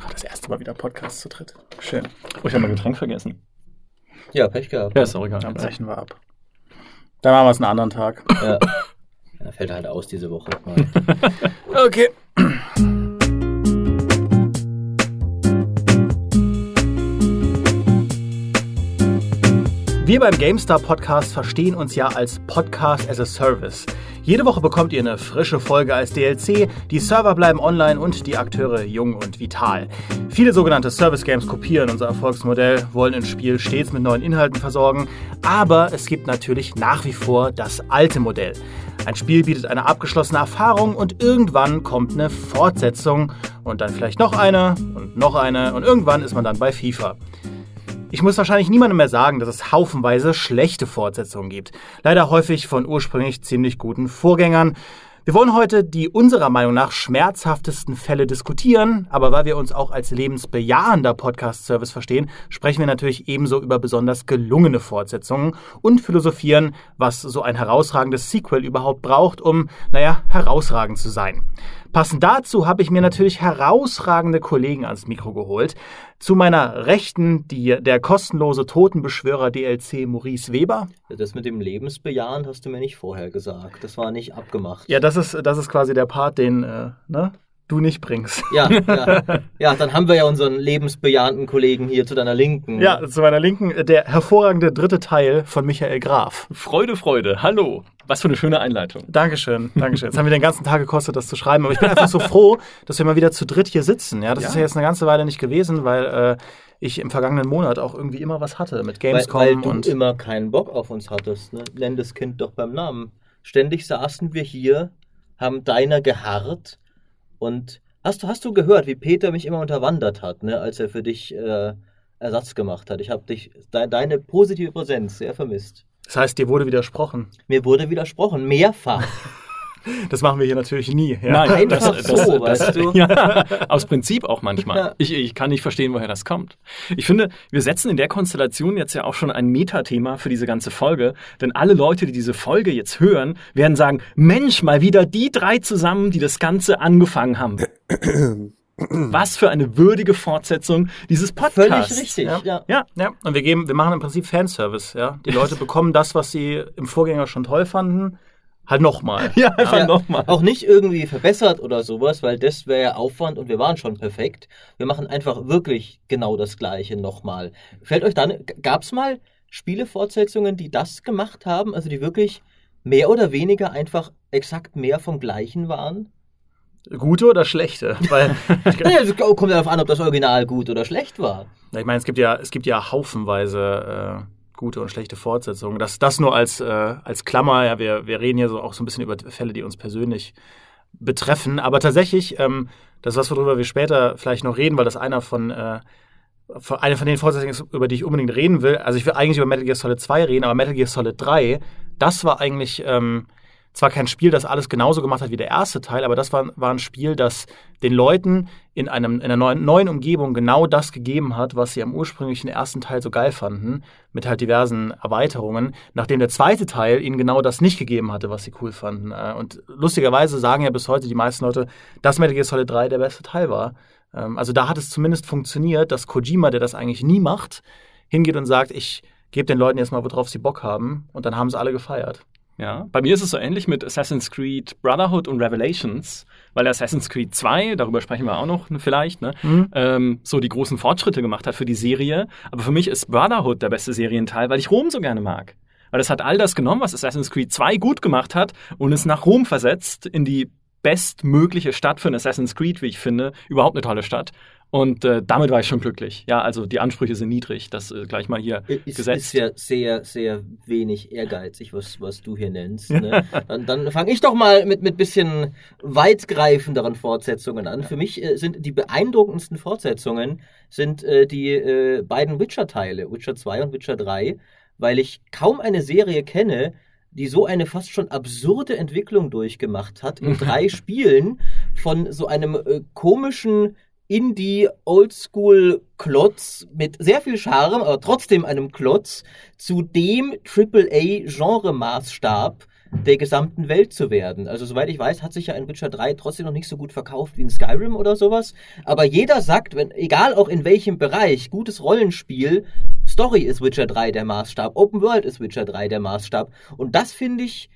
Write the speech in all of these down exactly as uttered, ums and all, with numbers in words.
Das erste Mal wieder Podcast zu dritt. Schön. Oh, ich habe mein Getränk vergessen. Ja, Pech gehabt. Ja, ist auch egal. Dann brechen wir ab. Dann machen wir es einen anderen Tag. Ja. Ja, fällt halt aus diese Woche. Okay. Wir beim GameStar Podcast verstehen uns ja als Podcast as a Service. Jede Woche bekommt ihr eine frische Folge als D L C, die Server bleiben online und die Akteure jung und vital. Viele sogenannte Service-Games kopieren unser Erfolgsmodell, wollen ein Spiel stets mit neuen Inhalten versorgen, aber es gibt natürlich nach wie vor das alte Modell. Ein Spiel bietet eine abgeschlossene Erfahrung und irgendwann kommt eine Fortsetzung und dann vielleicht noch eine und noch eine und irgendwann ist man dann bei FIFA. Ich muss wahrscheinlich niemandem mehr sagen, dass es haufenweise schlechte Fortsetzungen gibt. Leider häufig von ursprünglich ziemlich guten Vorgängern. Wir wollen heute die unserer Meinung nach schmerzhaftesten Fälle diskutieren, aber weil wir uns auch als lebensbejahender Podcast-Service verstehen, sprechen wir natürlich ebenso über besonders gelungene Fortsetzungen und philosophieren, was so ein herausragendes Sequel überhaupt braucht, um, naja, herausragend zu sein. Passend dazu habe ich mir natürlich herausragende Kollegen ans Mikro geholt. Zu meiner Rechten die, der kostenlose Totenbeschwörer D L C Maurice Weber. Das mit dem Lebensbejahend hast du mir nicht vorher gesagt. Das war nicht abgemacht. Ja, das ist, das ist quasi der Part, den äh, ne, du nicht bringst. Ja, ja, ja, dann haben wir ja unseren lebensbejahenden Kollegen hier zu deiner Linken. Ja, zu meiner Linken der hervorragende dritte Teil von Michael Graf. Freude, Freude. Hallo. Was für eine schöne Einleitung. Dankeschön, Dankeschön. Jetzt haben wir den ganzen Tag gekostet, das zu schreiben. Aber ich bin einfach so froh, dass wir mal wieder zu dritt hier sitzen. Ja, das ja. ist ja jetzt eine ganze Weile nicht gewesen, weil äh, ich im vergangenen Monat auch irgendwie immer was hatte mit Gamescom. Weil, weil du und immer keinen Bock auf uns hattest. Ne? Nenn das Kind doch beim Namen. Ständig saßen wir hier, haben deiner geharrt und hast du, hast du gehört, wie Peter mich immer unterwandert hat, ne, als er für dich äh, Ersatz gemacht hat. Ich habe dich, de, deine positive Präsenz sehr vermisst. Das heißt, dir wurde widersprochen? Mir wurde widersprochen, mehrfach. Das machen wir hier natürlich nie. Ja. Nein, einfach das, so, das, weißt das, du. Ja, aus Prinzip auch manchmal. Ja. Ich, ich kann nicht verstehen, woher das kommt. Ich finde, wir setzen in der Konstellation jetzt ja auch schon ein Metathema für diese ganze Folge, denn alle Leute, die diese Folge jetzt hören, werden sagen, Mensch, mal wieder die drei zusammen, die das Ganze angefangen haben. Was für eine würdige Fortsetzung dieses Podcasts. Völlig richtig, ja. ja. Ja, ja. Und wir geben, wir machen im Prinzip Fanservice. Ja, die Leute bekommen das, was sie im Vorgänger schon toll fanden, halt nochmal. Ja, einfach Ja, nochmal. auch nicht irgendwie verbessert oder sowas, weil das wäre ja Aufwand und wir waren schon perfekt. Wir machen einfach wirklich genau das Gleiche nochmal. Fällt euch dann, gab es mal Spielefortsetzungen, die das gemacht haben, also die wirklich mehr oder weniger einfach exakt mehr vom Gleichen waren? Gute oder schlechte? Weil Naja, es kommt darauf an, ob das Original gut oder schlecht war. ich meine, es gibt ja, es gibt ja haufenweise äh, gute und schlechte Fortsetzungen. Das, das nur als, äh, als Klammer. Ja, wir, wir reden hier so auch so ein bisschen über Fälle, die uns persönlich betreffen. Aber tatsächlich, ähm, das ist was, worüber wir später vielleicht noch reden, weil das einer von, äh, von eine von den Fortsetzungen ist, über die ich unbedingt reden will. Also ich will eigentlich über Metal Gear Solid zwei reden, aber Metal Gear Solid drei, das war eigentlich ähm, zwar kein Spiel, das alles genauso gemacht hat wie der erste Teil, aber das war, war ein Spiel, das den Leuten in, einem, in einer neuen, neuen Umgebung genau das gegeben hat, was sie am ursprünglichen ersten Teil so geil fanden, mit halt diversen Erweiterungen, nachdem der zweite Teil ihnen genau das nicht gegeben hatte, was sie cool fanden. Und lustigerweise sagen ja bis heute die meisten Leute, dass Metal Gear Solid drei der beste Teil war. Also da hat es zumindest funktioniert, dass Kojima, der das eigentlich nie macht, hingeht und sagt, ich gebe den Leuten jetzt mal, worauf sie Bock haben, und dann haben sie alle gefeiert. Ja, bei mir ist es so ähnlich mit Assassin's Creed Brotherhood und Revelations, weil Assassin's Creed zwei, darüber sprechen wir auch noch vielleicht, ne, mhm. ähm, so die großen Fortschritte gemacht hat für die Serie. Aber für mich ist Brotherhood der beste Serienteil, weil ich Rom so gerne mag. Weil es hat all das genommen, was Assassin's Creed zwei gut gemacht hat, und es nach Rom versetzt, in die bestmögliche Stadt für ein Assassin's Creed, wie ich finde. Überhaupt eine tolle Stadt. Und äh, damit war ich schon glücklich. Ja, also die Ansprüche sind niedrig, das äh, gleich mal hier ist, gesetzt. Ist ja sehr, sehr wenig ehrgeizig, was, was du hier nennst. Ne? dann dann fange ich doch mal mit mit bisschen weitgreifenderen Fortsetzungen an. Ja. Für mich äh, sind die beeindruckendsten Fortsetzungen sind äh, die äh, beiden Witcher-Teile, Witcher zwei und Witcher drei, weil ich kaum eine Serie kenne, die so eine fast schon absurde Entwicklung durchgemacht hat in drei Spielen von so einem äh, komischen Indie-Oldschool-Klotz mit sehr viel Charme, aber trotzdem einem Klotz, zu dem Triple A-Genre-Maßstab, der gesamten Welt zu werden. Also soweit ich weiß, hat sich ja in Witcher drei trotzdem noch nicht so gut verkauft wie in Skyrim oder sowas. Aber jeder sagt, wenn, egal auch in welchem Bereich, gutes Rollenspiel, Story ist Witcher drei der Maßstab, Open World ist Witcher drei der Maßstab. Und das finde ich,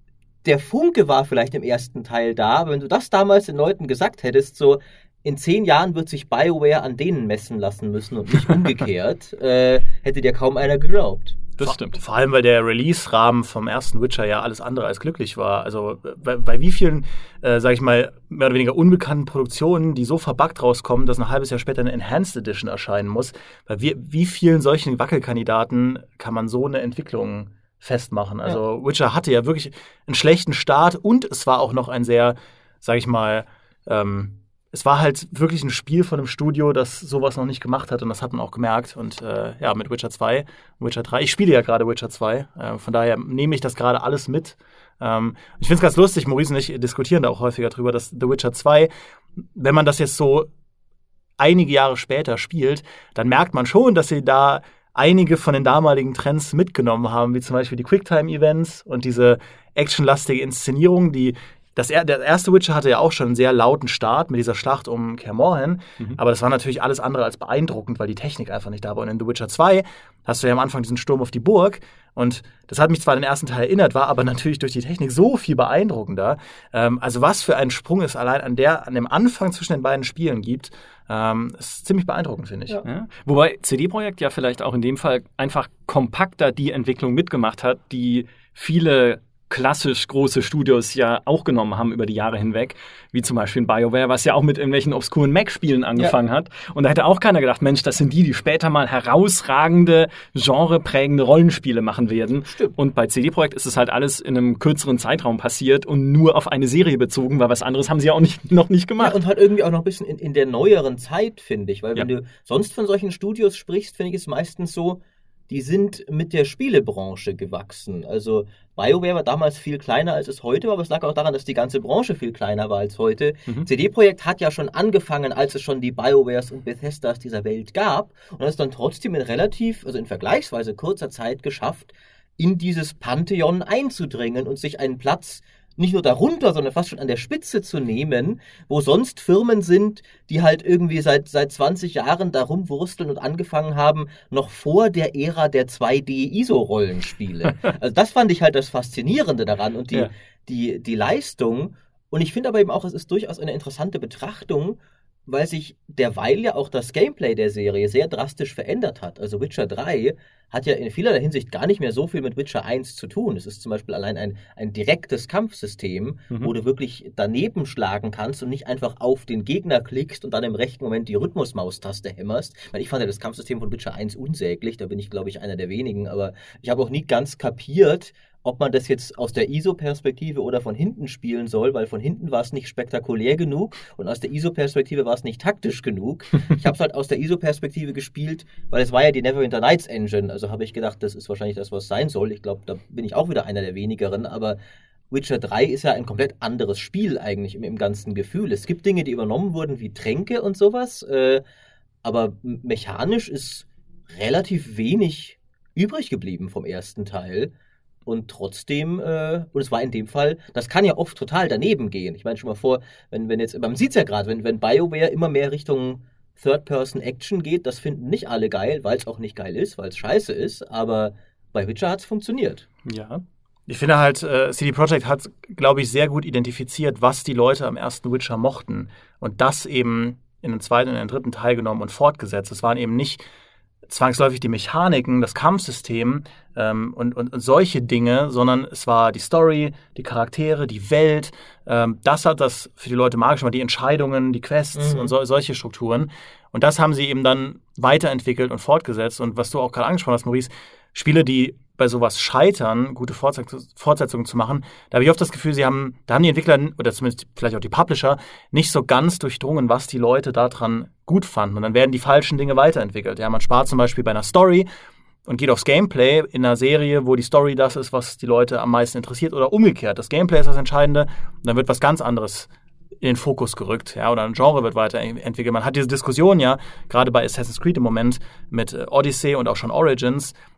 der Funke war vielleicht im ersten Teil da, aber wenn du das damals den Leuten gesagt hättest, so in zehn Jahren wird sich BioWare an denen messen lassen müssen und nicht umgekehrt, äh, hätte dir kaum einer geglaubt. Das stimmt. Vor allem, weil der Release-Rahmen vom ersten Witcher ja alles andere als glücklich war. Also bei, bei wie vielen, äh, sag ich mal, mehr oder weniger unbekannten Produktionen, die so verbuggt rauskommen, dass ein halbes Jahr später eine Enhanced Edition erscheinen muss. Bei wie, wie vielen solchen Wackelkandidaten kann man so eine Entwicklung festmachen? Also ja. Witcher hatte ja wirklich einen schlechten Start und es war auch noch ein sehr, sag ich mal, ähm, es war halt wirklich ein Spiel von einem Studio, das sowas noch nicht gemacht hat und das hat man auch gemerkt. Und äh, ja, mit Witcher zwei, Witcher drei, ich spiele ja gerade Witcher zwei, äh, von daher nehme ich das gerade alles mit. Ähm, ich finde es ganz lustig, Maurice und ich diskutieren da auch häufiger drüber, dass The Witcher zwei, wenn man das jetzt so einige Jahre später spielt, dann merkt man schon, dass sie da einige von den damaligen Trends mitgenommen haben, wie zum Beispiel die Quicktime-Events und diese actionlastige Inszenierung, die Das, der erste Witcher hatte ja auch schon einen sehr lauten Start mit dieser Schlacht um Kaer Morhen, mhm. aber das war natürlich alles andere als beeindruckend, weil die Technik einfach nicht da war. Und in The Witcher zwei hast du ja am Anfang diesen Sturm auf die Burg und das hat mich zwar an den ersten Teil erinnert, war aber natürlich durch die Technik so viel beeindruckender. Ähm, also was für ein Sprung es allein an, der, an dem Anfang zwischen den beiden Spielen gibt, ähm, ist ziemlich beeindruckend, finde ich. Ja. Ja. Wobei C D Projekt ja vielleicht auch in dem Fall einfach kompakter die Entwicklung mitgemacht hat, die viele klassisch große Studios ja auch genommen haben über die Jahre hinweg, wie zum Beispiel in BioWare, was ja auch mit irgendwelchen obskuren Mac-Spielen angefangen ja. hat. Und da hätte auch keiner gedacht, Mensch, das sind die, die später mal herausragende, genreprägende Rollenspiele machen werden. Stimmt. Und bei C D Projekt ist es halt alles in einem kürzeren Zeitraum passiert und nur auf eine Serie bezogen, weil was anderes haben sie ja auch nicht, noch nicht gemacht. Ja, und halt irgendwie auch noch ein bisschen in, in der neueren Zeit, finde ich. Weil wenn ja. du sonst von solchen Studios sprichst, finde ich es meistens so, die sind mit der Spielebranche gewachsen. Also BioWare war damals viel kleiner, als es heute war, aber es lag auch daran, dass die ganze Branche viel kleiner war als heute. Mhm. C D Projekt hat ja schon angefangen, als es schon die BioWares und Bethesdas dieser Welt gab und hat es dann trotzdem in relativ, also in vergleichsweise kurzer Zeit geschafft, in dieses Pantheon einzudringen und sich einen Platz nicht nur darunter, sondern fast schon an der Spitze zu nehmen, wo sonst Firmen sind, die halt irgendwie seit seit zwanzig Jahren da rumwursteln und angefangen haben, noch vor der Ära der zwei D-I S O-Rollenspiele. Also das fand ich halt das Faszinierende daran und die, ja. die, die Leistung. Und ich finde aber eben auch, es ist durchaus eine interessante Betrachtung, weil sich derweil ja auch das Gameplay der Serie sehr drastisch verändert hat. Also Witcher drei hat ja in vielerlei Hinsicht gar nicht mehr so viel mit Witcher eins zu tun. Es ist zum Beispiel allein ein, ein direktes Kampfsystem, mhm. wo du wirklich daneben schlagen kannst und nicht einfach auf den Gegner klickst und dann im rechten Moment die Rhythmusmaustaste hämmerst. Weil ich fand ja das Kampfsystem von Witcher eins unsäglich, da bin ich, glaube ich, einer der wenigen, aber ich habe auch nie ganz kapiert, ob man das jetzt aus der I S O-Perspektive oder von hinten spielen soll, weil von hinten war es nicht spektakulär genug und aus der I S O-Perspektive war es nicht taktisch genug. Ich habe es halt aus der I S O-Perspektive gespielt, weil es war ja die Neverwinter Nights Engine, also habe ich gedacht, das ist wahrscheinlich das, was sein soll. Ich glaube, da bin ich auch wieder einer der wenigeren, aber Witcher drei ist ja ein komplett anderes Spiel eigentlich im, im ganzen Gefühl. Es gibt Dinge, die übernommen wurden, wie Tränke und sowas, äh, aber mechanisch ist relativ wenig übrig geblieben vom ersten Teil. Und trotzdem, äh, und es war in dem Fall, das kann ja oft total daneben gehen. Ich meine schon mal vor, wenn, wenn jetzt, man sieht es ja gerade, wenn, wenn BioWare immer mehr Richtung Third-Person-Action geht, das finden nicht alle geil, weil es auch nicht geil ist, weil es scheiße ist, aber bei Witcher hat es funktioniert. Ja. Ich finde halt, äh, C D Projekt hat, glaube ich, sehr gut identifiziert, was die Leute am ersten Witcher mochten. Und das eben in den zweiten und in den dritten Teil genommen und fortgesetzt. Es waren eben nicht zwangsläufig die Mechaniken, das Kampfsystem ähm, und, und, und solche Dinge, sondern es war die Story, die Charaktere, die Welt. Ähm, das hat das für die Leute magisch gemacht, die Entscheidungen, die Quests mhm. und so, solche Strukturen. Und das haben sie eben dann weiterentwickelt und fortgesetzt. Und was du auch gerade angesprochen hast, Maurice, Spiele, die bei sowas scheitern, gute Fortsetzungen zu machen, da habe ich oft das Gefühl, sie haben, da haben die Entwickler oder zumindest vielleicht auch die Publisher nicht so ganz durchdrungen, was die Leute daran gut fanden. Und dann werden die falschen Dinge weiterentwickelt. Ja, man spart zum Beispiel bei einer Story und geht aufs Gameplay in einer Serie, wo die Story das ist, was die Leute am meisten interessiert, oder umgekehrt. Das Gameplay ist das Entscheidende und dann wird was ganz anderes in den Fokus gerückt, ja, oder ein Genre wird weiterentwickelt. Man hat diese Diskussion ja, gerade bei Assassin's Creed im Moment mit Odyssey und auch schon Origins,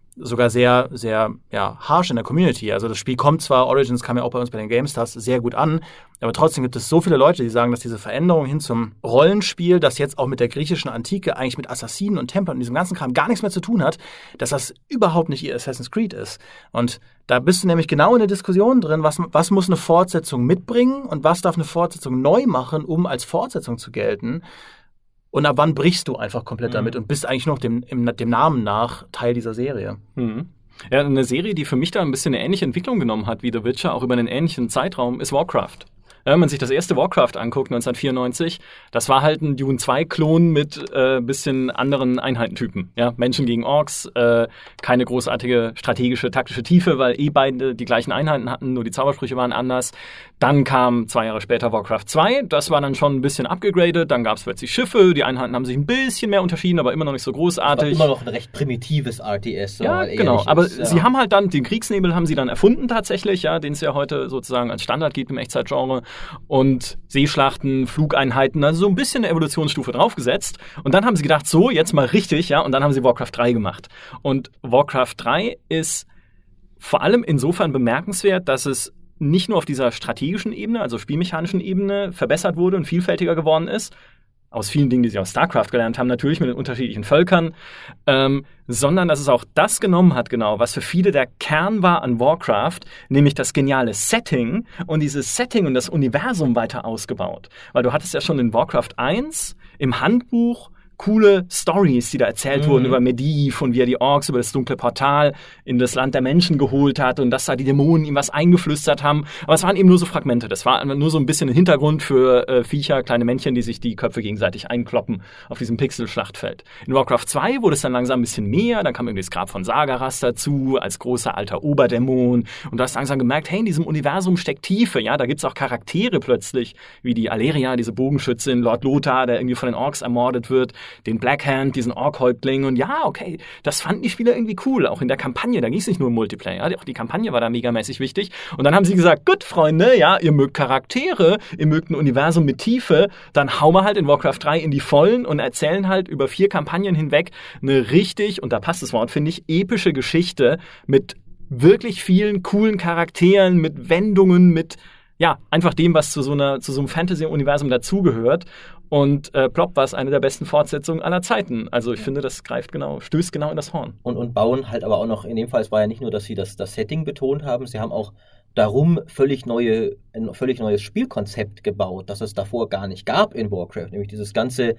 sogar sehr, sehr ja, harsh in der Community. Also das Spiel kommt zwar, Origins kam ja auch bei uns bei den GameStars sehr gut an, aber trotzdem gibt es so viele Leute, die sagen, dass diese Veränderung hin zum Rollenspiel, das jetzt auch mit der griechischen Antike, eigentlich mit Assassinen und Templern und diesem ganzen Kram gar nichts mehr zu tun hat, dass das überhaupt nicht ihr Assassin's Creed ist. Und da bist du nämlich genau in der Diskussion drin, was, was muss eine Fortsetzung mitbringen und was darf eine Fortsetzung neu machen, um als Fortsetzung zu gelten. Und ab wann brichst du einfach komplett mhm. damit und bist eigentlich noch dem, im, dem Namen nach Teil dieser Serie. Mhm. Ja, eine Serie, die für mich da ein bisschen eine ähnliche Entwicklung genommen hat wie The Witcher, auch über einen ähnlichen Zeitraum, ist Warcraft. Ja, wenn man sich das erste Warcraft anguckt, neunzehnhundertvierundneunzig, das war halt ein Dune zwei Klon mit äh, bisschen anderen Einheitentypen. Ja, Menschen gegen Orks, äh, keine großartige strategische, taktische Tiefe, weil eh beide die gleichen Einheiten hatten, nur die Zaubersprüche waren anders. Dann kam zwei Jahre später Warcraft zwei, das war dann schon ein bisschen abgegradet, dann gab es plötzlich Schiffe, die Einheiten haben sich ein bisschen mehr unterschieden, aber immer noch nicht so großartig. Das war immer noch ein recht primitives R T S. So ja, genau, aber ist, ja. sie haben halt dann, den Kriegsnebel haben sie dann erfunden tatsächlich, ja, den es ja heute sozusagen als Standard gibt im Echtzeitgenre. Und Seeschlachten, Flugeinheiten, also so ein bisschen eine Evolutionsstufe draufgesetzt. Und dann haben sie gedacht, so, jetzt mal richtig, ja, und dann haben sie Warcraft drei gemacht. Und Warcraft drei ist vor allem insofern bemerkenswert, dass es nicht nur auf dieser strategischen Ebene, also spielmechanischen Ebene, verbessert wurde und vielfältiger geworden ist, aus vielen Dingen, die sie aus StarCraft gelernt haben, natürlich mit den unterschiedlichen Völkern, ähm, sondern dass es auch das genommen hat, genau, was für viele der Kern war an Warcraft, nämlich das geniale Setting und dieses Setting und das Universum weiter ausgebaut. Weil du hattest ja schon in Warcraft eins im Handbuch coole Stories, die da erzählt mhm. wurden über Medivh und wie er die Orks über das dunkle Portal in das Land der Menschen geholt hat und dass da die Dämonen ihm was eingeflüstert haben. Aber es waren eben nur so Fragmente. Das war nur so ein bisschen ein Hintergrund für äh, Viecher, kleine Männchen, die sich die Köpfe gegenseitig einkloppen auf diesem Pixel-Schlachtfeld. In Warcraft zwei wurde es dann langsam ein bisschen mehr. Dann kam irgendwie das Grab von Sargeras dazu als großer alter Oberdämon. Und du hast langsam gemerkt, hey, in diesem Universum steckt Tiefe. Ja, da gibt's auch Charaktere plötzlich, wie die Aleria, diese Bogenschützin, Lord Lothar, der irgendwie von den Orks ermordet wird, den Blackhand, diesen Ork-Häuptling und ja, okay, das fanden die Spieler irgendwie cool, auch in der Kampagne, da ging es nicht nur um Multiplayer, auch die Kampagne war da megamäßig wichtig und dann haben sie gesagt, gut, Freunde, ja, ihr mögt Charaktere, ihr mögt ein Universum mit Tiefe, dann hauen wir halt in Warcraft drei in die Vollen und erzählen halt über vier Kampagnen hinweg eine richtig, und da passt das Wort, finde ich, epische Geschichte mit wirklich vielen coolen Charakteren, mit Wendungen, mit ja, einfach dem, was zu so einer, zu so einem Fantasy-Universum dazugehört. Und äh, plopp war es eine der besten Fortsetzungen aller Zeiten. Also ich finde, das greift genau, stößt genau in das Horn. Und, und bauen halt aber auch noch, in dem Fall, es war ja nicht nur, dass sie das, das Setting betont haben, sie haben auch darum völlig neue, ein völlig neues Spielkonzept gebaut, das es davor gar nicht gab in Warcraft. Nämlich dieses ganze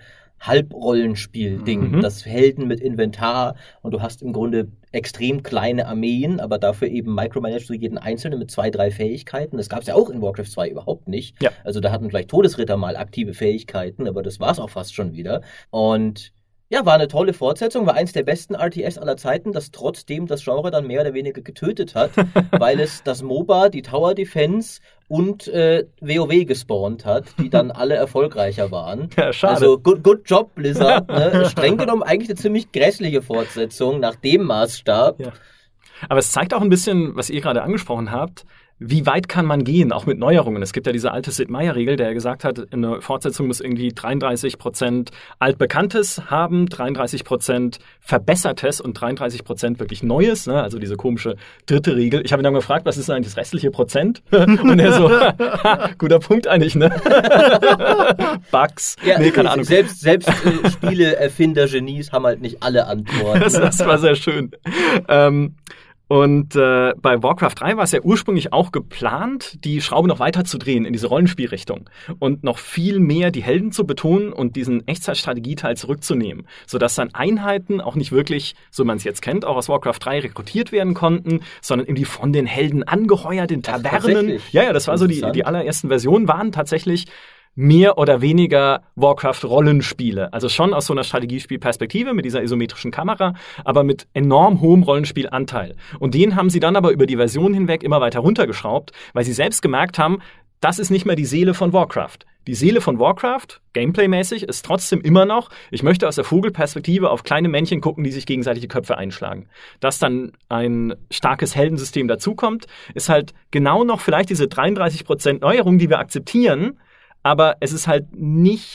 Halbrollenspiel-Ding, mhm. das Helden mit Inventar und du hast im Grunde extrem kleine Armeen, aber dafür eben micromanagst du jeden Einzelnen mit zwei, drei Fähigkeiten. Das gab es ja auch in Warcraft zwei überhaupt nicht. Ja. Also da hatten vielleicht Todesritter mal aktive Fähigkeiten, aber das war es auch fast schon wieder. Und ja, war eine tolle Fortsetzung, war eins der besten R T S aller Zeiten, das trotzdem das Genre dann mehr oder weniger getötet hat, weil es das MOBA, die Tower Defense und äh, WoW gespawnt hat, die dann alle erfolgreicher waren. Ja, schade. Also good, good job, Blizzard. Ne? Streng genommen eigentlich eine ziemlich grässliche Fortsetzung nach dem Maßstab. Ja. Aber es zeigt auch ein bisschen, was ihr gerade angesprochen habt, wie weit kann man gehen, auch mit Neuerungen? Es gibt ja diese alte Sid Meier-Regel, der gesagt hat, eine Fortsetzung muss irgendwie dreiunddreißig Prozent Altbekanntes haben, dreiunddreißig Prozent Verbessertes und dreiunddreißig Prozent wirklich Neues. Ne? Also diese komische dritte Regel. Ich habe ihn dann gefragt, was ist denn eigentlich das restliche Prozent? Und er so, guter Punkt eigentlich, ne? Bugs. Ja, nee, keine Ahnung. Selbst, selbst äh, Spieleerfinder, Genies haben halt nicht alle Antworten. Das, das war sehr schön. Ähm, Und äh, bei Warcraft drei war es ja ursprünglich auch geplant, die Schraube noch weiter zu drehen in diese Rollenspielrichtung und noch viel mehr die Helden zu betonen und diesen Echtzeitstrategieteil zurückzunehmen, sodass dann Einheiten auch nicht wirklich, so man es jetzt kennt, auch aus Warcraft drei rekrutiert werden konnten, sondern irgendwie von den Helden angeheuert in Tavernen. Ja, ja, das war so, die, die allerersten Versionen waren tatsächlich mehr oder weniger Warcraft-Rollenspiele. Also schon aus so einer Strategiespielperspektive mit dieser isometrischen Kamera, aber mit enorm hohem Rollenspielanteil. Und den haben sie dann aber über die Version hinweg immer weiter runtergeschraubt, weil sie selbst gemerkt haben, das ist nicht mehr die Seele von Warcraft. Die Seele von Warcraft, gameplaymäßig, ist trotzdem immer noch, ich möchte aus der Vogelperspektive auf kleine Männchen gucken, die sich gegenseitig die Köpfe einschlagen. Dass dann ein starkes Heldensystem dazukommt, ist halt genau noch vielleicht diese dreiunddreißig Prozent Neuerung, die wir akzeptieren, aber es ist halt nicht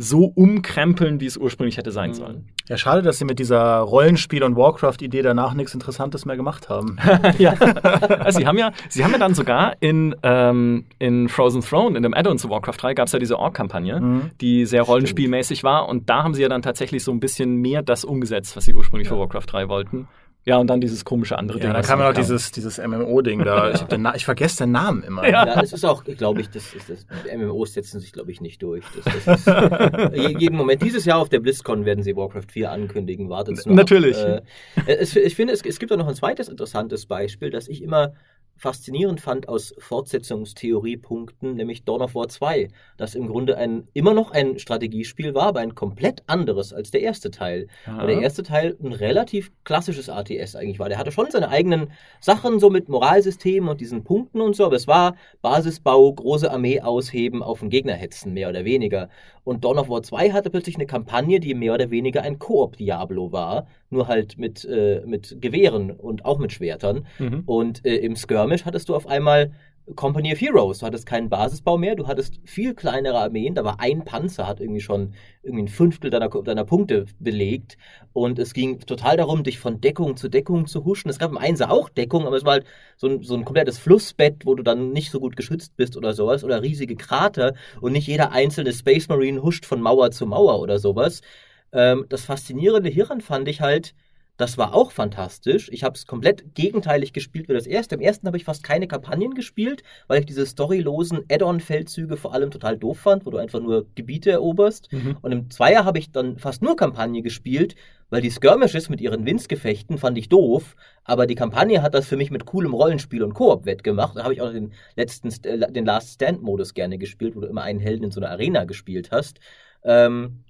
so umkrempeln, wie es ursprünglich hätte sein sollen. Ja, schade, dass sie mit dieser Rollenspiel- und Warcraft-Idee danach nichts Interessantes mehr gemacht haben. Ja, also sie haben ja, sie haben ja dann sogar in, ähm, in Frozen Throne, in dem Add-on zu Warcraft drei, gab es ja diese Orc-Kampagne, mhm. die sehr rollenspielmäßig war und da haben sie ja dann tatsächlich so ein bisschen mehr das umgesetzt, was sie ursprünglich ja. für Warcraft drei wollten. Ja, und dann dieses komische andere ja, Ding. Da kam ja noch dieses, dieses M M O-Ding da. Ich, Na- ich vergesse den Namen immer. Ja, ja es ist auch, glaube ich, das, ist das M M Os setzen sich, glaube ich, nicht durch. Das, das ist, jeden Moment. Dieses Jahr auf der BlizzCon werden sie Warcraft vier ankündigen. Wartet's noch. Natürlich. Äh, es, ich finde, es, es gibt auch noch ein zweites interessantes Beispiel, das ich immer faszinierend fand aus Fortsetzungstheoriepunkten, nämlich Dawn of War zwei, das im Grunde ein, immer noch ein Strategiespiel war, aber ein komplett anderes als der erste Teil. Weil der erste Teil ein relativ klassisches A T S eigentlich war. Der hatte schon seine eigenen Sachen, so mit Moralsystemen und diesen Punkten und so, aber es war Basisbau, große Armee ausheben, auf den Gegner hetzen, mehr oder weniger. Und Dawn of War zwei hatte plötzlich eine Kampagne, die mehr oder weniger ein Koop-Diablo war, nur halt mit, äh, mit Gewehren und auch mit Schwertern. Mhm. Und äh, im Skirmish hattest du auf einmal Company of Heroes. Du hattest keinen Basisbau mehr, du hattest viel kleinere Armeen, da war ein Panzer, hat irgendwie schon irgendwie ein Fünftel deiner, deiner Punkte belegt und es ging total darum, dich von Deckung zu Deckung zu huschen. Es gab im Einser auch Deckung, aber es war halt so ein, so ein komplettes Flussbett, wo du dann nicht so gut geschützt bist oder sowas oder riesige Krater und nicht jeder einzelne Space Marine huscht von Mauer zu Mauer oder sowas. Ähm, das Faszinierende hieran fand ich halt, das war auch fantastisch. Ich habe es komplett gegenteilig gespielt wie das erste. Im ersten habe ich fast keine Kampagnen gespielt, weil ich diese storylosen Add-on-Feldzüge vor allem total doof fand, wo du einfach nur Gebiete eroberst. Mhm. Und im Zweier habe ich dann fast nur Kampagne gespielt, weil die Skirmishes mit ihren Winzgefechten fand ich doof, aber die Kampagne hat das für mich mit coolem Rollenspiel und Koop wettgemacht. Da habe ich auch den letzten, den Last Stand-Modus gerne gespielt, wo du immer einen Helden in so einer Arena gespielt hast. Ähm...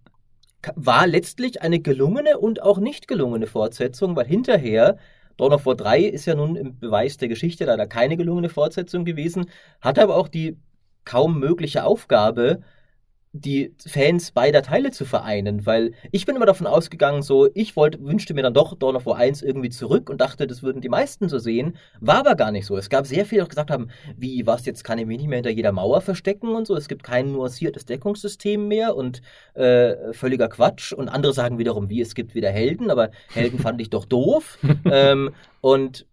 war letztlich eine gelungene und auch nicht gelungene Fortsetzung, weil hinterher, Dawn of War drei ist ja nun im Beweis der Geschichte leider keine gelungene Fortsetzung gewesen, hat aber auch die kaum mögliche Aufgabe, die Fans beider Teile zu vereinen, weil ich bin immer davon ausgegangen, so, ich wollte, wünschte mir dann doch Dawn of War eins irgendwie zurück und dachte, das würden die meisten so sehen, war aber gar nicht so. Es gab sehr viele, die gesagt haben, wie, was, jetzt kann ich mich nicht mehr hinter jeder Mauer verstecken und so, es gibt kein nuanciertes Deckungssystem mehr und äh, völliger Quatsch und andere sagen wiederum, wie, es gibt wieder Helden, aber Helden fand ich doch doof ähm, und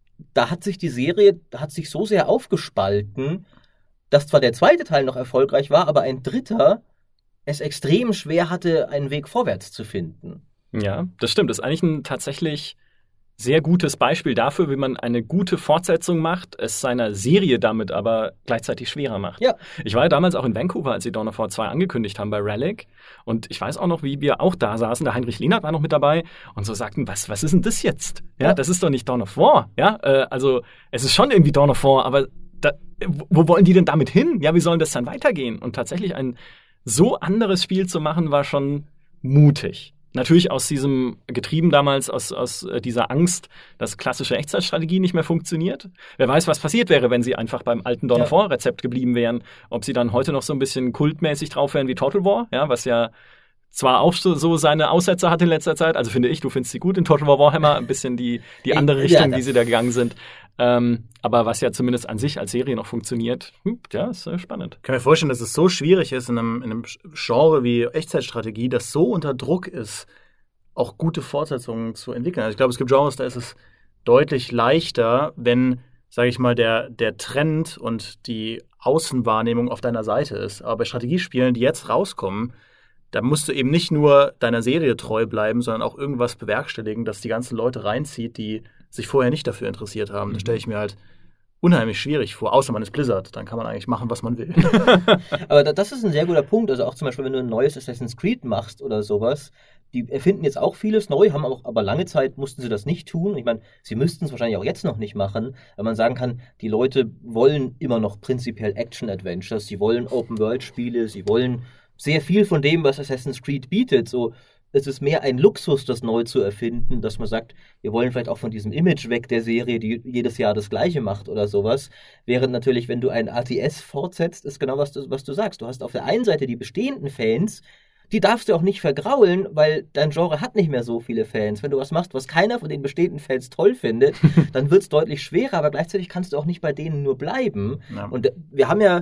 da hat sich die Serie, hat sich so sehr aufgespalten, dass zwar der zweite Teil noch erfolgreich war, aber ein dritter es extrem schwer hatte, einen Weg vorwärts zu finden. Ja, das stimmt. Das ist eigentlich ein tatsächlich sehr gutes Beispiel dafür, wie man eine gute Fortsetzung macht, es seiner Serie damit aber gleichzeitig schwerer macht. Ja. Ich war ja damals auch in Vancouver, als sie Dawn of War zwei angekündigt haben bei Relic. Und ich weiß auch noch, wie wir auch da saßen. Der Heinrich Lienert war noch mit dabei und so sagten, was, was ist denn das jetzt? Ja, ja. Das ist doch nicht Dawn of War. Ja, äh, also es ist schon irgendwie Dawn of War, aber da, wo wollen die denn damit hin? Ja, wie sollen das dann weitergehen? Und tatsächlich ein so anderes Spiel zu machen, war schon mutig. Natürlich aus diesem, getrieben damals aus, aus dieser Angst, dass klassische Echtzeitstrategie nicht mehr funktioniert. Wer weiß, was passiert wäre, wenn sie einfach beim alten Dawn of War Rezept geblieben wären. Ob sie dann heute noch so ein bisschen kultmäßig drauf wären wie Total War, ja, was ja zwar auch so, so seine Aussätze hat in letzter Zeit, also finde ich, du findest sie gut in Total War Warhammer, ein bisschen die, die andere Richtung, ja, die sie da gegangen sind. Ähm, aber was ja zumindest an sich als Serie noch funktioniert, hm, ja, ist äh, spannend. Ich kann mir vorstellen, dass es so schwierig ist in einem, in einem Genre wie Echtzeitstrategie, das so unter Druck ist, auch gute Fortsetzungen zu entwickeln. Also ich glaube, es gibt Genres, da ist es deutlich leichter, wenn, sage ich mal, der, der Trend und die Außenwahrnehmung auf deiner Seite ist. Aber bei Strategiespielen, die jetzt rauskommen, da musst du eben nicht nur deiner Serie treu bleiben, sondern auch irgendwas bewerkstelligen, das die ganzen Leute reinzieht, die sich vorher nicht dafür interessiert haben. Mhm. Das stelle ich mir halt unheimlich schwierig vor, außer man ist Blizzard. Dann kann man eigentlich machen, was man will. Aber das ist ein sehr guter Punkt. Also auch zum Beispiel, wenn du ein neues Assassin's Creed machst oder sowas, die erfinden jetzt auch vieles neu, haben auch, aber lange Zeit mussten sie das nicht tun. Ich meine, sie müssten es wahrscheinlich auch jetzt noch nicht machen, weil man sagen kann, die Leute wollen immer noch prinzipiell Action-Adventures, sie wollen Open-World-Spiele, sie wollen sehr viel von dem, was Assassin's Creed bietet. So, es ist mehr ein Luxus, das neu zu erfinden, dass man sagt, wir wollen vielleicht auch von diesem Image weg der Serie, die jedes Jahr das Gleiche macht oder sowas. Während natürlich, wenn du ein A T S fortsetzt, ist genau was du, was du sagst. Du hast auf der einen Seite die bestehenden Fans, die darfst du auch nicht vergraulen, weil dein Genre hat nicht mehr so viele Fans. Wenn du was machst, was keiner von den bestehenden Fans toll findet, dann wird es deutlich schwerer, aber gleichzeitig kannst du auch nicht bei denen nur bleiben. Ja. Und wir haben ja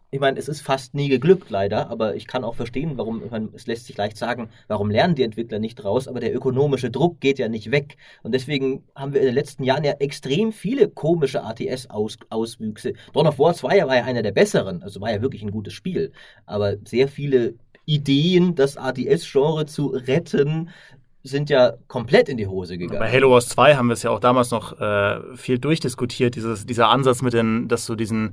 ich meine, es ist fast nie geglückt, leider, aber ich kann auch verstehen, warum, ich meine, es lässt sich leicht sagen, warum lernen die Entwickler nicht raus, aber der ökonomische Druck geht ja nicht weg. Und deswegen haben wir in den letzten Jahren ja extrem viele komische A T S-Auswüchse. Dawn of War zwei war ja einer der besseren, also war ja wirklich ein gutes Spiel, aber sehr viele Ideen, das A T S-Genre zu retten, sind ja komplett in die Hose gegangen. Bei Halo Wars zwei haben wir es ja auch damals noch äh, viel durchdiskutiert, dieses, dieser Ansatz mit den, dass du diesen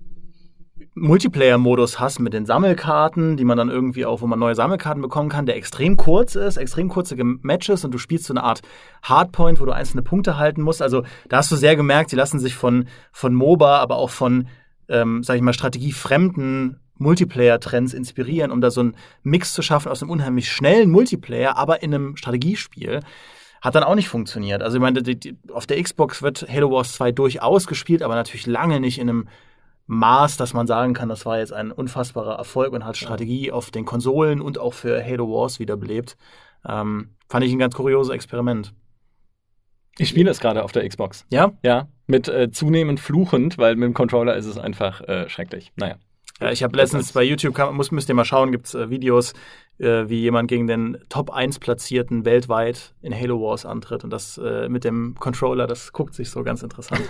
Multiplayer-Modus hast mit den Sammelkarten, die man dann irgendwie auch, wo man neue Sammelkarten bekommen kann, der extrem kurz ist, extrem kurze Matches und du spielst so eine Art Hardpoint, wo du einzelne Punkte halten musst. Also da hast du sehr gemerkt, sie lassen sich von, von MOBA, aber auch von, ähm, sag ich mal, strategiefremden Multiplayer-Trends inspirieren, um da so einen Mix zu schaffen aus einem unheimlich schnellen Multiplayer, aber in einem Strategiespiel. Hat dann auch nicht funktioniert. Also ich meine, die, die, auf der Xbox wird Halo Wars zwei durchaus gespielt, aber natürlich lange nicht in einem Maß, dass man sagen kann, das war jetzt ein unfassbarer Erfolg und hat Strategie ja. auf den Konsolen und auch für Halo Wars wiederbelebt. Ähm, fand ich ein ganz kurioses Experiment. Ich spiele es gerade auf der Xbox. Ja? Ja, mit äh, zunehmend fluchend, weil mit dem Controller ist es einfach äh, schrecklich. Naja. Ja, ich habe letztens bei YouTube, kann, muss, müsst ihr mal schauen, gibt es äh, Videos, äh, wie jemand gegen den Top eins Platzierten weltweit in Halo Wars antritt. Und das äh, mit dem Controller, das guckt sich so ganz interessant.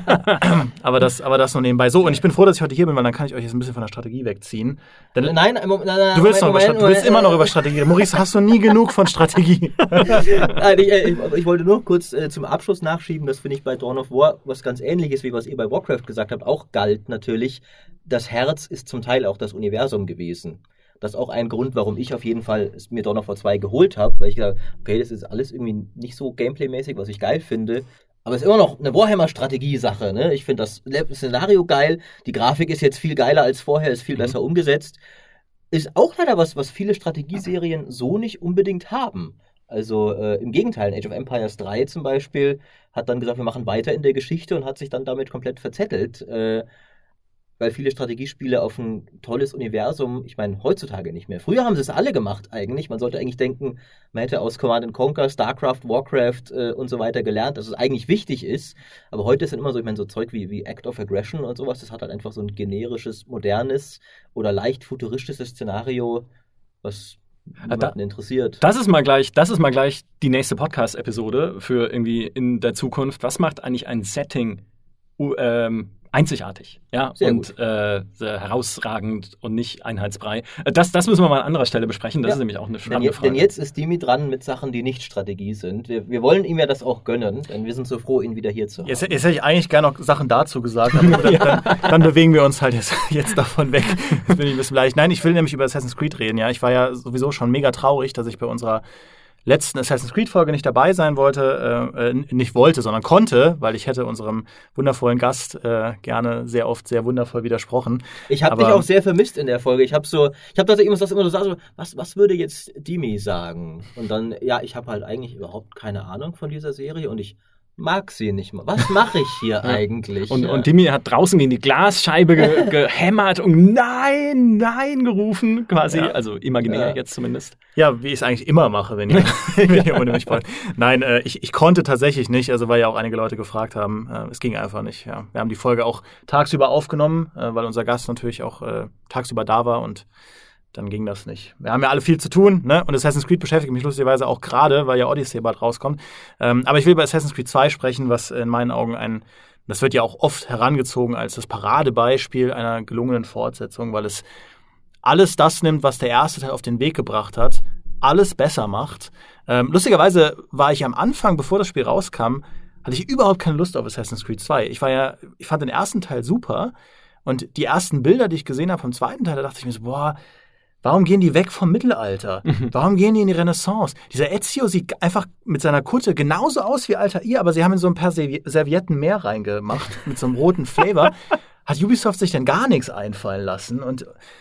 aber, das, aber das nur nebenbei. So, und ich bin froh, dass ich heute hier bin, weil dann kann ich euch jetzt ein bisschen von der Strategie wegziehen. Denn nein, nein, nein, nein, du willst, Moment, noch über, Moment, du willst Moment, immer noch über Strategie reden. Maurice, hast du nie genug von Strategie? Nein, ich, ich, ich wollte nur kurz äh, zum Abschluss nachschieben, das finde ich bei Dawn of War was ganz Ähnliches, wie was ihr bei Warcraft gesagt habt, auch galt natürlich. Das Herz ist zum Teil auch das Universum gewesen. Das ist auch ein Grund, warum ich auf jeden Fall mir Dawn of War zwei geholt habe, weil ich gesagt habe, okay, das ist alles irgendwie nicht so Gameplay-mäßig, was ich geil finde. Aber es ist immer noch eine Warhammer-Strategie-Sache, ne? Ich finde das Szenario geil, die Grafik ist jetzt viel geiler als vorher, ist viel mhm. besser umgesetzt. Ist auch leider was, was viele Strategieserien so nicht unbedingt haben. Also äh, im Gegenteil, Age of Empires drei zum Beispiel hat dann gesagt, wir machen weiter in der Geschichte und hat sich dann damit komplett verzettelt. Äh, weil viele Strategiespiele auf ein tolles Universum, ich meine, heutzutage nicht mehr. Früher haben sie es alle gemacht eigentlich. Man sollte eigentlich denken, man hätte aus Command and Conquer, StarCraft, Warcraft äh, und so weiter gelernt, dass es eigentlich wichtig ist. Aber heute ist dann immer so, ich meine, so Zeug wie, wie Act of Aggression und sowas, das hat halt einfach so ein generisches, modernes oder leicht futuristisches Szenario, was niemanden interessiert. Das ist mal gleich, das ist mal gleich die nächste Podcast-Episode für irgendwie in der Zukunft. Was macht eigentlich ein Setting uh, ähm, einzigartig, ja, sehr und äh, herausragend und nicht einheitsbrei. Das, das müssen wir mal an anderer Stelle besprechen. Das ja. ist nämlich auch eine spannende denn, Frage. Denn jetzt ist Dimi dran mit Sachen, die nicht Strategie sind. Wir, wir wollen ihm ja das auch gönnen, denn wir sind so froh, ihn wieder hier zu haben. Jetzt, jetzt hätte ich eigentlich gerne noch Sachen dazu gesagt, aber ja. dann, dann bewegen wir uns halt jetzt, jetzt davon weg. Das bin ich ein bisschen leicht. Nein, ich will nämlich über Assassin's Creed reden. Ja, ich war ja sowieso schon mega traurig, dass ich bei unserer letzten Assassin's Creed-Folge nicht dabei sein wollte, äh, nicht wollte, sondern konnte, weil ich hätte unserem wundervollen Gast äh, gerne sehr oft sehr wundervoll widersprochen. Ich habe dich auch sehr vermisst in der Folge. Ich habe so, ich habe tatsächlich immer das immer so gesagt, so, was, was würde jetzt Dimi sagen? Und dann, ja, ich habe halt eigentlich überhaupt keine Ahnung von dieser Serie und ich mag sie nicht mal. Was mache ich hier eigentlich? Und, ja. und Dimi hat draußen gegen die Glasscheibe ge- gehämmert und nein, nein gerufen, quasi. Ja. Also imaginär ja. jetzt zumindest. Ja, wie ich es eigentlich immer mache, wenn ihr, wenn ihr ohne mich wollt. Nein, äh, ich, ich konnte tatsächlich nicht, also weil ja auch einige Leute gefragt haben. Äh, es ging einfach nicht. Ja. Wir haben die Folge auch tagsüber aufgenommen, äh, weil unser Gast natürlich auch äh, tagsüber da war und dann ging das nicht. Wir haben ja alle viel zu tun, ne? Und Assassin's Creed beschäftigt mich lustigerweise auch gerade, weil ja Odyssey bald rauskommt. Ähm, aber ich will über Assassin's Creed zwei sprechen, was in meinen Augen ein, das wird ja auch oft herangezogen als das Paradebeispiel einer gelungenen Fortsetzung, weil es alles das nimmt, was der erste Teil auf den Weg gebracht hat, alles besser macht. Ähm, lustigerweise war ich am Anfang, bevor das Spiel rauskam, hatte ich überhaupt keine Lust auf Assassin's Creed zwei. Ich war ja, ich fand den ersten Teil super und die ersten Bilder, die ich gesehen habe vom zweiten Teil, da dachte ich mir so, boah, warum gehen die weg vom Mittelalter? Mhm. Warum gehen die in die Renaissance? Dieser Ezio sieht einfach mit seiner Kutte genauso aus wie Altair, aber sie haben in so ein paar Servietten mehr reingemacht, mit so einem roten Flavor. Hat Ubisoft sich denn gar nichts einfallen lassen? Und,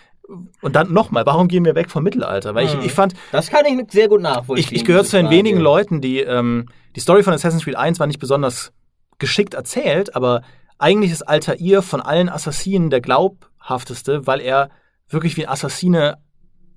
und dann nochmal, warum gehen wir weg vom Mittelalter? Weil mhm. ich, ich fand... Das kann ich sehr gut nachvollziehen. Ich, ich gehöre zu den Frage. wenigen Leuten, die... Ähm, die Story von Assassin's Creed eins war nicht besonders geschickt erzählt, aber eigentlich ist Altair von allen Assassinen der glaubhafteste, weil er wirklich wie ein Assassine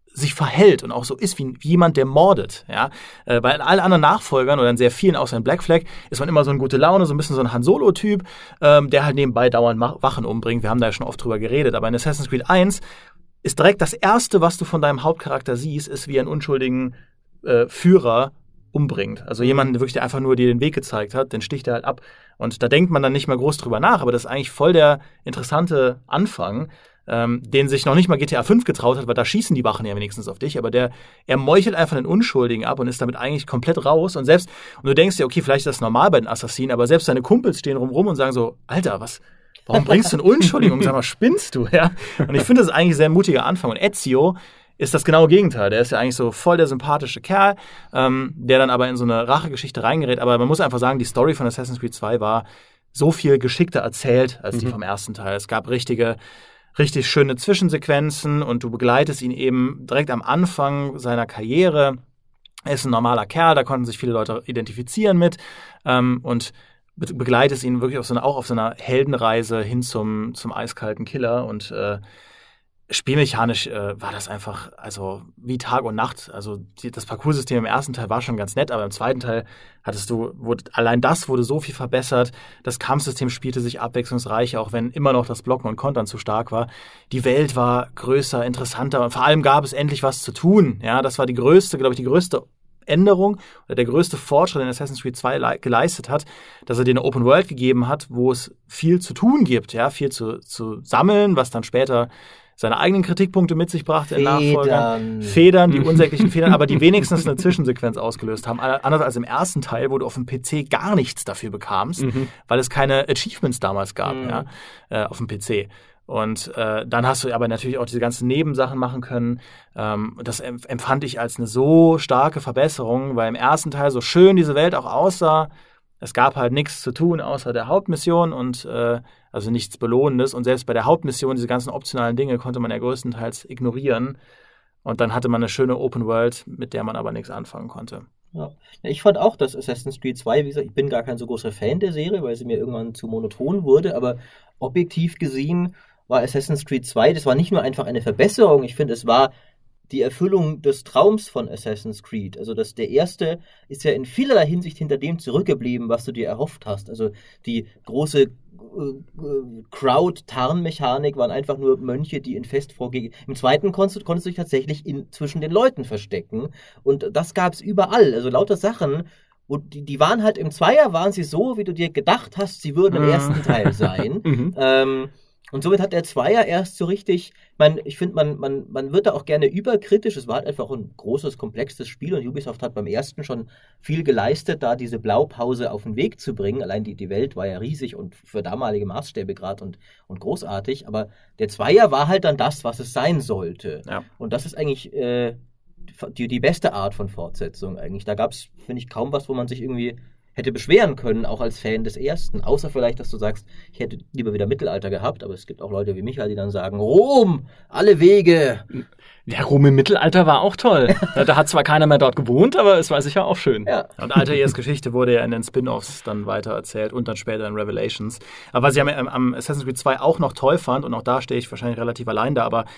sich verhält und auch so ist wie, wie jemand, der mordet. Ja? Äh, bei allen anderen Nachfolgern oder in sehr vielen, außer in Black Flag, ist man immer so eine gute Laune, so ein bisschen so ein Han Solo-Typ, ähm, der halt nebenbei dauernd Wachen umbringt. Wir haben da ja schon oft drüber geredet. Aber in Assassin's Creed eins ist direkt das Erste, was du von deinem Hauptcharakter siehst, ist, wie er einen unschuldigen äh, Führer umbringt. Also jemanden, der wirklich der einfach nur dir den Weg gezeigt hat, den sticht er halt ab. Und da denkt man dann nicht mal groß drüber nach, aber das ist eigentlich voll der interessante Anfang, ähm, den sich noch nicht mal G T A fünf getraut hat, weil da schießen die Wachen ja wenigstens auf dich, aber der, er meuchelt einfach den Unschuldigen ab und ist damit eigentlich komplett raus und selbst, und du denkst dir, okay, vielleicht ist das normal bei den Assassinen, aber selbst seine Kumpels stehen rumrum und sagen so, Alter, was, warum bringst du einen Unschuldigen um? Sag mal, spinnst du, ja? Und ich finde, das ist eigentlich ein sehr mutiger Anfang. Und Ezio ist das genaue Gegenteil. Der ist ja eigentlich so voll der sympathische Kerl, ähm, der dann aber in so eine Rachegeschichte reingerät. Aber man muss einfach sagen, die Story von Assassin's Creed zwei war so viel geschickter erzählt als die mhm. vom ersten Teil. Es gab richtige, richtig schöne Zwischensequenzen und du begleitest ihn eben direkt am Anfang seiner Karriere. Er ist ein normaler Kerl, da konnten sich viele Leute identifizieren mit ähm, und be- begleitest ihn wirklich auf so eine, auch auf so einer Heldenreise hin zum, zum eiskalten Killer und äh, spielmechanisch äh, war das einfach, also wie Tag und Nacht. Also die, das Parcoursystem im ersten Teil war schon ganz nett, aber im zweiten Teil hattest du, wurde, allein das wurde so viel verbessert. Das Kampfsystem spielte sich abwechslungsreich, auch wenn immer noch das Blocken und Kontern zu stark war. Die Welt war größer, interessanter und vor allem gab es endlich was zu tun. Ja, das war die größte, glaube ich, die größte Änderung oder der größte Fortschritt, den Assassin's Creed zwei le- geleistet hat, dass er dir eine Open World gegeben hat, wo es viel zu tun gibt, ja, viel zu, zu sammeln, was dann später seine eigenen Kritikpunkte mit sich brachte in Nachfolgern. Federn, die unsäglichen Federn, aber die wenigstens eine Zwischensequenz ausgelöst haben. Anders als im ersten Teil, wo du auf dem P C gar nichts dafür bekamst, mhm. weil es keine Achievements damals gab, mhm. ja, äh, auf dem P C. Und äh, dann hast du aber natürlich auch diese ganzen Nebensachen machen können. Ähm, das empfand ich als eine so starke Verbesserung, weil im ersten Teil so schön diese Welt auch aussah, es gab halt nichts zu tun außer der Hauptmission und äh, also nichts Belohnendes. Und selbst bei der Hauptmission, diese ganzen optionalen Dinge, konnte man ja größtenteils ignorieren. Und dann hatte man eine schöne Open World, mit der man aber nichts anfangen konnte. Ja. Ich fand auch, dass Assassin's Creed zwei, wie gesagt, ich bin gar kein so großer Fan der Serie, weil sie mir irgendwann zu monoton wurde, aber objektiv gesehen war Assassin's Creed zwei, das war nicht nur einfach eine Verbesserung, ich finde, es war die Erfüllung des Traums von Assassin's Creed. Also das, der erste ist ja in vielerlei Hinsicht hinter dem zurückgeblieben, was du dir erhofft hast. Also die große äh, Crowd-Tarn-Mechanik waren einfach nur Mönche, die in fest vorgehen. Im zweiten konntest du, konntest du dich tatsächlich in, zwischen den Leuten verstecken. Und das gab es überall. Also lauter Sachen, wo die, die waren halt im Zweier, waren sie so, wie du dir gedacht hast, sie würden im mhm. ersten Teil sein. mhm. ähm, Und somit hat der Zweier erst so richtig, man, ich finde, man, man, man wird da auch gerne überkritisch. Es war halt einfach ein großes, komplexes Spiel und Ubisoft hat beim ersten schon viel geleistet, da diese Blaupause auf den Weg zu bringen. Allein die, die Welt war ja riesig und für damalige Maßstäbe gerade und, und großartig. Aber der Zweier war halt dann das, was es sein sollte. Ja. Und das ist eigentlich äh, die, die beste Art von Fortsetzung eigentlich. Da gab es, finde ich, kaum was, wo man sich irgendwie hätte beschweren können, auch als Fan des ersten. Außer vielleicht, dass du sagst, ich hätte lieber wieder Mittelalter gehabt, aber es gibt auch Leute wie Michael, die dann sagen, Rom, alle Wege. Ja, Rom im Mittelalter war auch toll. Da hat zwar keiner mehr dort gewohnt, aber es war sicher auch schön. Ja. Und Altaïrs Geschichte wurde ja in den Spin-Offs dann weiter erzählt und dann später in Revelations. Aber was ich am, am Assassin's Creed zwei auch noch toll fand, und auch da stehe ich wahrscheinlich relativ allein da, aber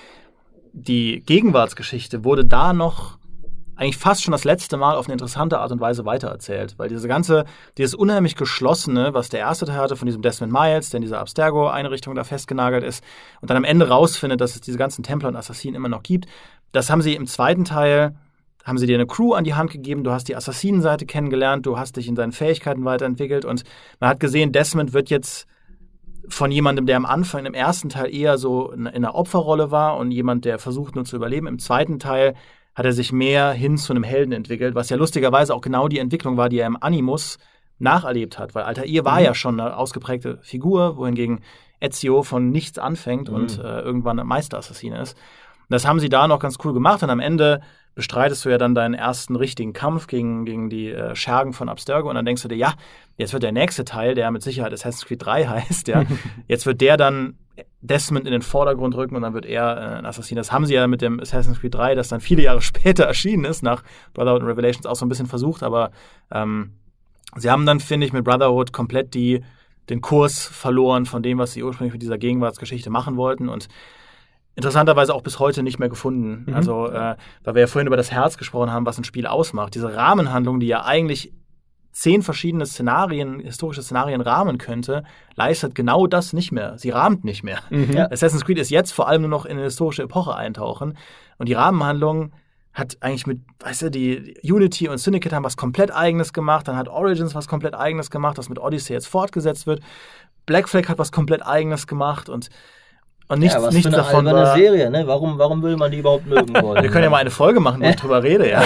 die Gegenwartsgeschichte wurde da noch eigentlich fast schon das letzte Mal auf eine interessante Art und Weise weitererzählt. Weil diese ganze, dieses unheimlich Geschlossene, was der erste Teil hatte von diesem Desmond Miles, der in dieser Abstergo-Einrichtung da festgenagelt ist und dann am Ende rausfindet, dass es diese ganzen Templer und Assassinen immer noch gibt, das haben sie im zweiten Teil, haben sie dir eine Crew an die Hand gegeben, du hast die Assassinenseite kennengelernt, du hast dich in seinen Fähigkeiten weiterentwickelt und man hat gesehen, Desmond wird jetzt von jemandem, der am Anfang im ersten Teil eher so in einer Opferrolle war und jemand, der versucht nur zu überleben, im zweiten Teil hat er sich mehr hin zu einem Helden entwickelt, was ja lustigerweise auch genau die Entwicklung war, die er im Animus nacherlebt hat, weil Altair war mhm. ja schon eine ausgeprägte Figur, wohingegen Ezio von nichts anfängt mhm. und äh, irgendwann ein Meisterassassine ist. Und das haben sie da noch ganz cool gemacht und am Ende bestreitest du ja dann deinen ersten richtigen Kampf gegen, gegen die äh, Schergen von Abstergo und dann denkst du dir, ja, jetzt wird der nächste Teil, der mit Sicherheit Assassin's Creed drei heißt, ja, jetzt wird der dann Desmond in den Vordergrund rücken und dann wird er äh, ein Assassin. Das haben sie ja mit dem Assassin's Creed drei, das dann viele Jahre später erschienen ist, nach Brotherhood und Revelations auch so ein bisschen versucht, aber ähm, sie haben dann, finde ich, mit Brotherhood komplett die, den Kurs verloren von dem, was sie ursprünglich mit dieser Gegenwartsgeschichte machen wollten und interessanterweise auch bis heute nicht mehr gefunden. Mhm. Also, äh, weil wir ja vorhin über das Herz gesprochen haben, was ein Spiel ausmacht. Diese Rahmenhandlung, die ja eigentlich zehn verschiedene Szenarien, historische Szenarien rahmen könnte, leistet genau das nicht mehr. Sie rahmt nicht mehr. Mhm. Ja. Assassin's Creed ist jetzt vor allem nur noch in eine historische Epoche eintauchen. Und die Rahmenhandlung hat eigentlich mit, weißt du, die Unity und Syndicate haben was komplett Eigenes gemacht, dann hat Origins was komplett Eigenes gemacht, das mit Odyssey jetzt fortgesetzt wird. Black Flag hat was komplett Eigenes gemacht und Und nichts, ja, was nichts für eine davon alberne war, Serie, ne? Warum, warum will man die überhaupt mögen wollen? Wir können ja mal eine Folge machen, wo ich drüber rede, ja.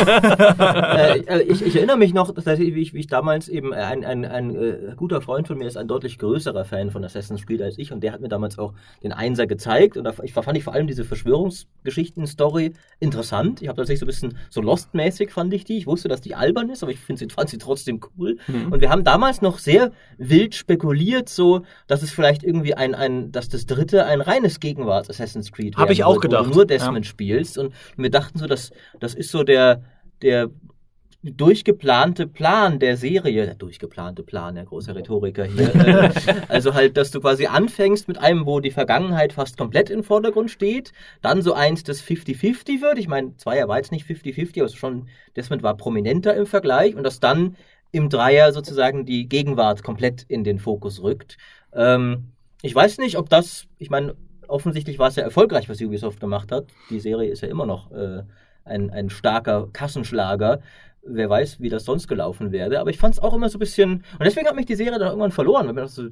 äh, ich, ich erinnere mich noch, dass ich, wie, ich, wie ich damals eben, ein, ein, ein äh, guter Freund von mir ist ein deutlich größerer Fan von Assassin's Creed als ich und der hat mir damals auch den Einser gezeigt und da ich, fand ich vor allem diese Verschwörungsgeschichten-Story interessant. Ich habe tatsächlich so ein bisschen so Lost-mäßig fand ich die. Ich wusste, dass die albern ist, aber ich find sie, fand sie trotzdem cool. Mhm. Und wir haben damals noch sehr wild spekuliert, so, dass es vielleicht irgendwie ein, ein dass das dritte ein reines Gegenwarts Assassin's Creed Habe ich auch wird, gedacht. Wo du nur Desmond ja. spielst. Und wir dachten so, dass das ist so der, der durchgeplante Plan der Serie. Der durchgeplante Plan, der große Rhetoriker hier. Also halt, dass du quasi anfängst mit einem, wo die Vergangenheit fast komplett im Vordergrund steht. Dann so eins, das fünfzig fünfzig wird. Ich meine, Zweier war jetzt nicht fünfzig fünfzig, aber schon Desmond war prominenter im Vergleich. Und dass dann im Dreier sozusagen die Gegenwart komplett in den Fokus rückt. Ähm, ich weiß nicht, ob das, ich meine, offensichtlich war es ja erfolgreich, was Ubisoft gemacht hat. Die Serie ist ja immer noch äh, ein, ein starker Kassenschlager. Wer weiß, wie das sonst gelaufen wäre. Aber ich fand es auch immer so ein bisschen... Und deswegen hat mich die Serie dann irgendwann verloren. Weil mir dachte,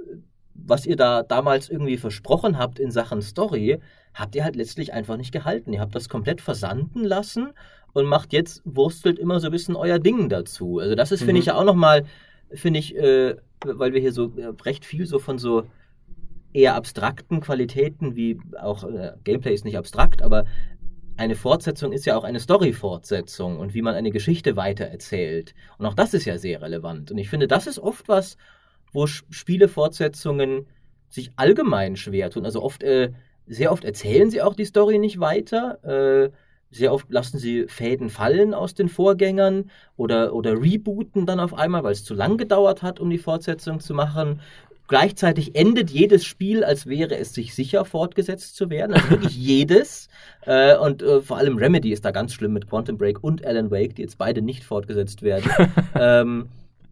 was ihr da damals irgendwie versprochen habt in Sachen Story, habt ihr halt letztlich einfach nicht gehalten. Ihr habt das komplett versanden lassen und macht jetzt, wurstelt immer so ein bisschen euer Ding dazu. Also das ist, mhm. finde ich, ja auch nochmal, finde ich, äh, weil wir hier so äh, recht viel so von so eher abstrakten Qualitäten, wie auch äh, Gameplay ist nicht abstrakt, aber eine Fortsetzung ist ja auch eine Story-Fortsetzung und wie man eine Geschichte weitererzählt. Und auch das ist ja sehr relevant. Und ich finde, das ist oft was, wo Spielefortsetzungen sich allgemein schwer tun. Also oft, äh, sehr oft erzählen sie auch die Story nicht weiter. Äh, sehr oft lassen sie Fäden fallen aus den Vorgängern oder, oder rebooten dann auf einmal, weil es zu lang gedauert hat, um die Fortsetzung zu machen. Gleichzeitig endet jedes Spiel, als wäre es sich sicher, fortgesetzt zu werden. Also wirklich jedes. Äh, und äh, vor allem Remedy ist da ganz schlimm mit Quantum Break und Alan Wake, die jetzt beide nicht fortgesetzt werden. ähm,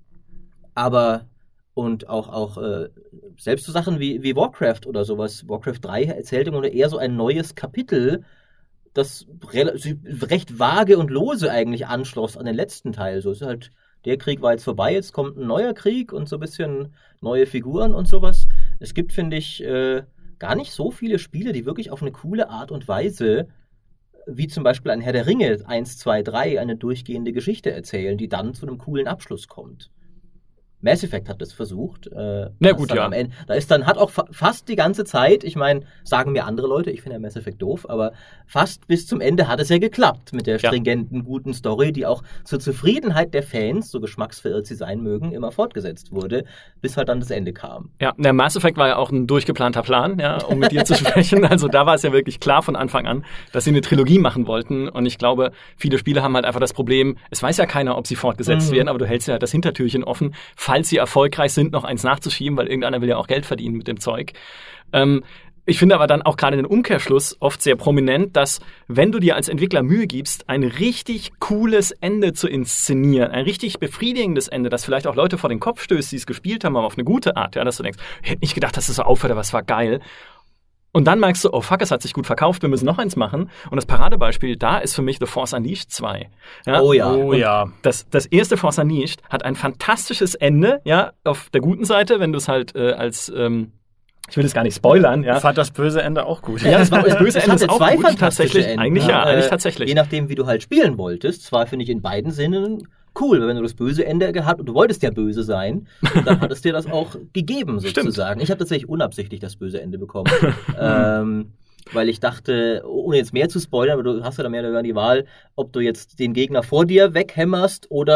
aber, und auch, auch äh, selbst so Sachen wie, wie Warcraft oder sowas. Warcraft drei erzählt immer nur eher so ein neues Kapitel, das re- recht vage und lose eigentlich anschloss an den letzten Teil. So ist halt... Der Krieg war jetzt vorbei, jetzt kommt ein neuer Krieg und so ein bisschen neue Figuren und sowas. Es gibt, finde ich, äh, gar nicht so viele Spiele, die wirklich auf eine coole Art und Weise, wie zum Beispiel ein Herr der Ringe eins, zwei, drei, eine durchgehende Geschichte erzählen, die dann zu einem coolen Abschluss kommt. Mass Effect hat das versucht. Äh, Na gut, ja. Am Ende, da ist dann, hat auch fa- fast die ganze Zeit, ich meine, sagen mir andere Leute, ich finde ja Mass Effect doof, aber fast bis zum Ende hat es ja geklappt mit der stringenten, ja. guten Story, die auch zur Zufriedenheit der Fans, so geschmacksverirrt sie sein mögen, immer fortgesetzt wurde, bis halt dann das Ende kam. Ja, der Mass Effect war ja auch ein durchgeplanter Plan, ja, um mit dir zu sprechen. Also da war es ja wirklich klar von Anfang an, dass sie eine Trilogie machen wollten. Und ich glaube, viele Spiele haben halt einfach das Problem, es weiß ja keiner, ob sie fortgesetzt mhm. werden, aber du hältst ja das Hintertürchen offen, falls sie erfolgreich sind, noch eins nachzuschieben, weil irgendeiner will ja auch Geld verdienen mit dem Zeug. Ähm, ich finde aber dann auch gerade den Umkehrschluss oft sehr prominent, dass wenn du dir als Entwickler Mühe gibst, ein richtig cooles Ende zu inszenieren, ein richtig befriedigendes Ende, das vielleicht auch Leute vor den Kopf stößt, die es gespielt haben, aber auf eine gute Art, ja, dass du denkst, ich hätte nicht gedacht, dass es so aufhört, aber es war geil. Und dann merkst du, oh fuck, es hat sich gut verkauft, wir müssen noch eins machen. Und das Paradebeispiel da ist für mich The Force Unleashed zwei. Ja? Oh ja. Oh ja. Das, das erste Force Unleashed hat ein fantastisches Ende, ja, auf der guten Seite, wenn du es halt äh, als, ähm, ich will es gar nicht spoilern, ja. Ich fand das böse Ende auch gut. Ja, das, war, das böse es Ende ist auch zwei gut, tatsächlich. Enden. Eigentlich ja, ja eigentlich äh, tatsächlich. Je nachdem, wie du halt spielen wolltest. Zwar finde ich in beiden Sinnen cool, weil wenn du das böse Ende gehabt und du wolltest ja böse sein, dann hat es dir das auch gegeben, sozusagen. Stimmt. Ich habe tatsächlich unabsichtlich das böse Ende bekommen. ähm, weil ich dachte, ohne jetzt mehr zu spoilern, aber du hast ja dann mehr oder weniger die Wahl, ob du jetzt den Gegner vor dir weghämmerst oder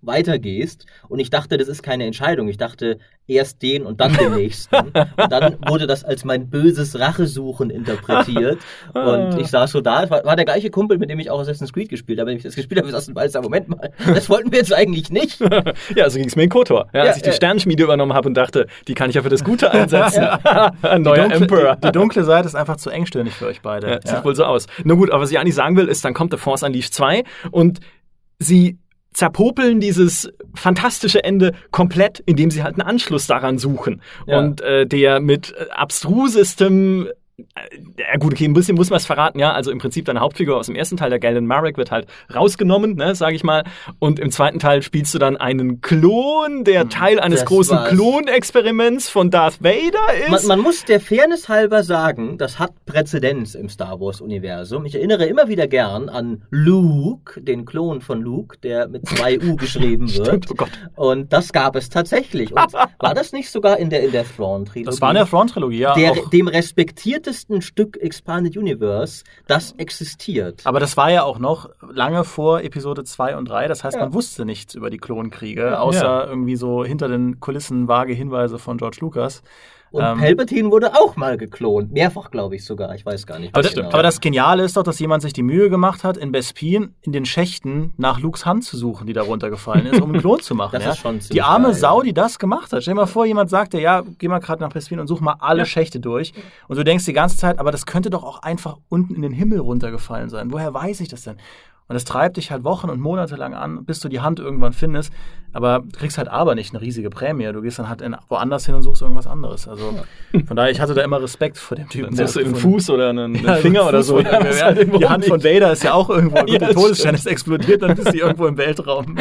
weitergehst. Und ich dachte, das ist keine Entscheidung. Ich dachte, erst den und dann den nächsten. Und dann wurde das als mein böses Rachesuchen interpretiert. Und ich saß so da, war, war der gleiche Kumpel, mit dem ich auch Assassin's Creed gespielt habe. Wenn ich das gespielt habe, wir saßen beide, Moment mal, das wollten wir jetzt eigentlich nicht. Ja, so ging es mir in KOTOR. Ja, als Ja, ich die äh, Sternenschmiede übernommen habe und dachte, die kann ich ja für das Gute einsetzen. Ein Die neuer dunkle, Emperor. die, die dunkle Seite ist einfach zu engstirnig für euch beide. Ja, sieht wohl so aus. Na gut, aber was ich eigentlich sagen will, ist, dann kommt The Force Unleashed zwei und sie zerpopeln dieses fantastische Ende komplett, indem sie halt einen Anschluss daran suchen. Ja. Und äh, der mit äh, abstrusestem ja gut, okay, ein bisschen muss man es verraten, ja. Also im Prinzip deine Hauptfigur aus dem ersten Teil, der Galen Marek, wird halt rausgenommen, ne, sag ich mal. Und im zweiten Teil spielst du dann einen Klon, der Teil eines Das großen war's. Klonexperiments von Darth Vader ist. Man, man muss der Fairness halber sagen, das hat Präzedenz im Star Wars-Universum. Ich erinnere immer wieder gern an Luke, den Klon von Luke, der mit zwei U geschrieben wird. Stimmt, oh Gott. Und das gab es tatsächlich. Und war das nicht sogar in der, in der Thrawn-Trilogie? Das war in der Thrawn-Trilogie, ja. Der, auch. dem respektiertesten Stück Expanded Universe, das existiert. Aber das war ja auch noch lange vor Episode zwei und drei. Das heißt, Ja. man wusste nichts über die Klonkriege, außer Ja. irgendwie so hinter den Kulissen vage Hinweise von George Lucas. Und Ähm, Palpatine wurde auch mal geklont. Mehrfach, glaube ich sogar. Ich weiß gar nicht. Aber was das, genau. aber das Geniale ist doch, dass jemand sich die Mühe gemacht hat, in Bespin in den Schächten nach Lukes Hand zu suchen, die da runtergefallen ist, um einen Klon zu machen. Das ja? ist schon Die ziemlich arme geil, Sau, ja. die das gemacht hat. Stell dir mal vor, jemand sagt dir, ja, geh mal gerade nach Bespin und such mal alle Ja. Schächte durch. Und du denkst die ganze Zeit, aber das könnte doch auch einfach unten in den Himmel runtergefallen sein. Woher weiß ich das denn? Und das treibt dich halt Wochen und Monate lang an, bis du die Hand irgendwann findest. Aber du kriegst halt aber nicht eine riesige Prämie. Du gehst dann halt in, woanders hin und suchst irgendwas anderes. Also von daher, ich hatte da immer Respekt vor dem Typen. Dann der suchst du das einen gefunden Fuß oder einen, einen Ja, Finger so oder Fuß so. oder- Ja, ist halt irgendwo die Hand von nicht. Vader ist ja auch irgendwo. Gut, Ja, der das Todesstern ist explodiert, dann bist du irgendwo im Weltraum.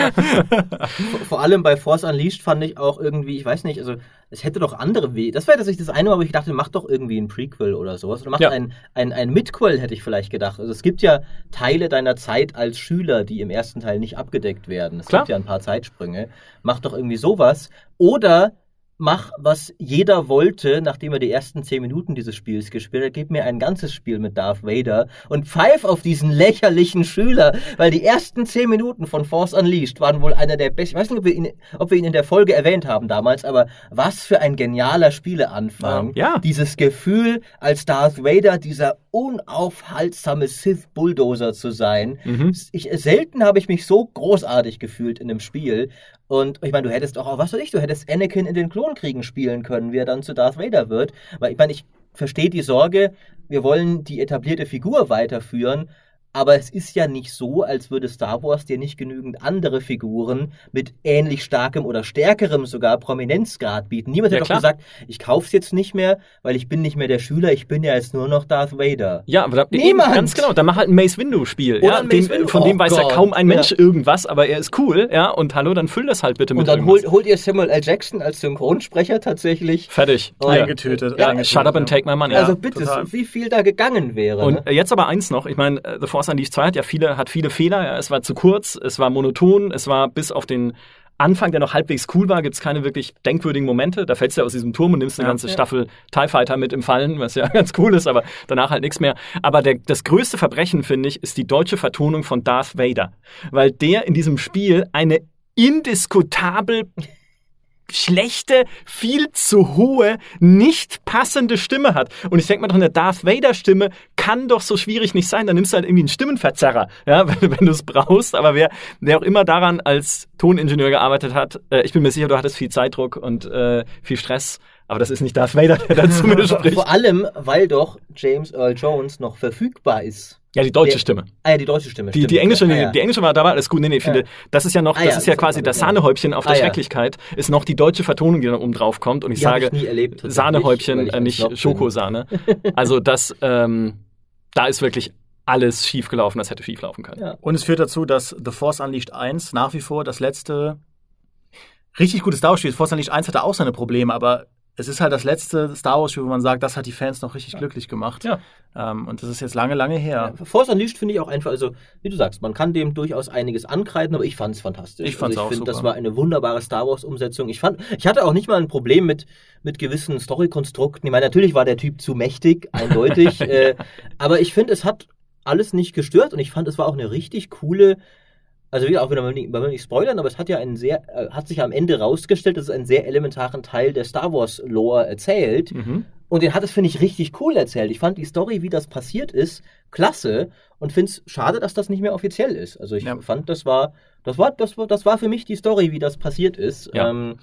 Vor allem bei Force Unleashed fand ich auch irgendwie, ich weiß nicht, also es hätte doch andere Wege. Das wäre tatsächlich das eine Mal, wo ich dachte, mach doch irgendwie ein Prequel oder sowas. Oder mach Ja. ein, ein, ein Midquel, hätte ich vielleicht gedacht. Also es gibt ja Teile deiner Zeit als Schüler, die im ersten Teil nicht abgedeckt werden. Es Klar. gibt ja ein paar Zeitsprünge. Mach doch irgendwie sowas. Oder mach, was jeder wollte, nachdem er die ersten zehn Minuten dieses Spiels gespielt hat. Gib mir ein ganzes Spiel mit Darth Vader und pfeif auf diesen lächerlichen Schüler, weil die ersten zehn Minuten von Force Unleashed waren wohl einer der besten. Ich weiß nicht, ob wir, ihn, ob wir ihn in der Folge erwähnt haben damals, aber was für ein genialer Spieleanfang. Ja. Ja. Dieses Gefühl, als Darth Vader dieser unaufhaltsame Sith-Bulldozer zu sein. Mhm. Ich, selten habe ich mich so großartig gefühlt in einem Spiel. Und ich meine, du hättest auch, was weiß ich, du hättest Anakin in den Klonkriegen spielen können, wie er dann zu Darth Vader wird. Weil ich meine, ich verstehe die Sorge, wir wollen die etablierte Figur weiterführen, aber es ist ja nicht so, als würde Star Wars dir nicht genügend andere Figuren mit ähnlich starkem oder stärkerem sogar Prominenzgrad bieten. Niemand Ja, hat doch klar. gesagt, ich kauf's jetzt nicht mehr, weil ich bin nicht mehr der Schüler, ich bin ja jetzt nur noch Darth Vader. Ja, aber da, Niemand! eben, ganz genau. Dann mach halt ein Mace Windu-Spiel. Oder Ja, ein Mace den, Windu. von dem Oh weiß ja Gott. kaum ein Mensch Ja. irgendwas, aber er ist cool. Ja, und hallo, dann füll das halt bitte mit Und dann irgendwas. holt, holt ihr Samuel L. Jackson als Synchronsprecher tatsächlich. Fertig. Oh, Ja. Eingetötet. Ja, eingetötet, Shut up and ja. take my money. Also Ja. bitte, total. so wie viel da gegangen wäre. Und ne? äh, jetzt aber eins noch, ich meine, äh, The Force Unleashed zwei hat ja viele, hat viele Fehler, ja, es war zu kurz, es war monoton, es war bis auf den Anfang, der noch halbwegs cool war, gibt es keine wirklich denkwürdigen Momente. Da fällst du ja aus diesem Turm und nimmst eine Ja. ganze Ja. Staffel TIE Fighter mit im Fallen, was ja ganz cool ist, aber danach halt nichts mehr. Aber der, das größte Verbrechen, finde ich, ist die deutsche Vertonung von Darth Vader. Weil der in diesem Spiel eine indiskutabel schlechte, viel zu hohe, nicht passende Stimme hat. Und ich denke mal, doch eine Darth Vader-Stimme kann doch so schwierig nicht sein. Dann nimmst du halt irgendwie einen Stimmenverzerrer, ja, wenn, wenn du es brauchst. Aber wer, wer auch immer daran als Toningenieur gearbeitet hat, äh, ich bin mir sicher, du hattest viel Zeitdruck und äh, viel Stress. Aber das ist nicht Darth Vader, der dazu mir vor, spricht. vor allem, weil doch James Earl Jones noch verfügbar ist. Ja, die deutsche Der- Stimme. Ah ja, die deutsche Stimme. Die, stimmt. die englische, Ah, ja. die englische war da war alles gut. Nee, nee, ich finde, Ja. das ist ja noch, Ah, das ja, ist ja das quasi ist das aber- Sahnehäubchen auf der Ah, ja. Schrecklichkeit, ist noch die deutsche Vertonung, die dann oben drauf kommt. Und ich Die hab sage, ich nie erlebt, tatsächlich, Sahnehäubchen, weil ich äh, ein nicht Snob bin. Schokosahne. Also das, ähm, da ist wirklich alles schief gelaufen, das hätte schief laufen können. Ja. Und es führt dazu, dass The Force Unleashed eins nach wie vor das letzte richtig gute Star Wars Spiel ist. Force Unleashed eins hatte auch seine Probleme, aber es ist halt das letzte Star Wars Spiel, wo man sagt, das hat die Fans noch richtig glücklich gemacht. Ja. Ähm, und das ist jetzt lange, lange her. Force Unleashed finde ich auch einfach, also wie du sagst, man kann dem durchaus einiges ankreiden, aber ich fand es fantastisch. Ich fand's also auch ich finde, das super. war eine wunderbare Star Wars Umsetzung. Ich fand, ich hatte auch nicht mal ein Problem mit mit gewissen Storykonstrukten. Ich meine, natürlich war der Typ zu mächtig, eindeutig, äh, aber ich finde, es hat alles nicht gestört und ich fand, es war auch eine richtig coole Also wieder auch wieder, man will nicht, nicht spoilern, aber es hat ja einen sehr, äh, hat sich am Ende rausgestellt, dass es einen sehr elementaren Teil der Star Wars Lore erzählt. Mhm. Und den hat es, finde ich, richtig cool erzählt. Ich fand die Story, wie das passiert ist, klasse und finde es schade, dass das nicht mehr offiziell ist. Also ich ja. fand, das war, das war, das war, das war für mich die Story, wie das passiert ist. Ja. Ähm,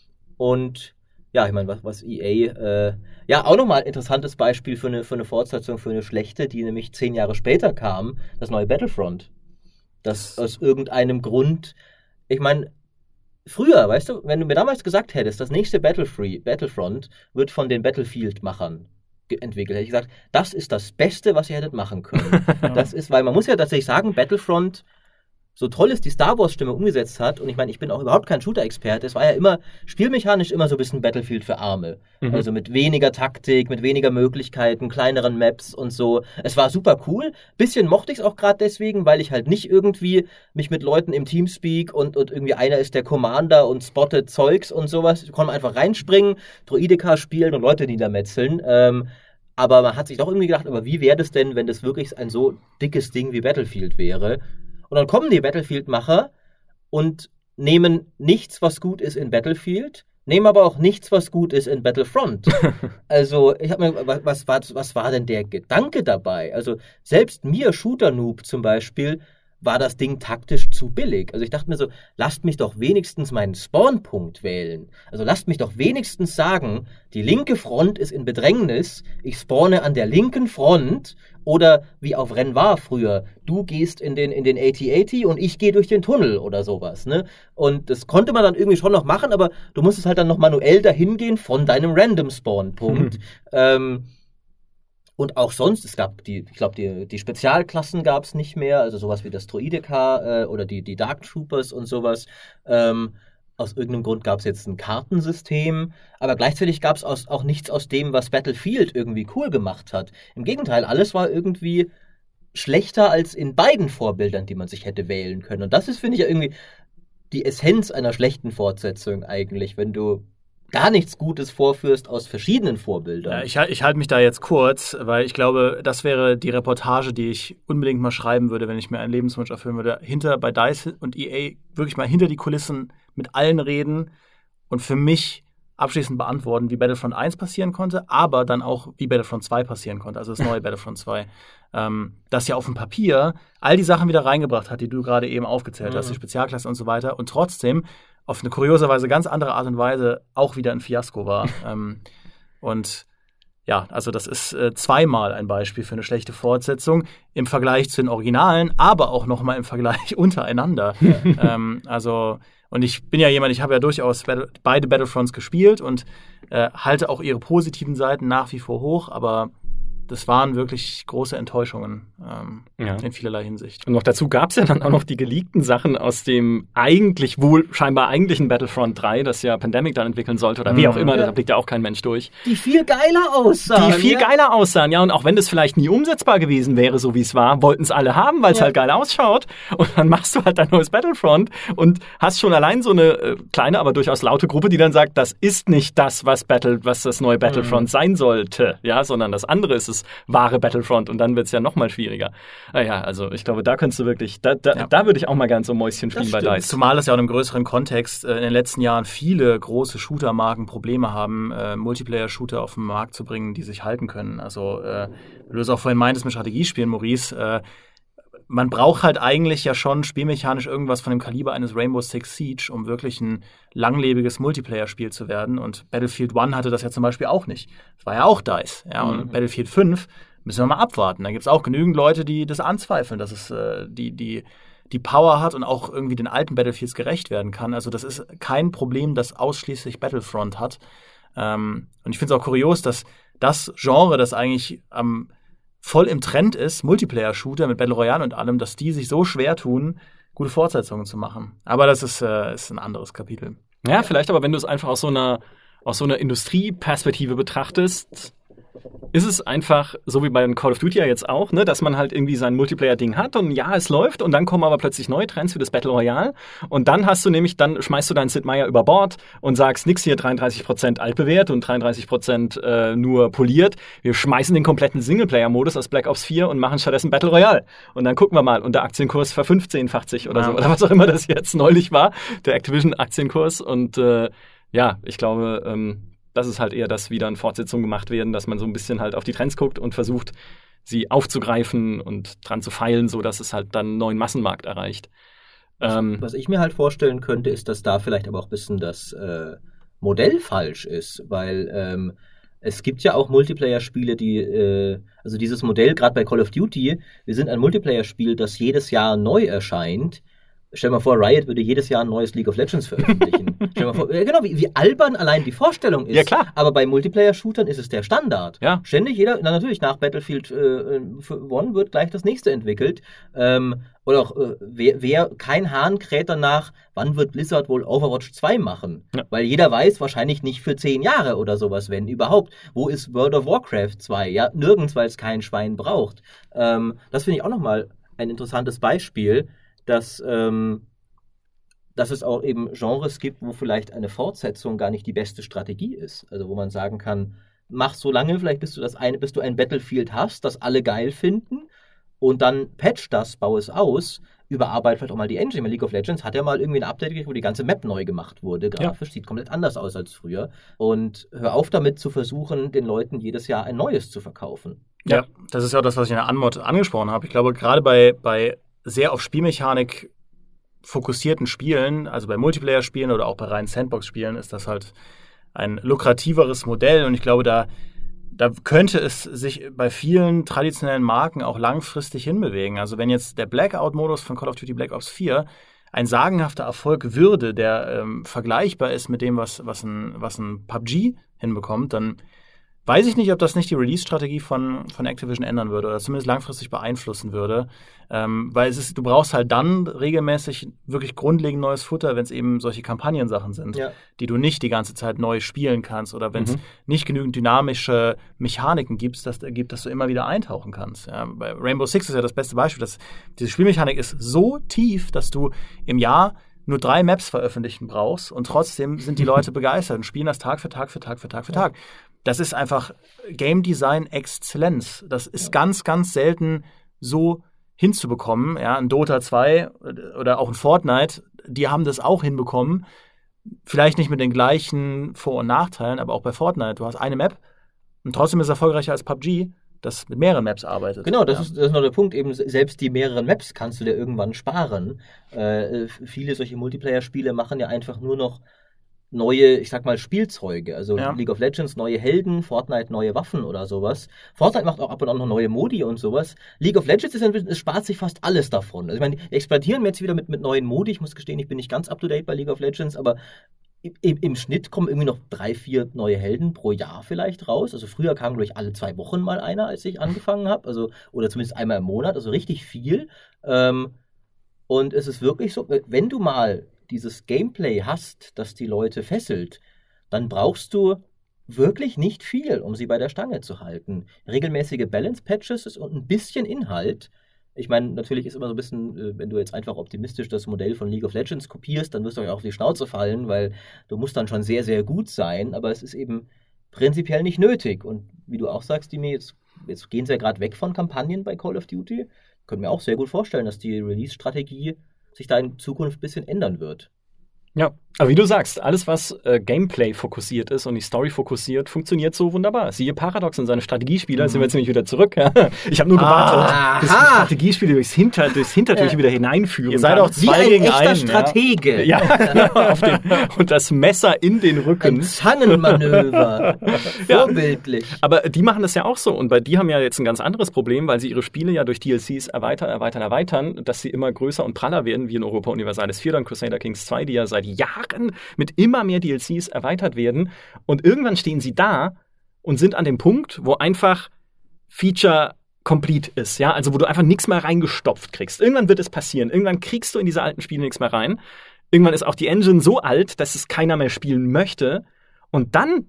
und ja, ich meine, was, was E A, äh, ja, auch nochmal ein interessantes Beispiel für eine, für eine Fortsetzung, für eine schlechte, die nämlich zehn Jahre später kam, das neue Battlefront. Das aus irgendeinem Grund, ich meine, früher, weißt du, wenn du mir damals gesagt hättest, das nächste Battlefree, Battlefront wird von den Battlefield-Machern ge- entwickelt, hätte ich gesagt, das ist das Beste, was ihr hättet machen können. Das ist, weil man muss ja tatsächlich sagen, Battlefront, so toll es die Star Wars-Stimme umgesetzt hat, und ich meine, ich bin auch überhaupt kein Shooter-Experte, es war ja immer, spielmechanisch immer so ein bisschen Battlefield für Arme. Mhm. Also mit weniger Taktik, mit weniger Möglichkeiten, kleineren Maps und so. Es war super cool. Bisschen mochte ich es auch gerade deswegen, weil ich halt nicht irgendwie mich mit Leuten im Teamspeak und, und irgendwie einer ist der Commander und spottet Zeugs und sowas. Ich konnte einfach reinspringen, Droideka spielen und Leute niedermetzeln. Ähm, aber man hat sich doch irgendwie gedacht, aber wie wäre das denn, wenn das wirklich ein so dickes Ding wie Battlefield wäre? Und dann kommen die Battlefield-Macher und nehmen nichts, was gut ist in Battlefield, nehmen aber auch nichts, was gut ist in Battlefront. Also, ich habe mir, was, was, was war denn der Gedanke dabei? Also, selbst mir, Shooter-Noob zum Beispiel, war das Ding taktisch zu billig. Also ich dachte mir so, lasst mich doch wenigstens meinen Spawnpunkt wählen. Also lasst mich doch wenigstens sagen, die linke Front ist in Bedrängnis, ich spawne an der linken Front, oder wie auf Renoir früher, du gehst in den, in den A T A T und ich gehe durch den Tunnel oder sowas, ne? Und das konnte man dann irgendwie schon noch machen, aber du musstest halt dann noch manuell dahin gehen von deinem Random-Spawn-Punkt. Mhm. Ähm, Und auch sonst, es gab die, ich glaube, die, die Spezialklassen gab es nicht mehr, also sowas wie das Droideka äh, oder die, die Dark Troopers und sowas. Ähm, aus irgendeinem Grund gab es jetzt ein Kartensystem, aber gleichzeitig gab es auch nichts aus dem, was Battlefield irgendwie cool gemacht hat. Im Gegenteil, alles war irgendwie schlechter als in beiden Vorbildern, die man sich hätte wählen können. Und das ist, finde ich, ja irgendwie die Essenz einer schlechten Fortsetzung eigentlich, wenn du gar nichts Gutes vorführst aus verschiedenen Vorbildern. Ja, ich, ich halte mich da jetzt kurz, weil ich glaube, das wäre die Reportage, die ich unbedingt mal schreiben würde, wenn ich mir einen Lebenswunsch erfüllen würde. Hinter bei DICE und E A wirklich mal hinter die Kulissen mit allen reden und für mich abschließend beantworten, wie Battlefront eins passieren konnte, aber dann auch, wie Battlefront zwei passieren konnte, also das neue Battlefront zwei. Ähm, das ja auf dem Papier all die Sachen wieder reingebracht hat, die du gerade eben aufgezählt mhm. hast, die Spezialklasse und so weiter, und trotzdem auf eine kurioserweise ganz andere Art und Weise auch wieder ein Fiasko war. ähm, und ja, also das ist äh, zweimal ein Beispiel für eine schlechte Fortsetzung im Vergleich zu den Originalen, aber auch nochmal im Vergleich untereinander. Ja. ähm, also, und ich bin ja jemand, ich habe ja durchaus Battle, beide Battlefronts gespielt und äh, halte auch ihre positiven Seiten nach wie vor hoch, aber das waren wirklich große Enttäuschungen ähm, ja. in vielerlei Hinsicht. Und noch dazu gab es ja dann auch noch die geleakten Sachen aus dem eigentlich wohl scheinbar eigentlichen Battlefront drei, das ja Pandemic dann entwickeln sollte oder mhm. wie auch immer, ja. da blickt ja auch kein Mensch durch. Die viel geiler aussahen. Die viel ja. geiler aussahen, ja. Und auch wenn das vielleicht nie umsetzbar gewesen wäre, so wie es war, wollten es alle haben, weil es ja. halt geil ausschaut. Und dann machst du halt dein neues Battlefront und hast schon allein so eine äh, kleine, aber durchaus laute Gruppe, die dann sagt, das ist nicht das, was Battle, was das neue Battlefront mhm. sein sollte, ja, sondern das andere ist es wahre Battlefront, und dann wird es ja noch mal schwieriger. Naja, also ich glaube, da könntest du wirklich, da, da, ja. da würde ich auch mal gern so Mäuschen spielen bei DICE. Zumal es ja auch in einem größeren Kontext äh, in den letzten Jahren viele große Shooter-Marken Probleme haben, äh, Multiplayer-Shooter auf den Markt zu bringen, die sich halten können. Also, äh, du es auch vorhin meintest mit Strategiespielen, Maurice, äh, man braucht halt eigentlich ja schon spielmechanisch irgendwas von dem Kaliber eines Rainbow Six Siege, um wirklich ein langlebiges Multiplayer-Spiel zu werden. Und Battlefield eins hatte das ja zum Beispiel auch nicht. Das war ja auch DICE. Ja? Und mhm. Battlefield fünf müssen wir mal abwarten. Da gibt es auch genügend Leute, die das anzweifeln, dass es äh, die, die, die Power hat und auch irgendwie den alten Battlefields gerecht werden kann. Also das ist kein Problem, das ausschließlich Battlefront hat. Ähm, und ich finde es auch kurios, dass das Genre, das eigentlich am ähm, voll im Trend ist, Multiplayer-Shooter mit Battle Royale und allem, dass die sich so schwer tun, gute Fortsetzungen zu machen. Aber das ist, äh, ist ein anderes Kapitel. Ja, vielleicht aber, wenn du es einfach aus so einer, aus so einer Industrieperspektive betrachtest, ist es einfach, so wie bei Call of Duty ja jetzt auch, ne, dass man halt irgendwie sein Multiplayer-Ding hat und ja, es läuft und dann kommen aber plötzlich neue Trends für das Battle Royale und dann hast du nämlich, dann schmeißt du deinen Sid Meier über Bord und sagst, nix hier dreiunddreißig Prozent altbewährt und dreiunddreißig Prozent äh, nur poliert. Wir schmeißen den kompletten Singleplayer-Modus aus Black Ops vier und machen stattdessen Battle Royale. Und dann gucken wir mal, und der Aktienkurs verfünfzehnfacht sich oder ja. so, oder was auch immer das jetzt neulich war, der Activision-Aktienkurs und äh, ja, ich glaube, ähm, das ist halt eher, dass wieder in Fortsetzungen gemacht werden, dass man so ein bisschen halt auf die Trends guckt und versucht, sie aufzugreifen und dran zu feilen, so dass es halt dann einen neuen Massenmarkt erreicht. Was, ähm, was ich mir halt vorstellen könnte, ist, dass da vielleicht aber auch ein bisschen das äh, Modell falsch ist, weil ähm, es gibt ja auch Multiplayer-Spiele, die, äh, also dieses Modell, gerade bei Call of Duty, wir sind ein Multiplayer-Spiel, das jedes Jahr neu erscheint. Stell dir mal vor, Riot würde jedes Jahr ein neues League of Legends veröffentlichen. Stell dir mal vor, äh, genau, wie, wie albern allein die Vorstellung ist. Ja, klar. Aber bei Multiplayer-Shootern ist es der Standard. Ja. Ständig jeder, na natürlich, nach Battlefield äh, One wird gleich das nächste entwickelt. Ähm, oder auch, äh, wer, wer, kein Hahn kräht danach, wann wird Blizzard wohl Overwatch zwei machen? Ja. Weil jeder weiß, wahrscheinlich nicht für zehn Jahre oder sowas, wenn überhaupt. Wo ist World of Warcraft zwei? Ja, nirgends, weil es kein Schwein braucht. Ähm, das finde ich auch nochmal ein interessantes Beispiel, dass, ähm, dass es auch eben Genres gibt, wo vielleicht eine Fortsetzung gar nicht die beste Strategie ist. Also wo man sagen kann, mach so lange, vielleicht bis du das eine, bis du ein Battlefield hast, das alle geil finden und dann patch das, baue es aus, überarbeit vielleicht auch mal die Engine. League of Legends hat ja mal irgendwie ein Update gekriegt, wo die ganze Map neu gemacht wurde. Grafisch ja. Sieht komplett anders aus als früher. Und hör auf damit zu versuchen, den Leuten jedes Jahr ein neues zu verkaufen. Ja, das ist ja auch das, was ich in der Anmod angesprochen habe. Ich glaube, gerade bei, bei sehr auf Spielmechanik fokussierten Spielen, also bei Multiplayer-Spielen oder auch bei reinen Sandbox-Spielen, ist das halt ein lukrativeres Modell. Und ich glaube, da, da könnte es sich bei vielen traditionellen Marken auch langfristig hinbewegen. Also wenn jetzt der Blackout-Modus von Call of Duty Black Ops vier ein sagenhafter Erfolg würde, der ähm, vergleichbar ist mit dem, was, was, ein, was ein P U B G hinbekommt, dann weiß ich nicht, ob das nicht die Release-Strategie von, von Activision ändern würde oder zumindest langfristig beeinflussen würde. Ähm, weil es ist, du brauchst halt dann regelmäßig wirklich grundlegend neues Futter, wenn es eben solche Kampagnensachen sind, ja. die du nicht die ganze Zeit neu spielen kannst oder wenn es mhm. nicht genügend dynamische Mechaniken gibt, dass, gibt, dass du immer wieder eintauchen kannst. Ja, bei Rainbow Six ist ja das beste Beispiel. Dass diese Spielmechanik ist so tief, dass du im Jahr nur drei Maps veröffentlichen brauchst und trotzdem sind die Leute begeistert und spielen das Tag für Tag für Tag für Tag für Tag. Das ist einfach Game Design Exzellenz. Das ist ja. ganz, ganz selten so hinzubekommen. Ja, ein Dota zwei oder auch ein Fortnite, die haben das auch hinbekommen. Vielleicht nicht mit den gleichen Vor- und Nachteilen, aber auch bei Fortnite. Du hast eine Map und trotzdem ist es erfolgreicher als P U B G, das mit mehreren Maps arbeitet. Genau, das, ja. ist, das ist noch der Punkt. Eben selbst die mehreren Maps kannst du dir irgendwann sparen. Äh, viele solche Multiplayer-Spiele machen ja einfach nur noch neue, ich sag mal, Spielzeuge. Also ja. League of Legends, neue Helden, Fortnite, neue Waffen oder sowas. Fortnite macht auch ab und an noch neue Modi und sowas. League of Legends ist ein bisschen, es spart sich fast alles davon. Also ich meine, die expandieren jetzt wieder mit, mit neuen Modi. Ich muss gestehen, ich bin nicht ganz up-to-date bei League of Legends, aber im, im Schnitt kommen irgendwie noch drei, vier neue Helden pro Jahr vielleicht raus. Also früher kam, glaube ich, alle zwei Wochen mal einer, als ich angefangen habe. Also, oder zumindest einmal im Monat, also richtig viel. Ähm, und es ist wirklich so, wenn du mal dieses Gameplay hast, das die Leute fesselt, dann brauchst du wirklich nicht viel, um sie bei der Stange zu halten. Regelmäßige Balance-Patches und ein bisschen Inhalt. Ich meine, natürlich ist immer so ein bisschen, wenn du jetzt einfach optimistisch das Modell von League of Legends kopierst, dann wirst du euch auch auf die Schnauze fallen, weil du musst dann schon sehr, sehr gut sein, aber es ist eben prinzipiell nicht nötig. Und wie du auch sagst, Dimi, jetzt, jetzt gehen sie ja gerade weg von Kampagnen bei Call of Duty. Ich könnte mir auch sehr gut vorstellen, dass die Release-Strategie sich da in Zukunft ein bisschen ändern wird. Ja, aber wie du sagst, alles, was äh, Gameplay fokussiert ist und die Story fokussiert, funktioniert so wunderbar. Siehe Paradox in seine Strategiespiele, mhm. sind wir jetzt nämlich wieder zurück. Ja? Ich habe nur gewartet, ah, bis die Strategiespiele durchs, Hinter, durchs Hintertür äh, wieder hineinführen. Ihr seid auch zwei wie ein gegen echter einen, Stratege. Ja, ja genau, auf den, und das Messer in den Rücken. Ein Zangenmanöver. Vorbildlich. Ja, aber die machen das ja auch so und bei die haben ja jetzt ein ganz anderes Problem, weil sie ihre Spiele ja durch D L Cs erweitern, erweitern, erweitern, dass sie immer größer und praller werden, wie in Europa Universalis vier und Crusader Kings zwei, die ja seit Jahren mit immer mehr D L Cs erweitert werden. Und irgendwann stehen sie da und sind an dem Punkt, wo einfach Feature complete ist. Ja? Also wo du einfach nichts mehr reingestopft kriegst. Irgendwann wird es passieren. Irgendwann kriegst du in diese alten Spiele nichts mehr rein. Irgendwann ist auch die Engine so alt, dass es keiner mehr spielen möchte. Und dann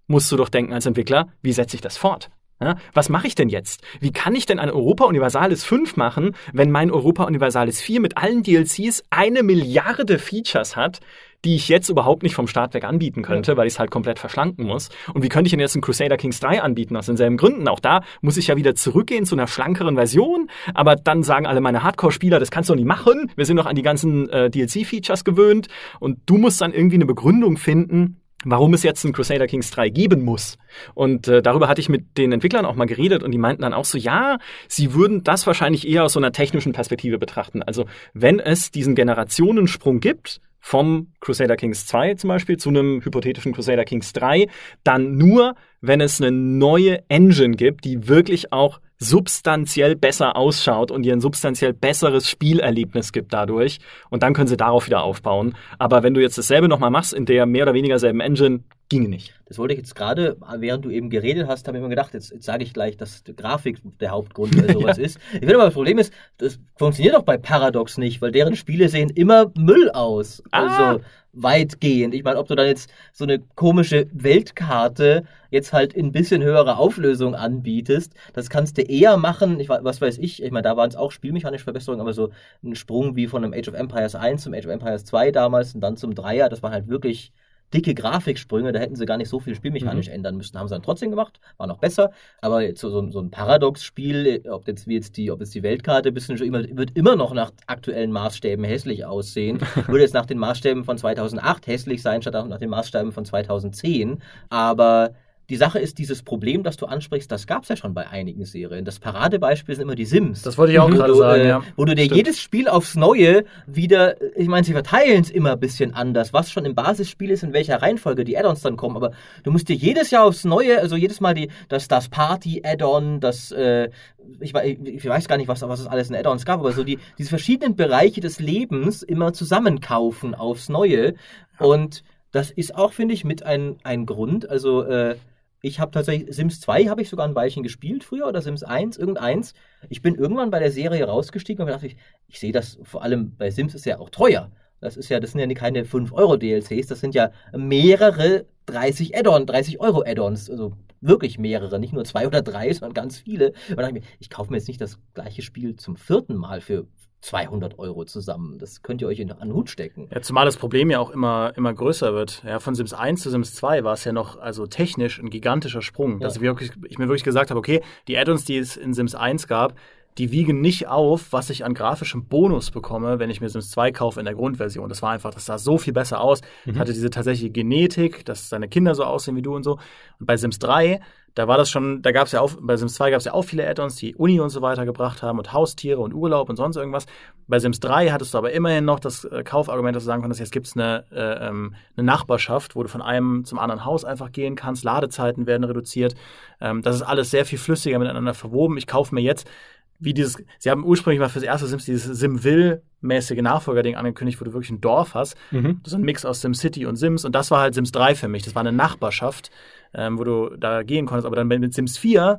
musst du doch denken als Entwickler, wie setze ich das fort? Ja, was mache ich denn jetzt? Wie kann ich denn ein Europa Universalis fünf machen, wenn mein Europa Universalis vier mit allen D L Cs eine Milliarde Features hat, die ich jetzt überhaupt nicht vom Start weg anbieten könnte, ja. weil ich es halt komplett verschlanken muss. Und wie könnte ich denn jetzt einen Crusader Kings drei anbieten, aus denselben Gründen? Auch da muss ich ja wieder zurückgehen zu einer schlankeren Version, aber dann sagen alle meine Hardcore-Spieler, das kannst du doch nicht machen, wir sind noch an die ganzen äh, D L C-Features gewöhnt und du musst dann irgendwie eine Begründung finden, warum es jetzt einen Crusader Kings drei geben muss. Und äh, darüber hatte ich mit den Entwicklern auch mal geredet und die meinten dann auch so, ja, sie würden das wahrscheinlich eher aus so einer technischen Perspektive betrachten. Also wenn es diesen Generationensprung gibt, vom Crusader Kings zwei zum Beispiel zu einem hypothetischen Crusader Kings drei, dann nur, wenn es eine neue Engine gibt, die wirklich auch substanziell besser ausschaut und ihr ein substanziell besseres Spielerlebnis gibt dadurch. Und dann können sie darauf wieder aufbauen. Aber wenn du jetzt dasselbe nochmal machst in der mehr oder weniger selben Engine, ginge nicht. Das wollte ich jetzt gerade, während du eben geredet hast, habe ich mir gedacht, jetzt, jetzt sage ich gleich, dass die Grafik der Hauptgrund für sowas ja. ist. Ich finde aber, das Problem ist, das funktioniert doch bei Paradox nicht, weil deren Spiele sehen immer Müll aus. Ah. Also weitgehend. Ich meine, ob du dann jetzt so eine komische Weltkarte jetzt halt in ein bisschen höherer Auflösung anbietest, das kannst du eher machen, ich, was weiß ich, ich meine, da waren es auch spielmechanische Verbesserungen, aber so ein Sprung wie von einem Age of Empires eins zum Age of Empires zwei damals und dann zum Dreier, das waren halt wirklich dicke Grafiksprünge, da hätten sie gar nicht so viel spielmechanisch mhm. ändern müssen. Haben sie dann trotzdem gemacht, war noch besser. Aber jetzt so, so, so ein Paradox-Spiel, ob jetzt wie jetzt die, ob jetzt die Weltkarte ein bisschen immer, wird immer noch nach aktuellen Maßstäben hässlich aussehen. Würde jetzt nach den Maßstäben von zweitausendacht hässlich sein, statt nach den Maßstäben von zweitausendzehn. Aber die Sache ist, dieses Problem, das du ansprichst, das gab es ja schon bei einigen Serien. Das Paradebeispiel sind immer die Sims. Das wollte ich auch gerade sagen, äh, ja. Wo du dir Stimmt. jedes Spiel aufs Neue wieder, ich meine, sie verteilen es immer ein bisschen anders, was schon im Basisspiel ist, in welcher Reihenfolge die Add-ons dann kommen, aber du musst dir jedes Jahr aufs Neue, also jedes Mal die, das, das Party-Add-on, das, äh, ich, ich weiß gar nicht, was, was es alles in Add-ons gab, aber so die, diese verschiedenen Bereiche des Lebens immer zusammenkaufen aufs Neue. Und das ist auch, finde ich, mit ein, ein Grund, also, äh, ich habe tatsächlich, Sims zwei habe ich sogar ein Weilchen gespielt früher, oder Sims eins, irgendeins. Ich bin irgendwann bei der Serie rausgestiegen und dachte, ich, ich sehe das, vor allem bei Sims ist ja auch teuer. Das ist ja, das sind ja keine fünf Euro D L Cs, das sind ja mehrere dreißig Add-on, dreißig Euro Add-ons, also wirklich mehrere, nicht nur zwei oder drei, sondern ganz viele. Und dann dachte ich mir, ich kaufe mir jetzt nicht das gleiche Spiel zum vierten Mal für zweihundert Euro zusammen. Das könnt ihr euch in den Hut stecken. Ja, zumal das Problem ja auch immer, immer größer wird. Ja, von Sims eins zu Sims zwei war es ja noch also technisch ein gigantischer Sprung. Ja. Dass ich, wirklich, ich mir wirklich gesagt habe, okay, die Add-ons, die es in Sims eins gab, die wiegen nicht auf, was ich an grafischem Bonus bekomme, wenn ich mir Sims zwei kaufe in der Grundversion. Das war einfach, das sah so viel besser aus. Mhm. Hatte diese tatsächliche Genetik, dass seine Kinder so aussehen wie du und so. Und bei Sims drei, da war das schon, da gab es ja auch, bei Sims zwei gab es ja auch viele Add-ons, die Uni und so weiter gebracht haben und Haustiere und Urlaub und sonst irgendwas. Bei Sims drei hattest du aber immerhin noch das äh, Kaufargument, dass du sagen konntest, jetzt gibt es eine, äh, ähm, eine Nachbarschaft, wo du von einem zum anderen Haus einfach gehen kannst. Ladezeiten werden reduziert. Ähm, das ist alles sehr viel flüssiger miteinander verwoben. Ich kaufe mir jetzt wie dieses, sie haben ursprünglich mal fürs erste Sims dieses Simville-mäßige Nachfolgerding angekündigt, wo du wirklich ein Dorf hast. Mhm. Das ist ein Mix aus SimCity und Sims. Und das war halt Sims drei für mich. Das war eine Nachbarschaft, ähm, wo du da gehen konntest. Aber dann mit Sims vier,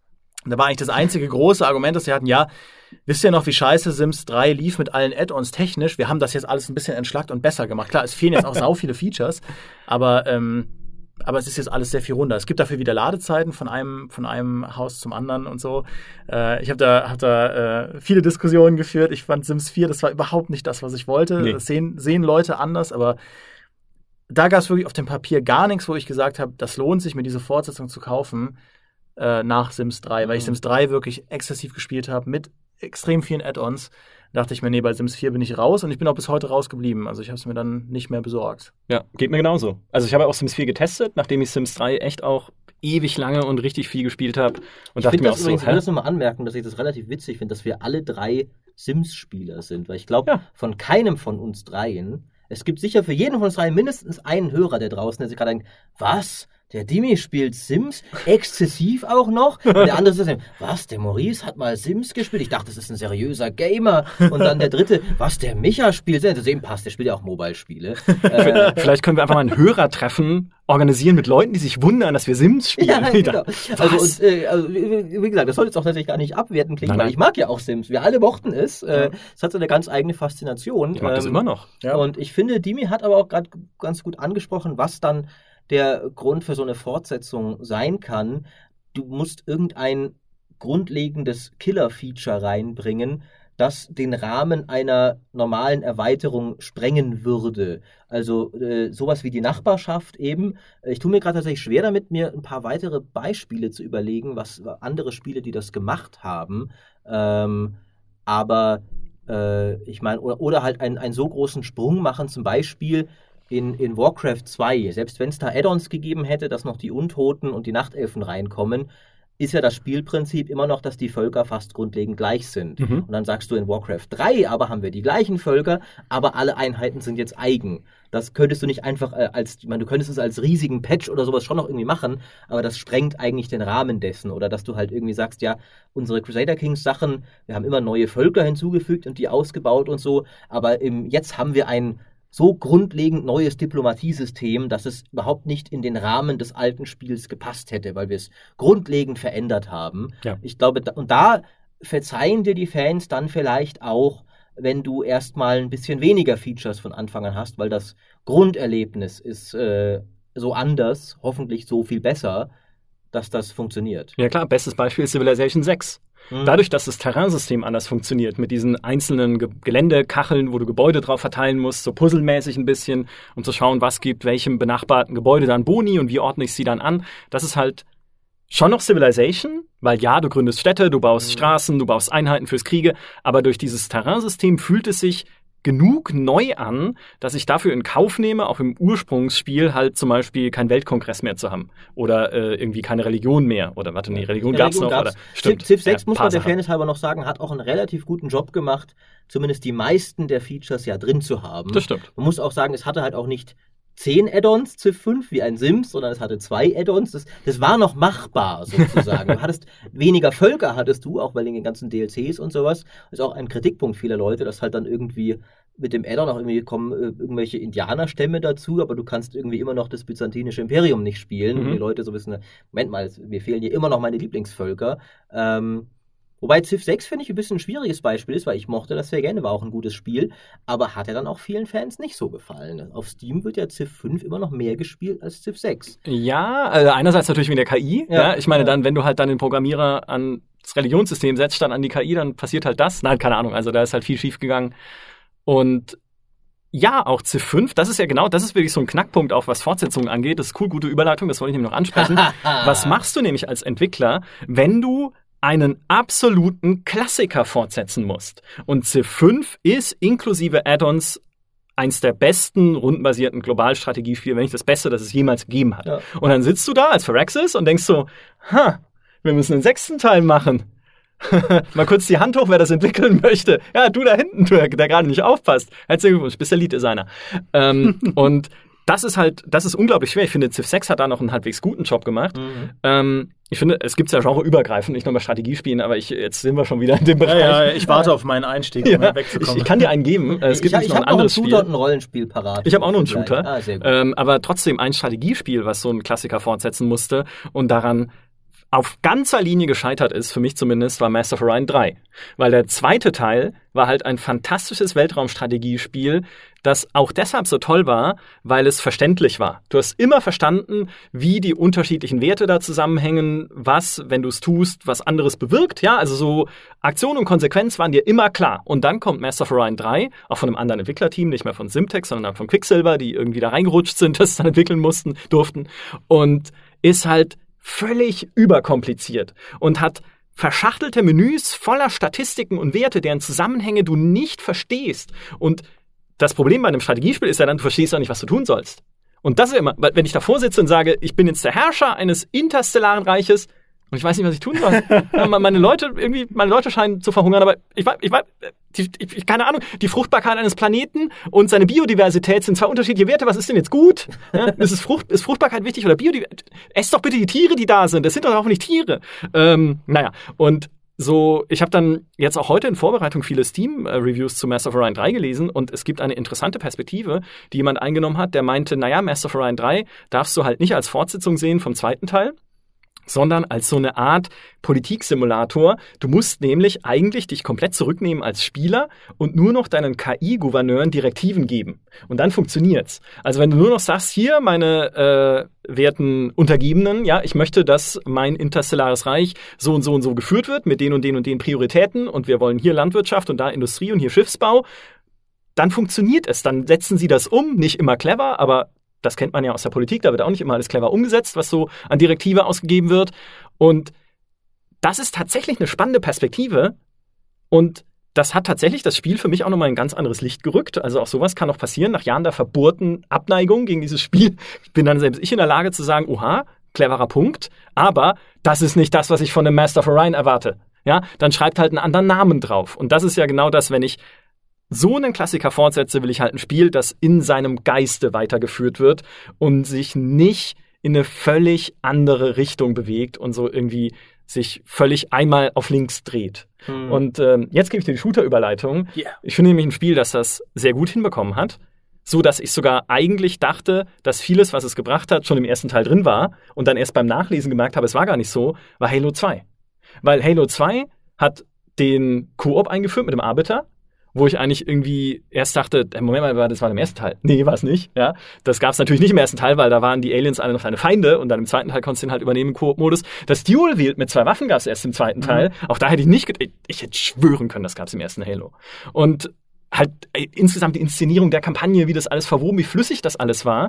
da war eigentlich das einzige große Argument, das sie hatten, ja, wisst ihr noch, wie scheiße Sims drei lief mit allen Add-ons technisch? Wir haben das jetzt alles ein bisschen entschlackt und besser gemacht. Klar, es fehlen jetzt auch sau viele Features, aber ähm, Aber es ist jetzt alles sehr viel runder. Es gibt dafür wieder Ladezeiten von einem, von einem Haus zum anderen und so. Äh, ich habe da, hab da äh, viele Diskussionen geführt. Ich fand Sims vier, das war überhaupt nicht das, was ich wollte. Nee. Das sehen, sehen Leute anders, aber da gab es wirklich auf dem Papier gar nichts, wo ich gesagt habe, das lohnt sich, mir diese Fortsetzung zu kaufen äh, nach Sims drei, mhm. weil ich Sims drei wirklich exzessiv gespielt habe mit extrem vielen Add-ons. Dachte ich mir, nee, bei Sims vier bin ich raus und ich bin auch bis heute rausgeblieben. Also ich habe es mir dann nicht mehr besorgt. Ja, geht mir genauso. Also ich habe auch Sims vier getestet, nachdem ich Sims drei echt auch ewig lange und richtig viel gespielt habe. Und ich dachte mir auch übrigens, so, ich will das nochmal anmerken, dass ich das relativ witzig finde, dass wir alle drei Sims-Spieler sind. Weil ich glaube, ja. von keinem von uns dreien, es gibt sicher für jeden von uns dreien mindestens einen Hörer, der draußen ist, der gerade denkt, was? Der Dimi spielt Sims, exzessiv auch noch. Und der andere sagt, was, der Maurice hat mal Sims gespielt? Ich dachte, das ist ein seriöser Gamer. Und dann der dritte, was, der Micha spielt? Das eben passt, der spielt ja auch Mobile-Spiele. äh, Vielleicht können wir einfach mal ein Hörertreffen organisieren mit Leuten, die sich wundern, dass wir Sims spielen. Ja, genau. Also, und, äh, also, wie gesagt, das soll jetzt auch tatsächlich gar nicht abwertend klingen, nein, nein. weil ich mag ja auch Sims. Wir alle mochten es. Es ja. äh, hat so eine ganz eigene Faszination. Ich mag ähm, das immer noch. Ja. Und ich finde, Dimi hat aber auch gerade ganz gut angesprochen, was dann der Grund für so eine Fortsetzung sein kann. Du musst irgendein grundlegendes Killer-Feature reinbringen, das den Rahmen einer normalen Erweiterung sprengen würde. Also äh, sowas wie die Nachbarschaft eben. Ich tue mir gerade tatsächlich schwer damit, mir ein paar weitere Beispiele zu überlegen, was andere Spiele, die das gemacht haben. Ähm, aber äh, ich meine, oder, oder halt einen, einen so großen Sprung machen, zum Beispiel in, in Warcraft zwei. Selbst wenn es da Add-ons gegeben hätte, dass noch die Untoten und die Nachtelfen reinkommen, ist ja das Spielprinzip immer noch, dass die Völker fast grundlegend gleich sind. Mhm. Und dann sagst du in Warcraft drei, aber haben wir die gleichen Völker, aber alle Einheiten sind jetzt eigen. Das könntest du nicht einfach äh, als, ich meine, du könntest es als riesigen Patch oder sowas schon noch irgendwie machen, aber das sprengt eigentlich den Rahmen dessen. Oder dass du halt irgendwie sagst, ja, unsere Crusader Kings Sachen, wir haben immer neue Völker hinzugefügt und die ausgebaut und so, aber im, jetzt haben wir ein so grundlegend neues Diplomatiesystem, dass es überhaupt nicht in den Rahmen des alten Spiels gepasst hätte, weil wir es grundlegend verändert haben. Ja. Ich glaube, da, und da verzeihen dir die Fans dann vielleicht auch, wenn du erstmal ein bisschen weniger Features von Anfang an hast, weil das Grunderlebnis ist äh, so anders, hoffentlich so viel besser, dass das funktioniert. Ja klar, bestes Beispiel ist Civilization sechs. Dadurch, dass das Terrainsystem anders funktioniert, mit diesen einzelnen Ge- Geländekacheln, wo du Gebäude drauf verteilen musst, so puzzelmäßig ein bisschen, um zu schauen, was gibt welchem benachbarten Gebäude dann Boni und wie ordne ich sie dann an. Das ist halt schon noch Civilization, weil ja, du gründest Städte, du baust mhm. Straßen, du baust Einheiten fürs Kriege, aber durch dieses Terrainsystem fühlt es sich genug neu an, dass ich dafür in Kauf nehme, auch im Ursprungsspiel halt zum Beispiel keinen Weltkongress mehr zu haben oder äh, irgendwie keine Religion mehr oder warte, nee, Religion gab's noch. Gab's. Oder, stimmt. Civ sechs, ja, muss man der Fairness halber noch sagen, hat auch einen relativ guten Job gemacht, zumindest die meisten der Features ja drin zu haben. Das stimmt. Man muss auch sagen, es hatte halt auch nicht zehn Add-ons, Civ fünf, wie ein Sims, sondern es hatte zwei Add-ons. Das, das war noch machbar, sozusagen. Du hattest weniger Völker, hattest du, auch bei den ganzen D L Cs und sowas. Das ist auch ein Kritikpunkt vieler Leute, dass halt dann irgendwie mit dem Add-on auch irgendwie kommen äh, irgendwelche Indianerstämme dazu, aber du kannst irgendwie immer noch das byzantinische Imperium nicht spielen. Mhm. Und die Leute so wissen, Moment mal, mir fehlen hier immer noch meine Lieblingsvölker. Ähm, Wobei Civ sechs, finde ich, ein bisschen ein schwieriges Beispiel ist, weil ich mochte das sehr gerne, war auch ein gutes Spiel, aber hat ja dann auch vielen Fans nicht so gefallen. Auf Steam wird ja Civ fünf immer noch mehr gespielt als Civ sechs. Ja, also einerseits natürlich wegen der K I. Ja, ja. Ich meine, ja. dann, wenn du halt dann den Programmierer an das Religionssystem setzt, dann an die K I, dann passiert halt das. Nein, keine Ahnung, also da ist halt viel schief gegangen. Und ja, auch Civ fünf, das ist ja genau, das ist wirklich so ein Knackpunkt, auch was Fortsetzungen angeht. Das ist cool, gute Überleitung, das wollte ich nämlich noch ansprechen. Was machst du nämlich als Entwickler, wenn du einen absoluten Klassiker fortsetzen musst? Und Civ fünf ist inklusive Add-ons eins der besten rundenbasierten Globalstrategiespiele, wenn nicht das Beste, das es jemals gegeben hat. Ja. Und dann sitzt du da als Phyrexis und denkst so, ha, wir müssen den sechsten Teil machen. Mal kurz die Hand hoch, wer das entwickeln möchte. Ja, du da hinten, du, der gerade nicht aufpasst. Herzlichen Glückwunsch, bist der Lead-Designer. ähm, und das ist halt, das ist unglaublich schwer. Ich finde, Civ sechs hat da noch einen halbwegs guten Job gemacht. Mhm. Ähm, ich finde, es gibt ja genreübergreifend, nicht nur bei Strategiespielen, aber ich, jetzt sind wir schon wieder in dem Bereich. Ja, ja, ich warte auf meinen Einstieg, um ja, wegzukommen. Ich, ich kann dir einen geben. Es gibt ich noch ein anderes Spiel. Ich habe noch einen Shooter und ein Rollenspiel parat. Ich habe auch noch einen Shooter. Ah, sehr gut. Ähm, aber trotzdem ein Strategiespiel, was so ein Klassiker fortsetzen musste und daran auf ganzer Linie gescheitert ist, für mich zumindest, war Mass of Orion drei. Weil der zweite Teil war halt ein fantastisches Weltraumstrategiespiel, das auch deshalb so toll war, weil es verständlich war. Du hast immer verstanden, wie die unterschiedlichen Werte da zusammenhängen, was, wenn du es tust, was anderes bewirkt. Ja, also so Aktion und Konsequenz waren dir immer klar. Und dann kommt Mass of Orion drei, auch von einem anderen Entwicklerteam, nicht mehr von Simtex, sondern von Quicksilver, die irgendwie da reingerutscht sind, das dann entwickeln mussten, durften. Und ist halt völlig überkompliziert und hat verschachtelte Menüs voller Statistiken und Werte, deren Zusammenhänge du nicht verstehst. Und das Problem bei einem Strategiespiel ist ja dann, du verstehst auch nicht, was du tun sollst. Und das ist immer, wenn ich davor sitze und sage, ich bin jetzt der Herrscher eines interstellaren Reiches und ich weiß nicht, was ich tun soll. meine Leute, irgendwie, meine Leute scheinen zu verhungern, aber ich weiß, ich weiß, die, ich, keine Ahnung, die Fruchtbarkeit eines Planeten und seine Biodiversität sind zwei unterschiedliche Werte. Was ist denn jetzt gut? Ja, ist, es Frucht, ist Fruchtbarkeit wichtig oder Biodiversität? Esst doch bitte die Tiere, die da sind. Das sind doch auch nicht Tiere. Ähm, naja, und so, ich habe dann jetzt auch heute in Vorbereitung viele Steam-Reviews zu Mass of Orion drei gelesen und es gibt eine interessante Perspektive, die jemand eingenommen hat, der meinte, naja, Mass of Orion drei darfst du halt nicht als Fortsetzung sehen vom zweiten Teil, sondern als so eine Art Politiksimulator. Du musst nämlich eigentlich dich komplett zurücknehmen als Spieler und nur noch deinen K I-Gouverneuren Direktiven geben. Und dann funktioniert's. Also wenn du nur noch sagst, hier meine äh, werten Untergebenen, ja, ich möchte, dass mein interstellares Reich so und so und so geführt wird mit den und den und den Prioritäten und wir wollen hier Landwirtschaft und da Industrie und hier Schiffsbau, dann funktioniert es. Dann setzen sie das um, nicht immer clever, aber das kennt man ja aus der Politik, da wird auch nicht immer alles clever umgesetzt, was so an Direktive ausgegeben wird. Und das ist tatsächlich eine spannende Perspektive. Und das hat tatsächlich das Spiel für mich auch nochmal ein ganz anderes Licht gerückt. Also auch sowas kann noch passieren. Nach Jahren der verbohrten Abneigung gegen dieses Spiel bin dann selbst ich in der Lage zu sagen, oha, cleverer Punkt, aber das ist nicht das, was ich von dem Master of Orion erwarte. Ja, dann schreibt halt einen anderen Namen drauf. Und das ist ja genau das, wenn ich so einen Klassiker fortsetze, will ich halt ein Spiel, das in seinem Geiste weitergeführt wird und sich nicht in eine völlig andere Richtung bewegt und so irgendwie sich völlig einmal auf links dreht. Hm. Und ähm, jetzt gebe ich dir die Shooter-Überleitung. Yeah. Ich finde nämlich ein Spiel, das das sehr gut hinbekommen hat, so dass ich sogar eigentlich dachte, dass vieles, was es gebracht hat, schon im ersten Teil drin war und dann erst beim Nachlesen gemerkt habe, es war gar nicht so, war Halo zwei. Weil Halo zwei hat den Koop eingeführt mit dem Arbiter, wo ich eigentlich irgendwie erst dachte, Moment mal, das war im ersten Teil. Nee, war es nicht. Ja, das gab es natürlich nicht im ersten Teil, weil da waren die Aliens alle noch deine Feinde und dann im zweiten Teil konntest du den halt übernehmen im Koop-Modus. Das Dual-Wield mit zwei Waffen gab es erst im zweiten mhm. Teil. Auch da hätte ich nicht, ich, ich hätte schwören können, das gab es im ersten Halo. Und halt ey, insgesamt die Inszenierung der Kampagne, wie das alles verwoben, wie flüssig das alles war,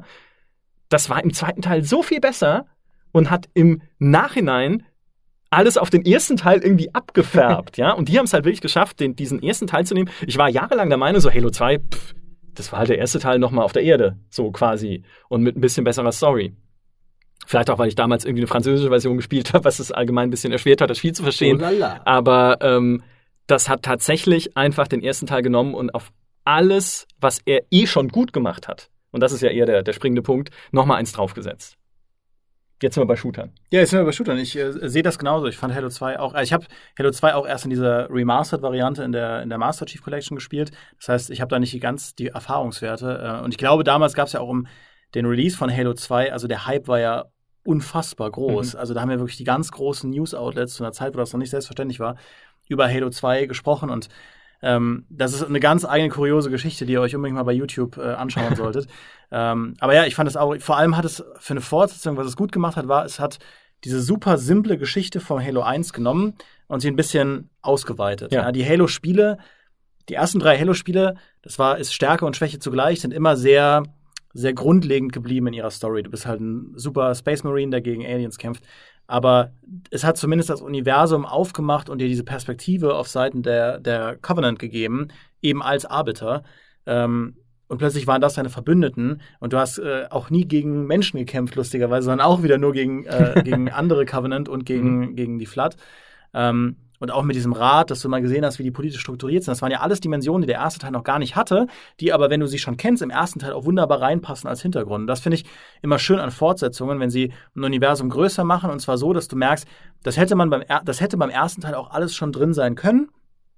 das war im zweiten Teil so viel besser und hat im Nachhinein alles auf den ersten Teil irgendwie abgefärbt, ja. Und die haben es halt wirklich geschafft, den, diesen ersten Teil zu nehmen. Ich war jahrelang der Meinung, so Halo zwei, pff, das war halt der erste Teil nochmal auf der Erde, so quasi. Und mit ein bisschen besserer Story. Vielleicht auch, weil ich damals irgendwie eine französische Version gespielt habe, was es allgemein ein bisschen erschwert hat, das Spiel zu verstehen. Oh Aber ähm, das hat tatsächlich einfach den ersten Teil genommen und auf alles, was er eh schon gut gemacht hat, und das ist ja eher der, der springende Punkt, nochmal eins draufgesetzt. Jetzt sind wir bei Shootern. Ja, jetzt sind wir bei Shootern. Ich äh, sehe das genauso. Ich fand Halo zwei auch, also ich habe Halo zwei auch erst in dieser Remastered-Variante in der, in der Master Chief Collection gespielt. Das heißt, ich habe da nicht die ganz die Erfahrungswerte. Äh, und ich glaube, damals gab es ja auch um den Release von Halo zwei, also der Hype war ja unfassbar groß. Mhm. Also da haben wir wirklich die ganz großen News-Outlets zu einer Zeit, wo das noch nicht selbstverständlich war, über Halo zwei gesprochen. Und Ähm, das ist eine ganz eigene kuriose Geschichte, die ihr euch unbedingt mal bei YouTube äh, anschauen solltet. ähm, aber ja, ich fand es auch, vor allem hat es für eine Fortsetzung, was es gut gemacht hat, war, es hat diese super simple Geschichte vom Halo eins genommen und sie ein bisschen ausgeweitet. Ja. Ja, die Halo-Spiele, die ersten drei Halo-Spiele, das war, ist Stärke und Schwäche zugleich, sind immer sehr, sehr grundlegend geblieben in ihrer Story. Du bist halt ein super Space Marine, der gegen Aliens kämpft. Aber es hat zumindest das Universum aufgemacht und dir diese Perspektive auf Seiten der, der Covenant gegeben, eben als Arbiter. Ähm, und plötzlich waren das deine Verbündeten. Und du hast äh, auch nie gegen Menschen gekämpft, lustigerweise, sondern auch wieder nur gegen, äh, gegen andere Covenant und gegen, mhm. gegen die Flood. Ähm, und auch mit diesem Rat, dass du mal gesehen hast, wie die politisch strukturiert sind. Das waren ja alles Dimensionen, die der erste Teil noch gar nicht hatte, die aber, wenn du sie schon kennst, im ersten Teil auch wunderbar reinpassen als Hintergrund. Und das finde ich immer schön an Fortsetzungen, wenn sie ein Universum größer machen. Und zwar so, dass du merkst, das hätte man beim, das hätte beim ersten Teil auch alles schon drin sein können.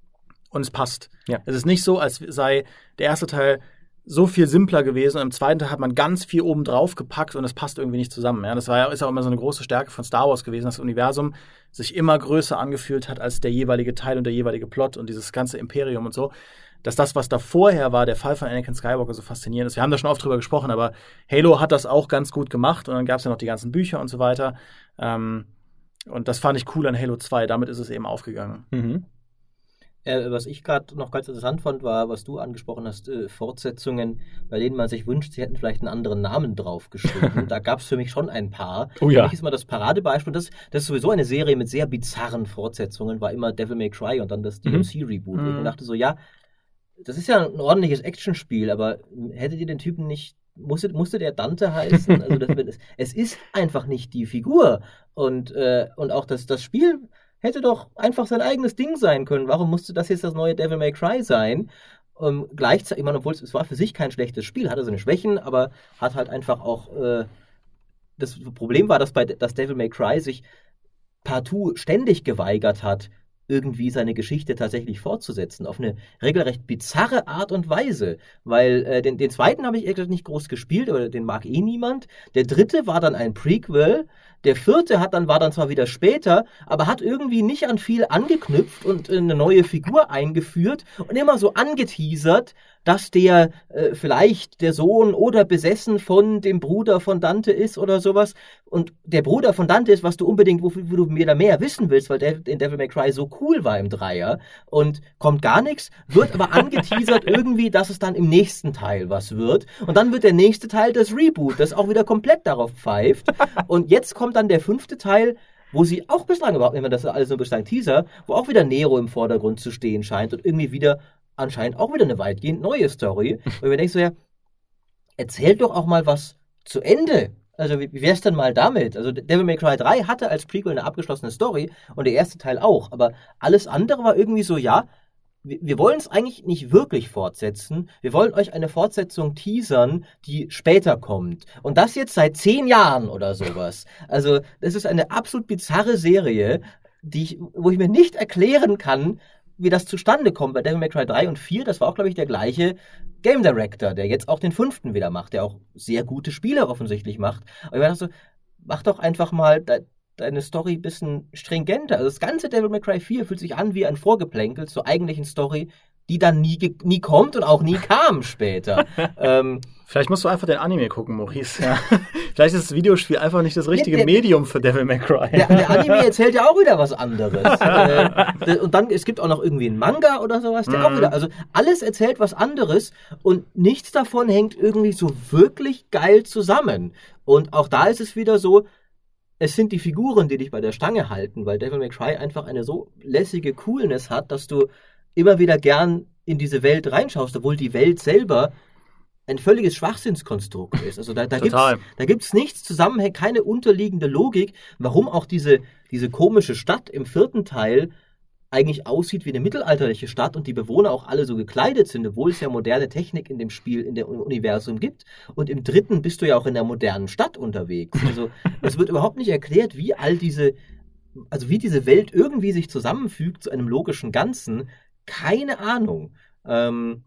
Und es passt. Ja. Es ist nicht so, als sei der erste Teil so viel simpler gewesen und im zweiten Teil hat man ganz viel oben drauf gepackt und es passt irgendwie nicht zusammen. Ja, das war ja, ist auch immer so eine große Stärke von Star Wars gewesen, dass das Universum sich immer größer angefühlt hat als der jeweilige Teil und der jeweilige Plot und dieses ganze Imperium und so. Dass das, was da vorher war, der Fall von Anakin Skywalker, so faszinierend ist. Wir haben da schon oft drüber gesprochen, aber Halo hat das auch ganz gut gemacht und dann gab es ja noch die ganzen Bücher und so weiter. Ähm, und das fand ich cool an Halo zwei, damit ist es eben aufgegangen. Mhm. Äh, was ich gerade noch ganz interessant fand, war, was du angesprochen hast, äh, Fortsetzungen, bei denen man sich wünscht, sie hätten vielleicht einen anderen Namen draufgeschrieben. Da gab es für mich schon ein paar. Oh ja. Für mich ist mal das Paradebeispiel, das, das ist sowieso eine Serie mit sehr bizarren Fortsetzungen, war immer Devil May Cry und dann das D L C-Reboot. Mhm. Ich dachte so, ja, das ist ja ein ordentliches Actionspiel, aber hättet ihr den Typen nicht, musste, musste der Dante heißen? Also das, es ist einfach nicht die Figur. Und, äh, und auch das, das Spiel hätte doch einfach sein eigenes Ding sein können. Warum musste das jetzt das neue Devil May Cry sein? Ähm, gleichzeitig, ich meine, obwohl es, es war für sich kein schlechtes Spiel, hatte seine Schwächen, aber hat halt einfach auch äh, das Problem war, dass bei das Devil May Cry sich partout ständig geweigert hat, irgendwie seine Geschichte tatsächlich fortzusetzen, auf eine regelrecht bizarre Art und Weise, weil äh, den, den zweiten habe ich ehrlich gesagt nicht groß gespielt, oder den mag eh niemand. Der dritte war dann ein Prequel, der vierte hat dann, war dann zwar wieder später, aber hat irgendwie nicht an viel angeknüpft und eine neue Figur eingeführt und immer so angeteasert, dass der äh, vielleicht der Sohn oder besessen von dem Bruder von Dante ist oder sowas. Und der Bruder von Dante ist, was du unbedingt, wo, wo du mir da mehr wissen willst, weil der in Devil May Cry so cool war im Dreier. Und kommt gar nichts, wird aber angeteasert irgendwie, dass es dann im nächsten Teil was wird. Und dann wird der nächste Teil das Reboot, das auch wieder komplett darauf pfeift. Und jetzt kommt dann der fünfte Teil, wo sie auch bislang überhaupt nicht mehr, das ist alles nur bislang Teaser, wo auch wieder Nero im Vordergrund zu stehen scheint und irgendwie wieder anscheinend auch wieder eine weitgehend neue Story. Und ich denke so, ja, erzählt doch auch mal was zu Ende. Also wie, wie wär's denn mal damit? Also Devil May Cry drei hatte als Prequel eine abgeschlossene Story und der erste Teil auch. Aber alles andere war irgendwie so, ja, wir, wir wollen es eigentlich nicht wirklich fortsetzen. Wir wollen euch eine Fortsetzung teasern, die später kommt. Und das jetzt seit zehn Jahren oder sowas. Also das ist eine absolut bizarre Serie, die ich, wo ich mir nicht erklären kann, wie das zustande kommt. Bei Devil May Cry drei und vier, das war auch, glaube ich, der gleiche Game Director, der jetzt auch den fünften wieder macht, der auch sehr gute Spiele offensichtlich macht. Aber ich dachte so, mach doch einfach mal de- deine Story ein bisschen stringenter. Also das ganze Devil May Cry vier fühlt sich an wie ein Vorgeplänkel zur eigentlichen Story, die dann nie, ge- nie kommt und auch nie kam später. ähm, Vielleicht musst du einfach den Anime gucken, Maurice. Ja. Vielleicht ist das Videospiel einfach nicht das richtige der, Medium für Devil May Cry. Der, der Anime erzählt ja auch wieder was anderes. äh, und dann, es gibt auch noch irgendwie einen Manga oder sowas, der mm. auch wieder, also alles erzählt was anderes und nichts davon hängt irgendwie so wirklich geil zusammen. Und auch da ist es wieder so, es sind die Figuren, die dich bei der Stange halten, weil Devil May Cry einfach eine so lässige Coolness hat, dass du immer wieder gern in diese Welt reinschaust, obwohl die Welt selber ein völliges Schwachsinnskonstrukt ist. Also da, da gibt's, da gibt's nichts zusammenhängt, keine unterliegende Logik, warum auch diese, diese komische Stadt im vierten Teil eigentlich aussieht wie eine mittelalterliche Stadt und die Bewohner auch alle so gekleidet sind, obwohl es ja moderne Technik in dem Spiel, in dem Universum gibt. Und im dritten bist du ja auch in der modernen Stadt unterwegs. Also es wird überhaupt nicht erklärt, wie all diese, also wie diese Welt irgendwie sich zusammenfügt zu einem logischen Ganzen. Keine Ahnung. Ähm,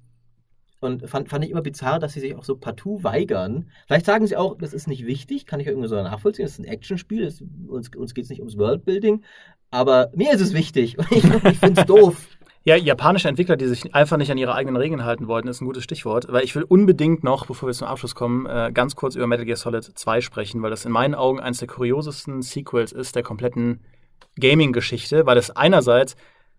Und fand, fand ich immer bizarr, dass sie sich auch so partout weigern. Vielleicht sagen sie auch, das ist nicht wichtig, kann ich ja irgendwie so nachvollziehen, das ist ein Actionspiel, das, uns, uns geht es nicht ums Worldbuilding, aber mir ist es wichtig und ich, ich finde es doof. Ja, japanische Entwickler, die sich einfach nicht an ihre eigenen Regeln halten wollten, ist ein gutes Stichwort, weil ich will unbedingt noch, bevor wir zum Abschluss kommen, ganz kurz über Metal Gear Solid zwei sprechen, weil das in meinen Augen eines der kuriosesten Sequels ist der kompletten Gaming-Geschichte, weil es einerseits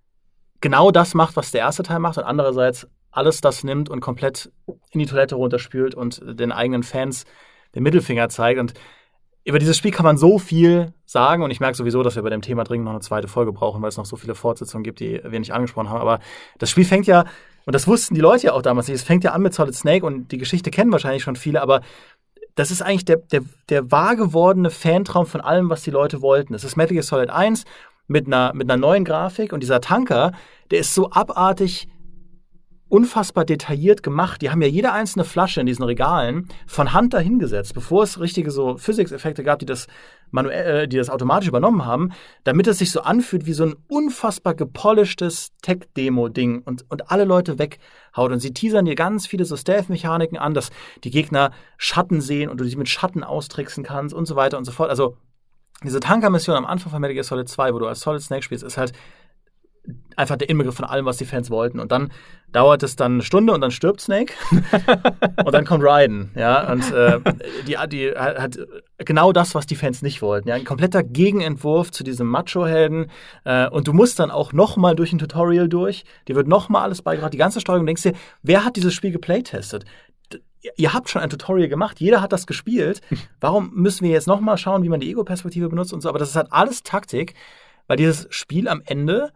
genau das macht, was der erste Teil macht und andererseits alles das nimmt und komplett in die Toilette runterspült und den eigenen Fans den Mittelfinger zeigt. Und über dieses Spiel kann man so viel sagen. Und ich merke sowieso, dass wir bei dem Thema dringend noch eine zweite Folge brauchen, weil es noch so viele Fortsetzungen gibt, die wir nicht angesprochen haben. Aber das Spiel fängt ja, und das wussten die Leute ja auch damals nicht, es fängt ja an mit Solid Snake und die Geschichte kennen wahrscheinlich schon viele, aber das ist eigentlich der, der, der wahr gewordene Fantraum von allem, was die Leute wollten. Es ist Metal Gear Solid eins mit einer, mit einer neuen Grafik und dieser Tanker, der ist so abartig unfassbar detailliert gemacht. Die haben ja jede einzelne Flasche in diesen Regalen von Hand dahingesetzt, bevor es richtige so Physics-Effekte gab, die das manuell, äh, die das automatisch übernommen haben, damit es sich so anfühlt wie so ein unfassbar gepolischtes Tech-Demo-Ding und, und alle Leute weghaut. Und sie teasern dir ganz viele so Stealth-Mechaniken an, dass die Gegner Schatten sehen und du dich mit Schatten austricksen kannst und so weiter und so fort. Also diese Tanker-Mission am Anfang von Metal Gear Solid zwei, wo du als Solid Snake spielst, ist halt einfach der Inbegriff von allem, was die Fans wollten. Und dann dauert es dann eine Stunde und dann stirbt Snake. Und dann kommt Raiden. Ja, und äh, die, die hat genau das, was die Fans nicht wollten. Ja, ein kompletter Gegenentwurf zu diesem Macho-Helden. Äh, und du musst dann auch noch mal durch ein Tutorial durch. Dir wird noch mal alles beigebracht. Die ganze Steuerung. Du denkst dir, wer hat dieses Spiel geplaytestet? Ihr habt schon ein Tutorial gemacht, jeder hat das gespielt. Warum müssen wir jetzt noch mal schauen, wie man die Ego-Perspektive benutzt und so? Aber das ist halt alles Taktik, weil dieses Spiel am Ende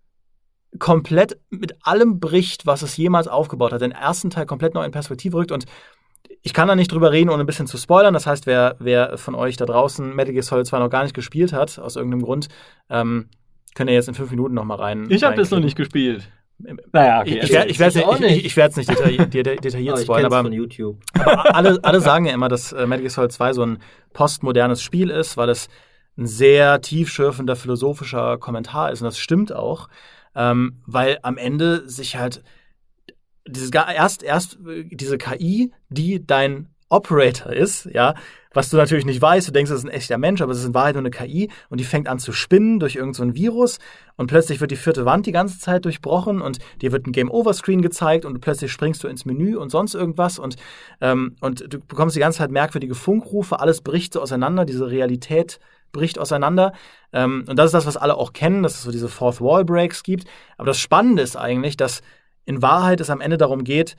komplett mit allem bricht, was es jemals aufgebaut hat. Den ersten Teil komplett neu in Perspektive rückt und ich kann da nicht drüber reden, ohne ein bisschen zu spoilern. Das heißt, wer, wer von euch da draußen Metal Gear Solid zwei noch gar nicht gespielt hat, aus irgendeinem Grund, ähm, könnt ihr jetzt in fünf Minuten noch mal rein. Ich habe das noch nicht gespielt. Naja, okay. Ich, ich werde es nicht, ich, ich werd's nicht detailliert, detailliert oh, spoilern, aber, von YouTube. aber alle, alle sagen ja immer, dass äh, Metal Gear Solid zwei so ein postmodernes Spiel ist, weil es ein sehr tiefschürfender philosophischer Kommentar ist. Und das stimmt auch, ähm, weil am Ende sich halt dieses, erst, erst diese K I, die dein Operator ist, ja, was du natürlich nicht weißt, du denkst, das ist ein echter Mensch, aber es ist in Wahrheit nur eine K I und die fängt an zu spinnen durch irgendein so Virus und plötzlich wird die vierte Wand die ganze Zeit durchbrochen und dir wird ein Game-Over-Screen gezeigt und plötzlich springst du ins Menü und sonst irgendwas und, ähm, und du bekommst die ganze Zeit merkwürdige Funkrufe, alles bricht so auseinander, diese Realität bricht auseinander. Ähm, und das ist das, was alle auch kennen, dass es so diese Fourth-Wall-Breaks gibt. Aber das Spannende ist eigentlich, dass in Wahrheit es am Ende darum geht,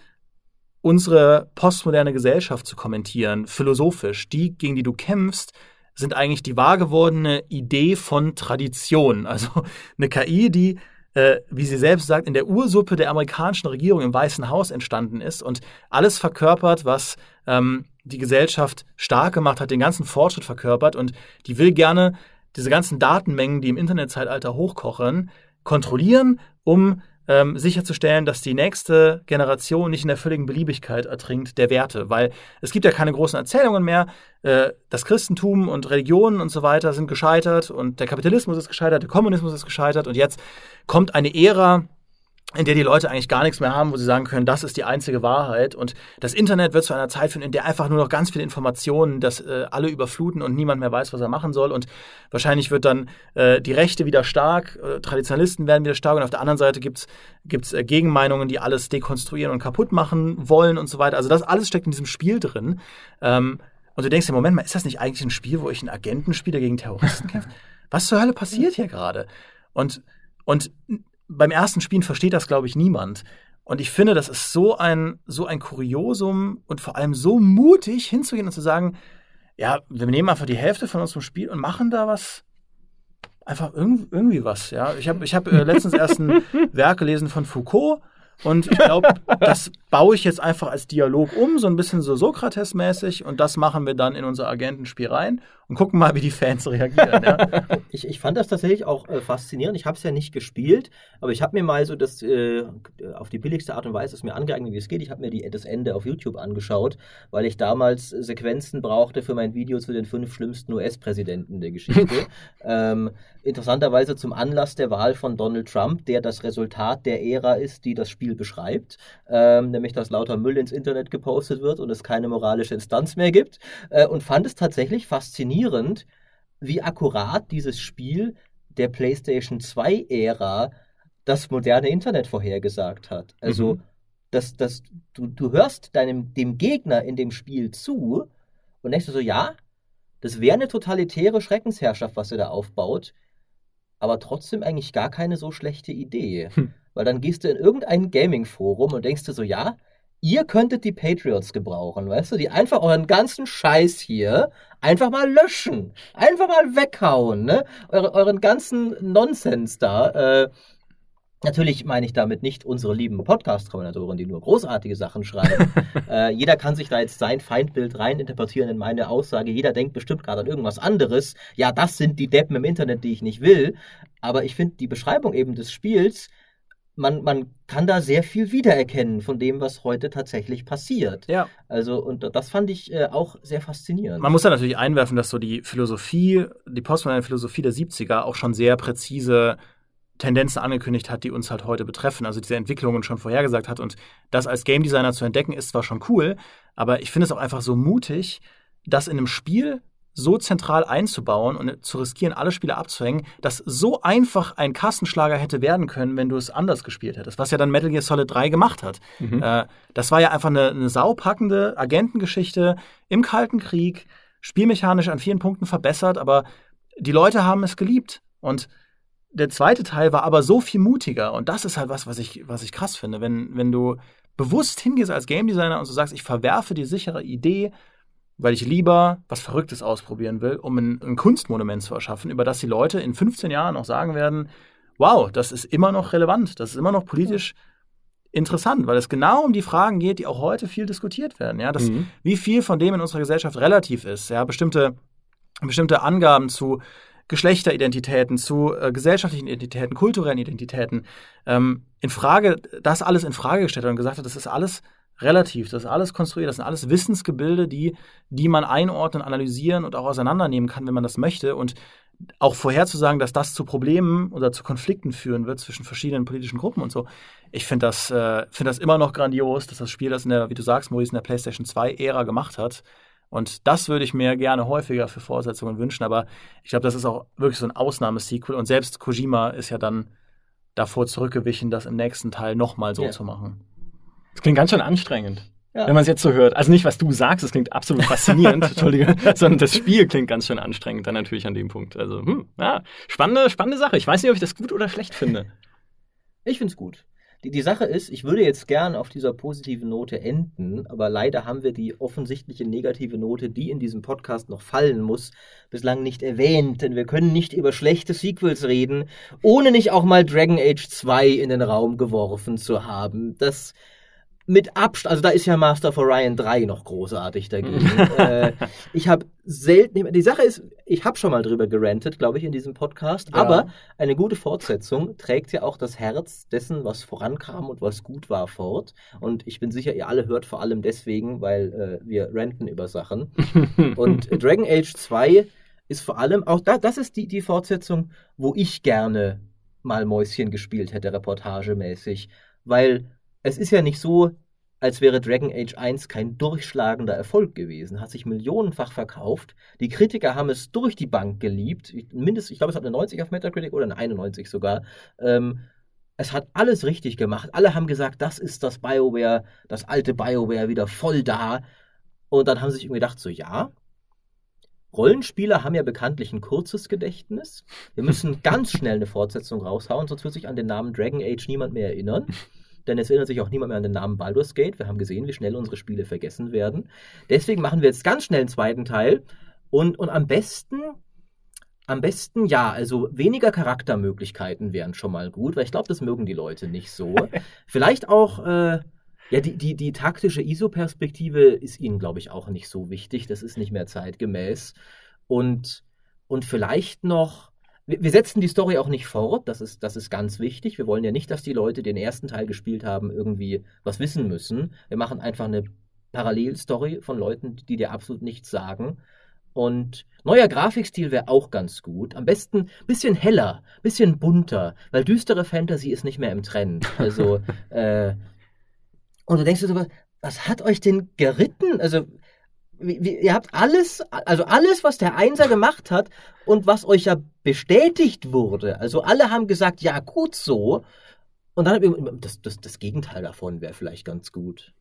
unsere postmoderne Gesellschaft zu kommentieren, philosophisch. Die, gegen die du kämpfst, sind eigentlich die wahrgewordene Idee von Tradition. Also eine K I, die, äh, wie sie selbst sagt, in der Ursuppe der amerikanischen Regierung im Weißen Haus entstanden ist und alles verkörpert, was ähm, die Gesellschaft stark gemacht hat, den ganzen Fortschritt verkörpert. Und die will gerne diese ganzen Datenmengen, die im Internetzeitalter hochkochen, kontrollieren, um Ähm, sicherzustellen, dass die nächste Generation nicht in der völligen Beliebigkeit ertrinkt der Werte. Weil es gibt ja keine großen Erzählungen mehr. Äh, das Christentum und Religionen und so weiter sind gescheitert und der Kapitalismus ist gescheitert, der Kommunismus ist gescheitert und jetzt kommt eine Ära, in der die Leute eigentlich gar nichts mehr haben, wo sie sagen können, das ist die einzige Wahrheit. Und das Internet wird zu einer Zeit finden, in der einfach nur noch ganz viele Informationen, das äh, alle überfluten und niemand mehr weiß, was er machen soll. Und wahrscheinlich wird dann äh, die Rechte wieder stark, äh, Traditionalisten werden wieder stark und auf der anderen Seite gibt's gibt's äh, Gegenmeinungen, die alles dekonstruieren und kaputt machen wollen und so weiter. Also das alles steckt in diesem Spiel drin. Ähm, und du denkst dir, Moment mal, ist das nicht eigentlich ein Spiel, wo ich einen Agenten spiele, der gegen Terroristen kämpft? Was zur Hölle passiert hier gerade? Und, und beim ersten Spielen versteht das, glaube ich, niemand. Und ich finde, das ist so ein, so ein Kuriosum und vor allem so mutig hinzugehen und zu sagen, ja, wir nehmen einfach die Hälfte von unserem Spiel und machen da was, einfach irg- irgendwie was. Ja, ich habe ich hab, äh, letztens erst ein Werk gelesen von Foucault und ich glaube, das baue ich jetzt einfach als Dialog um, so ein bisschen so Sokrates-mäßig und das machen wir dann in unser Agentenspiel rein und gucken mal, wie die Fans reagieren. Ja. Ich, ich fand das tatsächlich auch äh, faszinierend. Ich habe es ja nicht gespielt, aber ich habe mir mal so das äh, auf die billigste Art und Weise es mir angeeignet, wie es geht. Ich habe mir die, das Ende auf YouTube angeschaut, weil ich damals Sequenzen brauchte für mein Video zu den fünf schlimmsten U S-Präsidenten der Geschichte. ähm, interessanterweise zum Anlass der Wahl von Donald Trump, der das Resultat der Ära ist, die das Spiel beschreibt, ähm, nämlich dass lauter Müll ins Internet gepostet wird und es keine moralische Instanz mehr gibt, äh, und fand es tatsächlich faszinierend, wie akkurat dieses Spiel der PlayStation zwei Ära das moderne Internet vorhergesagt hat. Also, mhm. das, das, du, du hörst deinem, dem Gegner in dem Spiel zu und denkst du so, ja, das wäre eine totalitäre Schreckensherrschaft, was er da aufbaut, aber trotzdem eigentlich gar keine so schlechte Idee. Hm. Weil dann gehst du in irgendein Gaming-Forum und denkst du so, ja, ihr könntet die Patriots gebrauchen, weißt du, die einfach euren ganzen Scheiß hier einfach mal löschen, einfach mal weghauen, ne? Eure, euren ganzen Nonsens da. Äh, natürlich meine ich damit nicht unsere lieben Podcast-Kommentatoren, die nur großartige Sachen schreiben. äh, jeder kann sich da jetzt sein Feindbild reininterpretieren in meine Aussage. Jeder denkt bestimmt gerade an irgendwas anderes. Ja, das sind die Deppen im Internet, die ich nicht will. Aber ich finde die Beschreibung eben des Spiels, Man, man kann da sehr viel wiedererkennen von dem, was heute tatsächlich passiert. Ja. Also, und das fand ich äh, auch sehr faszinierend. Man muss da natürlich einwerfen, dass so die Philosophie, die postmoderne Philosophie der siebziger auch schon sehr präzise Tendenzen angekündigt hat, die uns halt heute betreffen, also diese Entwicklungen schon vorhergesagt hat. Und das als Game Designer zu entdecken, ist zwar schon cool, aber ich finde es auch einfach so mutig, das in einem Spiel so zentral einzubauen und zu riskieren, alle Spiele abzuhängen, dass so einfach ein Kassenschlager hätte werden können, wenn du es anders gespielt hättest. Was ja dann Metal Gear Solid drei gemacht hat. Mhm. Äh, das war ja einfach eine, eine saupackende Agentengeschichte im Kalten Krieg, spielmechanisch an vielen Punkten verbessert, aber die Leute haben es geliebt. Und der zweite Teil war aber so viel mutiger. Und das ist halt was, was ich, was ich krass finde. Wenn, wenn du bewusst hingehst als Game Designer und so sagst, ich verwerfe die sichere Idee, weil ich lieber was Verrücktes ausprobieren will, um ein, ein Kunstmonument zu erschaffen, über das die Leute in fünfzehn Jahren auch sagen werden, wow, das ist immer noch relevant, das ist immer noch politisch interessant, weil es genau um die Fragen geht, die auch heute viel diskutiert werden. Ja, das, mhm. wie viel von dem in unserer Gesellschaft relativ ist. Ja, bestimmte, bestimmte Angaben zu Geschlechteridentitäten, zu äh, gesellschaftlichen Identitäten, kulturellen Identitäten, ähm, in Frage, das alles in Frage gestellt hat und gesagt hat, das ist alles relativ, das ist alles konstruiert, das sind alles Wissensgebilde, die, die man einordnen, analysieren und auch auseinandernehmen kann, wenn man das möchte. Und auch vorherzusagen, dass das zu Problemen oder zu Konflikten führen wird zwischen verschiedenen politischen Gruppen und so. Ich finde das, äh, find das immer noch grandios, dass das Spiel das in der, wie du sagst, Maurice, in der PlayStation zwei Ära gemacht hat. Und das würde ich mir gerne häufiger für Fortsetzungen wünschen. Aber ich glaube, das ist auch wirklich so ein Ausnahmesequel. Und selbst Kojima ist ja dann davor zurückgewichen, das im nächsten Teil nochmal so ja. zu machen. Das klingt ganz schön anstrengend. Ja. Wenn man es jetzt so hört. Also nicht, was du sagst, das klingt absolut faszinierend, Entschuldige, sondern das Spiel klingt ganz schön anstrengend dann natürlich an dem Punkt. Also, hm, ja, spannende, spannende Sache. Ich weiß nicht, ob ich das gut oder schlecht finde. Ich finde es gut. Die, die Sache ist, ich würde jetzt gern auf dieser positiven Note enden, aber leider haben wir die offensichtliche negative Note, die in diesem Podcast noch fallen muss, bislang nicht erwähnt, denn wir können nicht über schlechte Sequels reden, ohne nicht auch mal Dragon Age zwei in den Raum geworfen zu haben. Das mit Abstand, also da ist ja Master of Orion drei noch großartig dagegen. äh, ich habe selten, die Sache ist, ich habe schon mal drüber gerantet, glaube ich, in diesem Podcast, ja. aber eine gute Fortsetzung trägt ja auch das Herz dessen, was vorankam und was gut war, fort. Und ich bin sicher, ihr alle hört vor allem deswegen, weil äh, wir ranten über Sachen. Und Dragon Age zwei ist vor allem, auch da, das ist die, die Fortsetzung, wo ich gerne mal Mäuschen gespielt hätte, reportagemäßig, weil es ist ja nicht so, als wäre Dragon Age eins kein durchschlagender Erfolg gewesen. Hat sich millionenfach verkauft. Die Kritiker haben es durch die Bank geliebt. Mindestens, ich glaube, es hat eine neunzig auf Metacritic oder eine einundneunzig sogar. Ähm, es hat alles richtig gemacht. Alle haben gesagt, das ist das BioWare, das alte BioWare wieder voll da. Und dann haben sie sich irgendwie gedacht, so ja, Rollenspieler haben ja bekanntlich ein kurzes Gedächtnis. Wir müssen ganz schnell eine Fortsetzung raushauen, sonst wird sich an den Namen Dragon Age niemand mehr erinnern. Denn es erinnert sich auch niemand mehr an den Namen Baldur's Gate. Wir haben gesehen, wie schnell unsere Spiele vergessen werden. Deswegen machen wir jetzt ganz schnell einen zweiten Teil. Und, und am besten, am besten, ja, also weniger Charaktermöglichkeiten wären schon mal gut, weil ich glaube, das mögen die Leute nicht so. Vielleicht auch, äh, ja, die, die, die taktische I S O-Perspektive ist ihnen, glaube ich, auch nicht so wichtig. Das ist nicht mehr zeitgemäß. Und, und vielleicht noch, wir setzen die Story auch nicht fort, das ist, das ist ganz wichtig. Wir wollen ja nicht, dass die Leute den ersten Teil gespielt haben, irgendwie was wissen müssen. Wir machen einfach eine Parallelstory von Leuten, die dir absolut nichts sagen. Und neuer Grafikstil wäre auch ganz gut. Am besten ein bisschen heller, ein bisschen bunter, weil düstere Fantasy ist nicht mehr im Trend. Also, äh, und du denkst dir so, was hat euch denn geritten? Also, Wie, wie, ihr habt alles, also alles, was der Einser gemacht hat und was euch ja bestätigt wurde. Also alle haben gesagt, ja gut so. Und dann das, das, das Gegenteil davon wäre vielleicht ganz gut.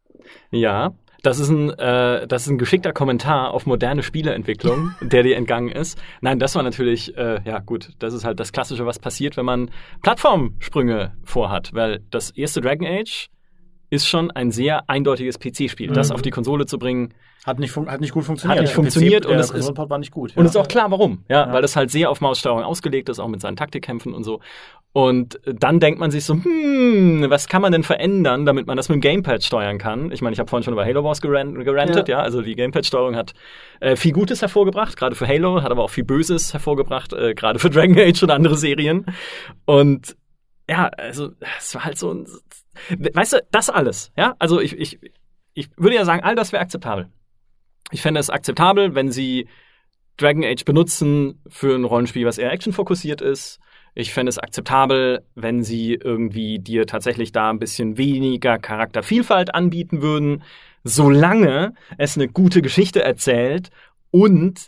Ja, das ist ein, äh, das ist ein geschickter Kommentar auf moderne Spieleentwicklung, der dir entgangen ist. Nein, das war natürlich, äh, ja gut, das ist halt das Klassische, was passiert, wenn man Plattformsprünge vorhat. Weil das erste Dragon Age ist schon ein sehr eindeutiges P C-Spiel. Mhm. Das auf die Konsole zu bringen, Hat nicht, fun- hat nicht gut funktioniert. Hat nicht funktioniert der und P C, es der ist Konsolenport war nicht gut. Und ja. es ist auch klar, warum. Ja, Ja. weil das halt sehr auf Maussteuerung ausgelegt ist, auch mit seinen Taktikkämpfen und so. Und dann denkt man sich so, hm, was kann man denn verändern, damit man das mit dem Gamepad steuern kann? Ich meine, ich habe vorhin schon über Halo Wars geran- gerantet, ja. ja. Also die Gamepad-Steuerung hat äh, viel Gutes hervorgebracht, gerade für Halo, hat aber auch viel Böses hervorgebracht, äh, gerade für Dragon Age und andere Serien. Und ja, also es war halt so ein, weißt du, das alles, ja? Also ich, ich, ich würde ja sagen, all das wäre akzeptabel. Ich fände es akzeptabel, wenn sie Dragon Age benutzen für ein Rollenspiel, was eher actionfokussiert ist. Ich fände es akzeptabel, wenn sie irgendwie dir tatsächlich da ein bisschen weniger Charaktervielfalt anbieten würden, solange es eine gute Geschichte erzählt und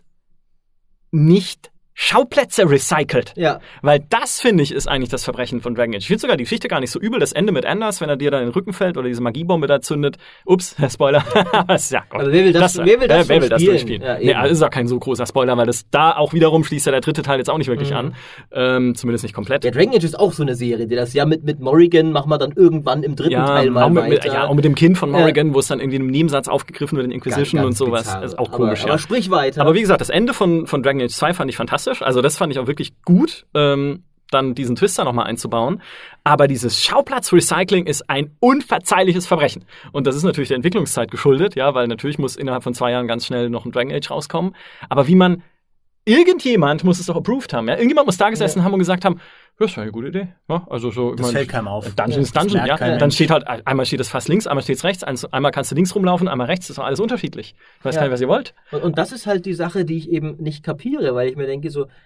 nicht Schauplätze recycelt. Ja. Weil das, finde ich, ist eigentlich das Verbrechen von Dragon Age. Ich finde sogar die Geschichte gar nicht so übel. Das Ende mit Anders, wenn er dir da in den Rücken fällt oder diese Magiebombe da zündet. Ups, Spoiler. ja, Gott. Aber wer will das, das wer will das, äh, wer will das spielen? durchspielen? Ja, nee, also ist auch kein so großer Spoiler, weil das da auch wiederum schließt ja der dritte Teil jetzt auch nicht wirklich Mhm. an. Ähm, zumindest nicht komplett. Ja, Dragon Age ist auch so eine Serie, die das ja mit, mit Morrigan machen wir dann irgendwann im dritten Ja, Teil mal auch mit, mit, weiter. ja, auch mit dem Kind von Morrigan, wo es dann irgendwie in einem Nebensatz aufgegriffen wird in Inquisition Ganz, ganz und sowas. bizarr. Ist auch aber, komisch, ja. Aber sprich weiter. Aber wie gesagt, das Ende von, von Dragon Age zwei fand ich fantastisch. Also das fand ich auch wirklich gut, ähm, dann diesen Twister nochmal einzubauen. Aber dieses Schauplatz-Recycling ist ein unverzeihliches Verbrechen. Und das ist natürlich der Entwicklungszeit geschuldet, ja, weil natürlich muss innerhalb von zwei Jahren ganz schnell noch ein Dragon Age rauskommen. Aber wie man, irgendjemand muss es doch approved haben, ja. Irgendjemand muss da gesessen Ja. haben und gesagt haben, das wäre eine gute Idee. Ja, also so, ich Das mein, fällt keinem auf. Dungeon ist Das Dungeon, merkt ja. kein Dann Mensch. steht halt, einmal steht es fast links, einmal steht es rechts, eins- einmal kannst du links rumlaufen, einmal rechts, das ist doch alles unterschiedlich. Ich weiß Ja. gar nicht, was ihr wollt. Und, und das ist halt die Sache, die ich eben nicht kapiere, weil ich mir denke so,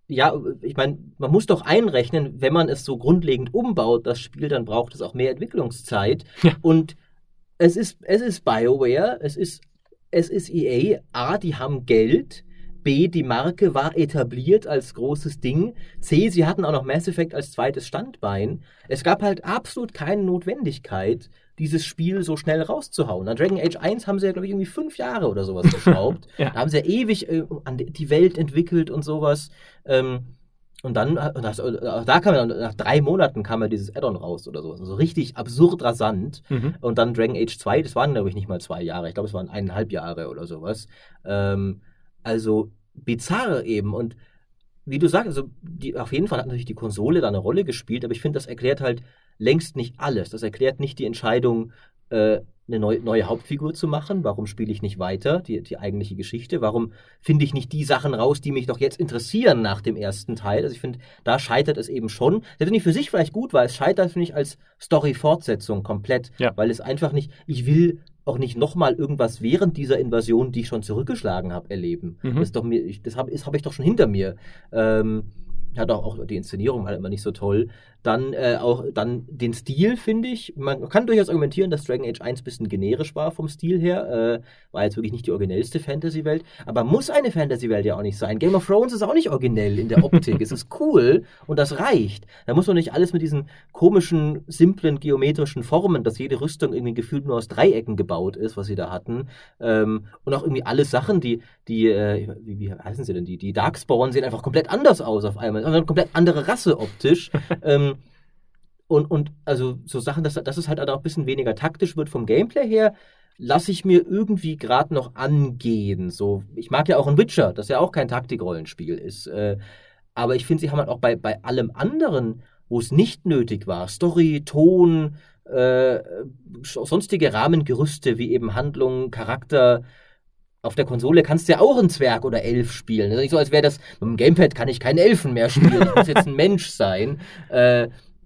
ja, ich meine, man muss doch einrechnen, wenn man es so grundlegend umbaut, das Spiel, dann braucht es auch mehr Entwicklungszeit. Ja. Und es ist, es ist BioWare, es ist, es ist E A. A, die haben Geld. B, die Marke war etabliert als großes Ding. C, sie hatten auch noch Mass Effect als zweites Standbein. Es gab halt absolut keine Notwendigkeit, dieses Spiel so schnell rauszuhauen. An Dragon Age eins haben sie ja, glaube ich, irgendwie fünf Jahre oder sowas geschraubt. Ja. Da haben sie ja ewig äh, an die Welt entwickelt und sowas. Ähm, und dann, und das, da kam ja, nach drei Monaten kam ja dieses Add-on raus oder sowas. Also richtig absurd rasant. Mhm. Und dann Dragon Age zwei, das waren, glaube ich, nicht mal zwei Jahre. Ich glaube, es waren eineinhalb Jahre oder sowas. Ähm, also bizarr eben. Und wie du sagst, also die, auf jeden Fall hat natürlich die Konsole da eine Rolle gespielt, aber ich finde, das erklärt halt längst nicht alles. Das erklärt nicht die Entscheidung, äh, eine neue, neue Hauptfigur zu machen. Warum spiele ich nicht weiter, die, die eigentliche Geschichte? Warum finde ich nicht die Sachen raus, die mich doch jetzt interessieren nach dem ersten Teil? Also ich finde, da scheitert es eben schon. Das finde ich für sich vielleicht gut, weil es scheitert, finde ich, als Story-Fortsetzung komplett. Ja. Weil es einfach nicht, ich will auch nicht nochmal irgendwas während dieser Invasion, die ich schon zurückgeschlagen habe, erleben. Mhm. Das ist doch mir, ich, das habe hab ich doch schon hinter mir. Ähm, hat auch, auch die Inszenierung halt immer nicht so toll. Dann äh, auch dann den Stil, finde ich. Man kann durchaus argumentieren, dass Dragon Age eins ein bisschen generisch war vom Stil her. Äh, war jetzt wirklich nicht die originellste Fantasy-Welt. Aber muss eine Fantasy-Welt ja auch nicht sein. Game of Thrones ist auch nicht originell in der Optik. Es ist cool und das reicht. Da muss man nicht alles mit diesen komischen, simplen, geometrischen Formen, dass jede Rüstung irgendwie gefühlt nur aus Dreiecken gebaut ist, was sie da hatten. Ähm, und auch irgendwie alle Sachen, die, die äh, wie, wie heißen sie denn? Die, die Darkspawn sehen einfach komplett anders aus auf einmal. Also eine komplett andere Rasse optisch. ähm, Und, und also so Sachen, dass, dass es halt auch ein bisschen weniger taktisch wird vom Gameplay her, lasse ich mir irgendwie gerade noch angehen. So, ich mag ja auch ein Witcher, das ja auch kein Taktikrollenspiel ist. Äh, aber ich finde, sie haben halt auch bei, bei allem anderen, wo es nicht nötig war, Story, Ton, äh, sonstige Rahmengerüste wie eben Handlung, Charakter. Auf der Konsole kannst du ja auch einen Zwerg oder Elf spielen. Das ist nicht so, als wäre das, mit dem Gamepad kann ich keinen Elfen mehr spielen. Ich muss jetzt ein Mensch sein. Äh,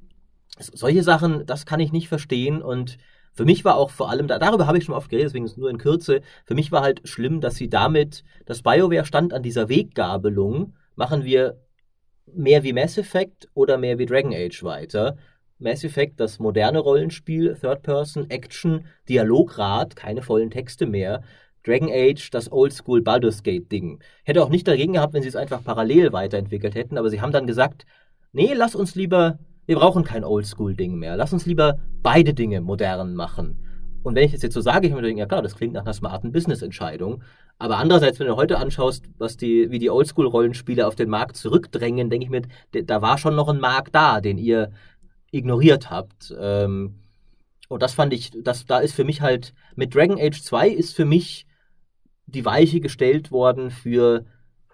solche Sachen, das kann ich nicht verstehen. Und für mich war auch vor allem, darüber habe ich schon oft geredet, deswegen ist es nur in Kürze, für mich war halt schlimm, dass sie damit, dass BioWare stand an dieser Weggabelung, machen wir mehr wie Mass Effect oder mehr wie Dragon Age weiter. Mass Effect, das moderne Rollenspiel, Third Person, Action, Dialograd, keine vollen Texte mehr. Dragon Age, das Oldschool Baldur's Gate Ding. Hätte auch nicht dagegen gehabt, wenn sie es einfach parallel weiterentwickelt hätten, aber sie haben dann gesagt, nee, lass uns lieber, wir brauchen kein Oldschool Ding mehr, lass uns lieber beide Dinge modern machen. Und wenn ich das jetzt so sage, ich mir denke, ja klar, das klingt nach einer smarten Business-Entscheidung, aber andererseits, wenn du heute anschaust, was die, wie die Oldschool-Rollenspiele auf den Markt zurückdrängen, denke ich mir, da war schon noch ein Markt da, den ihr ignoriert habt. Ähm, und das fand ich, das, da ist für mich halt, mit Dragon Age zwei ist für mich die Weiche gestellt worden für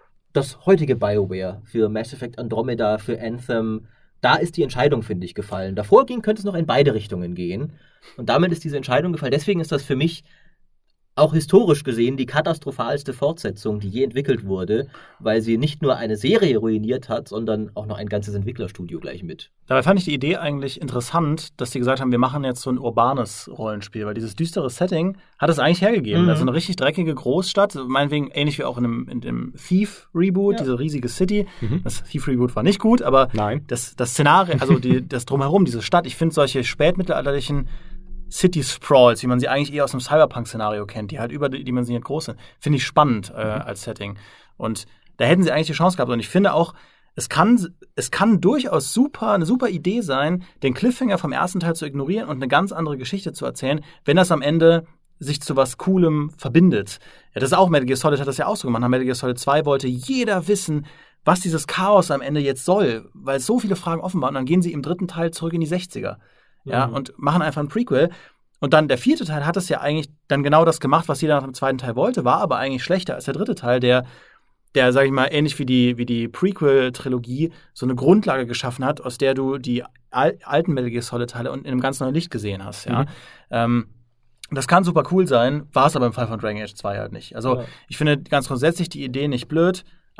das heutige BioWare, für Mass Effect Andromeda, für Anthem. Da ist die Entscheidung, finde ich, gefallen. Davor ging, könnte es noch in beide Richtungen gehen. Und damit ist diese Entscheidung gefallen. Deswegen ist das für mich auch historisch gesehen die katastrophalste Fortsetzung, die je entwickelt wurde, weil sie nicht nur eine Serie ruiniert hat, sondern auch noch ein ganzes Entwicklerstudio gleich mit. Dabei fand ich die Idee eigentlich interessant, dass die gesagt haben, wir machen jetzt so ein urbanes Rollenspiel, weil dieses düstere Setting hat es eigentlich hergegeben. Mhm. Also eine richtig dreckige Großstadt, meinetwegen ähnlich wie auch in dem, in dem Thief-Reboot, Ja. diese riesige City. Mhm. Das Thief-Reboot war nicht gut, aber Nein. das, das Szenario, also die, das Drumherum, diese Stadt, ich finde solche spätmittelalterlichen City-Sprawls, wie man sie eigentlich eher aus einem Cyberpunk-Szenario kennt, die halt überdimensioniert groß sind, finde ich spannend äh, Mhm. als Setting. Und da hätten sie eigentlich die Chance gehabt. Und ich finde auch, es kann, es kann durchaus super, eine super Idee sein, den Cliffhanger vom ersten Teil zu ignorieren und eine ganz andere Geschichte zu erzählen, wenn das am Ende sich zu was Coolem verbindet. Ja, das ist auch, Metal Gear Solid hat das ja auch so gemacht. Nach Metal Gear Solid zwei wollte jeder wissen, was dieses Chaos am Ende jetzt soll, weil so viele Fragen offen waren. Und dann gehen sie im dritten Teil zurück in die sechziger. Ja, Mhm. und machen einfach ein Prequel. Und dann der vierte Teil hat es ja eigentlich dann genau das gemacht, was jeder nach dem zweiten Teil wollte, war aber eigentlich schlechter als der dritte Teil, der, der, sag ich mal, ähnlich wie die, wie die Prequel-Trilogie so eine Grundlage geschaffen hat, aus der du die al- alten Metal Gear Solid-Teile in einem ganz neuen Licht gesehen hast, ja. Mhm. Ähm, das kann super cool sein, war es aber im Fall von Dragon Age zwei halt nicht. Also, Ja. ich finde ganz grundsätzlich die Idee nicht blöd,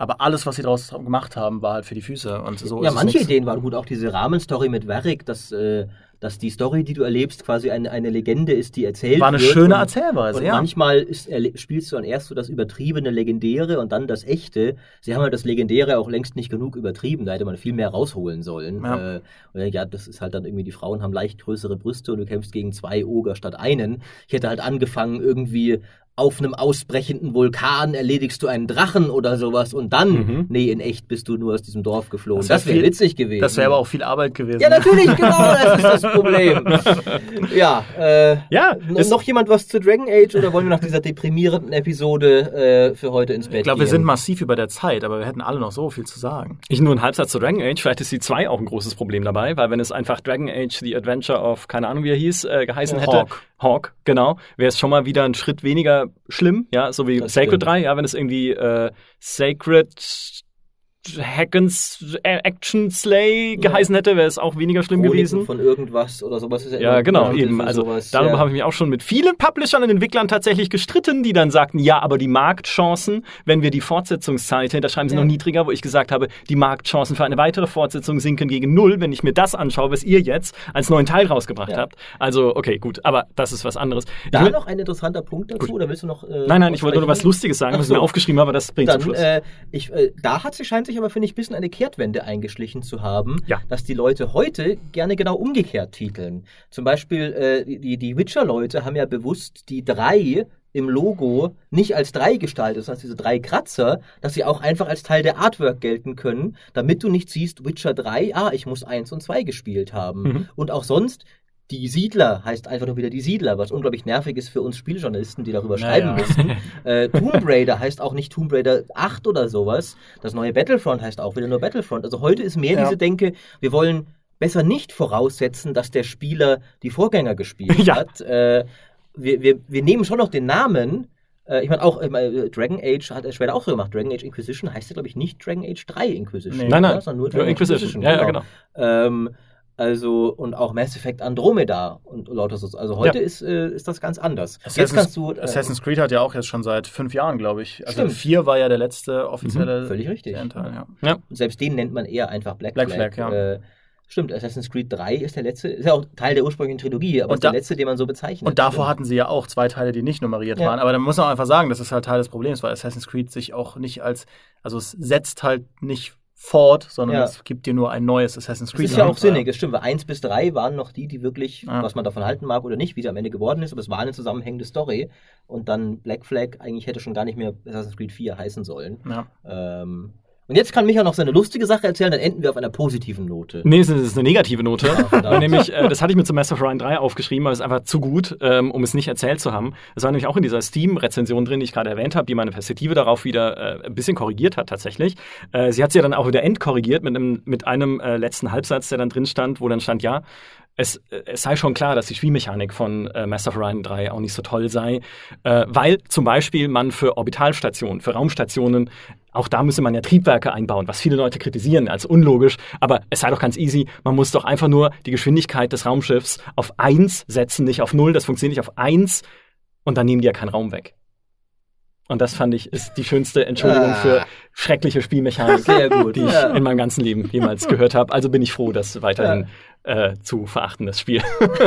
Aber alles, was sie daraus gemacht haben, war halt für die Füße. Und so ja, ist manche es Ideen waren gut. Auch diese Rahmenstory mit Varric, dass, äh, dass die Story, die du erlebst, quasi eine, eine Legende ist, die erzählt wird. War eine schöne und, Erzählweise, und ja. manchmal ist, erle- spielst du dann erst so das übertriebene Legendäre und dann das Echte. Sie haben halt das Legendäre auch längst nicht genug übertrieben. Da hätte man viel mehr rausholen sollen. Ja. Äh, und ja, das ist halt dann irgendwie, die Frauen haben leicht größere Brüste und du kämpfst gegen zwei Oger statt einen. Ich hätte halt angefangen, irgendwie auf einem ausbrechenden Vulkan erledigst du einen Drachen oder sowas und dann, Mhm. nee, in echt bist du nur aus diesem Dorf geflohen. Das Das, wär wäre viel- witzig gewesen. Das wäre aber auch viel Arbeit gewesen. Ja, natürlich, genau, das ist das Problem. Ja, äh, Ja, n- es- noch jemand was zu Dragon Age oder wollen wir nach dieser deprimierenden Episode äh, für heute ins Bett Ich glaube, wir gehen? sind massiv über der Zeit, aber wir hätten alle noch so viel zu sagen. Ich nur einen Halbsatz zu Dragon Age. Vielleicht ist die zwei auch ein großes Problem dabei, weil wenn es einfach Dragon Age The Adventure of, keine Ahnung wie er hieß, äh, geheißen Ja, hätte. Hawk. Hawk, genau. Wäre es schon mal wieder ein Schritt weniger schlimm, ja, so wie Das Sacred stimmt. drei, ja, wenn es irgendwie äh, Sacred Hackens Action Slay Ja. geheißen hätte, wäre es auch weniger schlimm Chroniken gewesen. von irgendwas oder sowas ist ja Ja, immer genau, ein Titel eben. für Also sowas, darüber ja. habe ich mich auch schon mit vielen Publishern und Entwicklern tatsächlich gestritten, die dann sagten, ja, aber die Marktchancen, wenn wir die Fortsetzungszeit, da schreiben sie Ja. noch niedriger, wo ich gesagt habe, die Marktchancen für eine weitere Fortsetzung sinken gegen null, wenn ich mir das anschaue, was ihr jetzt als neuen Teil rausgebracht Ja. habt. Also, okay, gut, aber das ist was anderes. Ich Da will- noch ein interessanter Punkt dazu, Gut. oder willst du noch... Äh, nein, nein, ich wollte nur was sprechen? Lustiges sagen, Ach was ich mir so. aufgeschrieben habe, aber das bringt zum Dann, Schluss. äh, ich, äh, da hat sich, scheint sich aber, finde ich, ein bisschen eine Kehrtwende eingeschlichen zu haben, Ja. dass die Leute heute gerne genau umgekehrt titeln. Zum Beispiel, äh, die, die Witcher-Leute haben ja bewusst die drei im Logo nicht als drei gestaltet, sondern diese drei Kratzer, dass sie auch einfach als Teil der Artwork gelten können, damit du nicht siehst, Witcher drei, ah, ich muss eins und zwei gespielt haben. Mhm. Und auch sonst, die Siedler heißt einfach nur wieder die Siedler, was unglaublich nervig ist für uns Spieljournalisten, die darüber schreiben ja. müssen. Äh, Tomb Raider heißt auch nicht Tomb Raider acht oder sowas. Das neue Battlefront heißt auch wieder nur Battlefront. Also heute ist mehr Ja. diese Denke, wir wollen besser nicht voraussetzen, dass der Spieler die Vorgänger gespielt Ja. hat. Äh, wir, wir, wir nehmen schon noch den Namen. Äh, ich meine auch, äh, Dragon Age hat er später auch so gemacht. Dragon Age Inquisition heißt ja, glaube ich, nicht Dragon Age drei Inquisition. Nee. Nein, nein, oder? Sondern nur nur Dragon Age Inquisition. Ja, ja, genau. Ähm, also, und auch Mass Effect Andromeda und lauter so. Also heute Ja. ist, äh, ist das ganz anders. Jetzt Assassin's, kannst du. Äh, Assassin's Creed hat ja auch jetzt schon seit fünf Jahren, glaube ich. Also Stimmt. vier war ja der letzte offizielle Mhm, völlig richtig. Teil, ja. Ja. Selbst den nennt man eher einfach Black, Black Flag. Flag, ja. äh, stimmt, Assassin's Creed drei ist der letzte, ist ja auch Teil der ursprünglichen Trilogie, aber Und ist der da- letzte, den man so bezeichnet. Und davor Stimmt. hatten sie ja auch zwei Teile, die nicht nummeriert Ja. waren. Aber da muss man einfach sagen, das ist halt Teil des Problems, weil Assassin's Creed sich auch nicht als, also es setzt halt nicht fort, sondern Ja. es gibt dir nur ein neues Assassin's Das Creed. ist ja auch Abenteuer. sinnig, das stimmt, weil eins bis drei waren noch die, die wirklich, Ja. was man davon halten mag oder nicht, wie sie am Ende geworden ist, aber es war eine zusammenhängende Story. Und dann Black Flag eigentlich hätte schon gar nicht mehr Assassin's Creed vier heißen sollen. Ja. Ähm, und jetzt kann Micha noch seine lustige Sache erzählen, dann enden wir auf einer positiven Note. Nee, es ist eine negative Note. verdammt. Weil nämlich, äh, das hatte ich mir zum Mass of Orion drei aufgeschrieben, aber es ist einfach zu gut, ähm, um es nicht erzählt zu haben. Es war nämlich auch in dieser Steam-Rezension drin, die ich gerade erwähnt habe, die meine Perspektive darauf wieder äh, ein bisschen korrigiert hat tatsächlich. Äh, sie hat sie ja dann auch wieder entkorrigiert mit einem, mit einem äh, letzten Halbsatz, der dann drin stand, wo dann stand, ja, Es, äh, es sei schon klar, dass die Spielmechanik von äh, Mass of Orion drei auch nicht so toll sei, äh, weil zum Beispiel man für Orbitalstationen, für Raumstationen, auch da müsse man ja Triebwerke einbauen, was viele Leute kritisieren als unlogisch, aber es sei doch ganz easy, man muss doch einfach nur die Geschwindigkeit des Raumschiffs auf eins setzen, nicht auf null, das funktioniert nicht auf eins und dann nehmen die ja keinen Raum weg. Und das fand ich, ist die schönste Entschuldigung Ah. für schreckliche Spielmechanik, Sehr gut. die ich Ja. in meinem ganzen Leben jemals gehört habe. Also bin ich froh, dass weiterhin äh, zu verachtendes Spiel.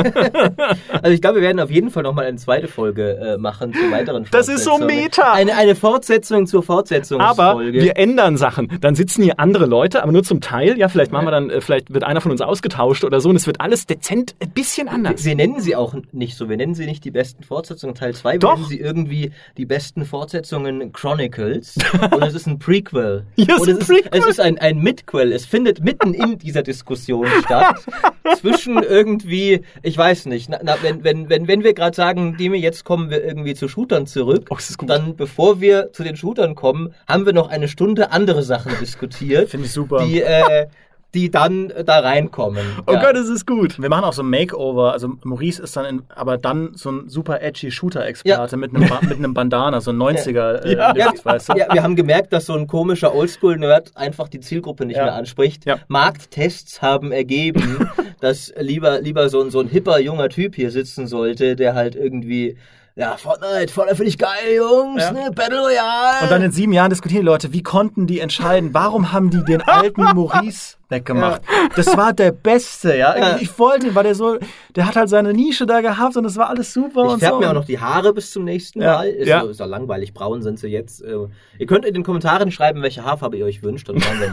Also ich glaube, wir werden auf jeden Fall nochmal eine zweite Folge äh, machen zu weiteren Das ist so Fortsetzungen. meta. Eine, eine Fortsetzung zur Fortsetzungsfolge. Aber wir ändern Sachen. Dann sitzen hier andere Leute, aber nur zum Teil. Ja, vielleicht machen wir dann, äh, vielleicht wird einer von uns ausgetauscht oder so und es wird alles dezent ein bisschen anders. Wir nennen sie auch nicht so. Wir nennen sie nicht die besten Fortsetzungen Teil zwei. Wir Doch. nennen sie irgendwie die besten Fortsetzungen Chronicles. Und es ist ein Prequel. Ja, es Und ist es ein ist, Prequel. es ist ein, ein Midquel. Es findet mitten in dieser Diskussion statt. Zwischen irgendwie, ich weiß nicht, na, na, wenn, wenn, wenn, wenn wir gerade sagen, Demi, jetzt kommen wir irgendwie zu Shootern zurück, Oh, das ist gut. dann bevor wir zu den Shootern kommen, haben wir noch eine Stunde andere Sachen diskutiert, Finde ich super. die, äh, die dann äh, da reinkommen. Oh Ja. Gott, das ist gut. Wir machen auch so ein Makeover. Also Maurice ist dann in, aber dann so ein super edgy Shooter-Experte mit einem ba mit einem Bandana, so ein neunziger äh, Ja. Lift, weißt du? Ja, wir haben gemerkt, dass so ein komischer Oldschool-Nerd einfach die Zielgruppe nicht Ja. mehr anspricht. Ja. Markttests haben ergeben, dass lieber, lieber so ein, so ein hipper, junger Typ hier sitzen sollte, der halt irgendwie ja, Fortnite, Fortnite finde ich geil, Jungs, Ja. ne, Battle Royale. Und dann in sieben Jahren diskutieren die Leute, wie konnten die entscheiden, warum haben die den alten Maurice weggemacht? Das war der Beste, ja. Ja. Ich, ich wollte ihn, weil der so, der hat halt seine Nische da gehabt und das war alles super Ich und färbe so. mir auch noch die Haare bis zum nächsten Ja. Mal. Ist, Ja. so, ist doch langweilig, braun sind sie jetzt. Äh, Ihr könnt in den Kommentaren schreiben, welche Haarfarbe ihr euch wünscht, dann schauen wir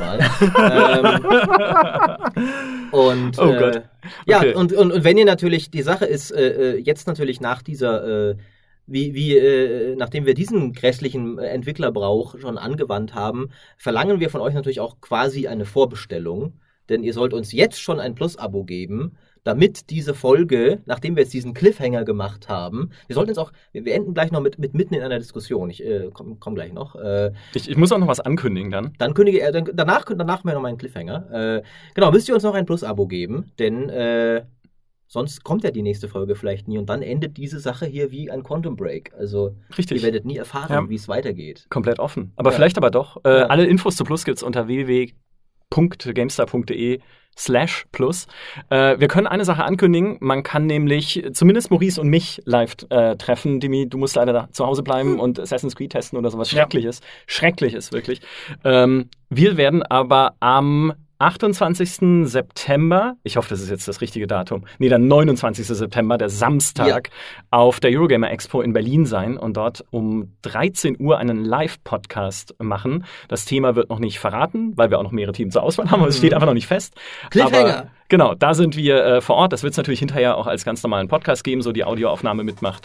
mal. ähm, und, Oh äh, Gott. Ja, Okay. und, und, und wenn ihr natürlich, die Sache ist, äh, jetzt natürlich nach dieser, äh, wie, wie äh, nachdem wir diesen grässlichen äh, Entwicklerbrauch schon angewandt haben, verlangen wir von euch natürlich auch quasi eine Vorbestellung. Denn ihr sollt uns jetzt schon ein Plus-Abo geben, damit diese Folge, nachdem wir jetzt diesen Cliffhanger gemacht haben, wir sollten jetzt auch, wir, wir enden gleich noch mit, mit mitten in einer Diskussion. Ich äh, komme komm gleich noch. Äh, Ich, ich muss auch noch was ankündigen dann. dann kündige er, dann, danach, danach haben wir noch mal einen Cliffhanger. Äh, genau, müsst ihr uns noch ein Plus-Abo geben, denn äh, sonst kommt ja die nächste Folge vielleicht nie und dann endet diese Sache hier wie ein Quantum Break. Also Richtig. ihr werdet nie erfahren, Ja. wie es weitergeht. Komplett offen. Aber Ja. vielleicht aber doch. Äh, Ja. Alle Infos zu Plus gibt's unter w w w punkt gamestar punkt de slash plus. Äh, wir können eine Sache ankündigen. Man kann nämlich zumindest Maurice und mich live äh, treffen. Dimi, du musst leider da zu Hause bleiben und Assassin's Creed testen oder sowas. Ja. Schreckliches. Schreckliches, wirklich. Ähm, wir werden aber am achtundzwanzigsten September, ich hoffe, das ist jetzt das richtige Datum, nee, der neunundzwanzigsten September, der Samstag, auf der Eurogamer Expo in Berlin sein und dort um dreizehn Uhr einen Live-Podcast machen. Das Thema wird noch nicht verraten, weil wir auch noch mehrere Teams zur Auswahl haben, aber es steht einfach noch nicht fest. Cliffhanger. Aber, genau, da sind wir äh, vor Ort. Das wird es natürlich hinterher auch als ganz normalen Podcast geben, so die Audioaufnahme mitmacht.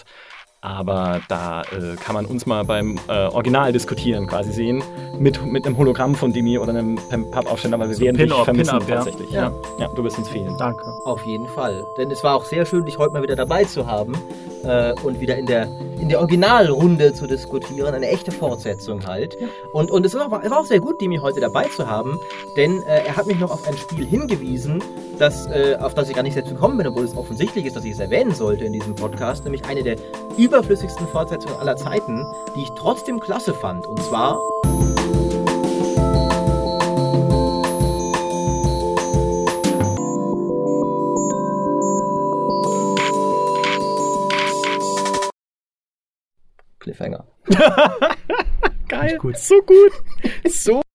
Aber da äh, kann man uns mal beim äh, Original diskutieren, quasi sehen, mit, mit einem Hologramm von Dimi oder einem Papp-Aufsteller, weil wir So werden dich Pin-Up, vermissen Pin-Up, ja. tatsächlich. Ja. Ja. ja, du wirst uns fehlen. Danke. Auf jeden Fall. Denn es war auch sehr schön, dich heute mal wieder dabei zu haben äh, und wieder in der, in der Originalrunde zu diskutieren. Eine echte Fortsetzung halt. Und, und es war, war auch sehr gut, Dimi heute dabei zu haben, denn äh, er hat mich noch auf ein Spiel hingewiesen, das, äh, auf das ich gar nicht selbst gekommen bin, obwohl es offensichtlich ist, dass ich es erwähnen sollte in diesem Podcast, nämlich eine der überflüssigsten Fortsetzungen aller Zeiten, die ich trotzdem klasse fand. Und zwar Cliffhanger. Geil. Gut. So gut. So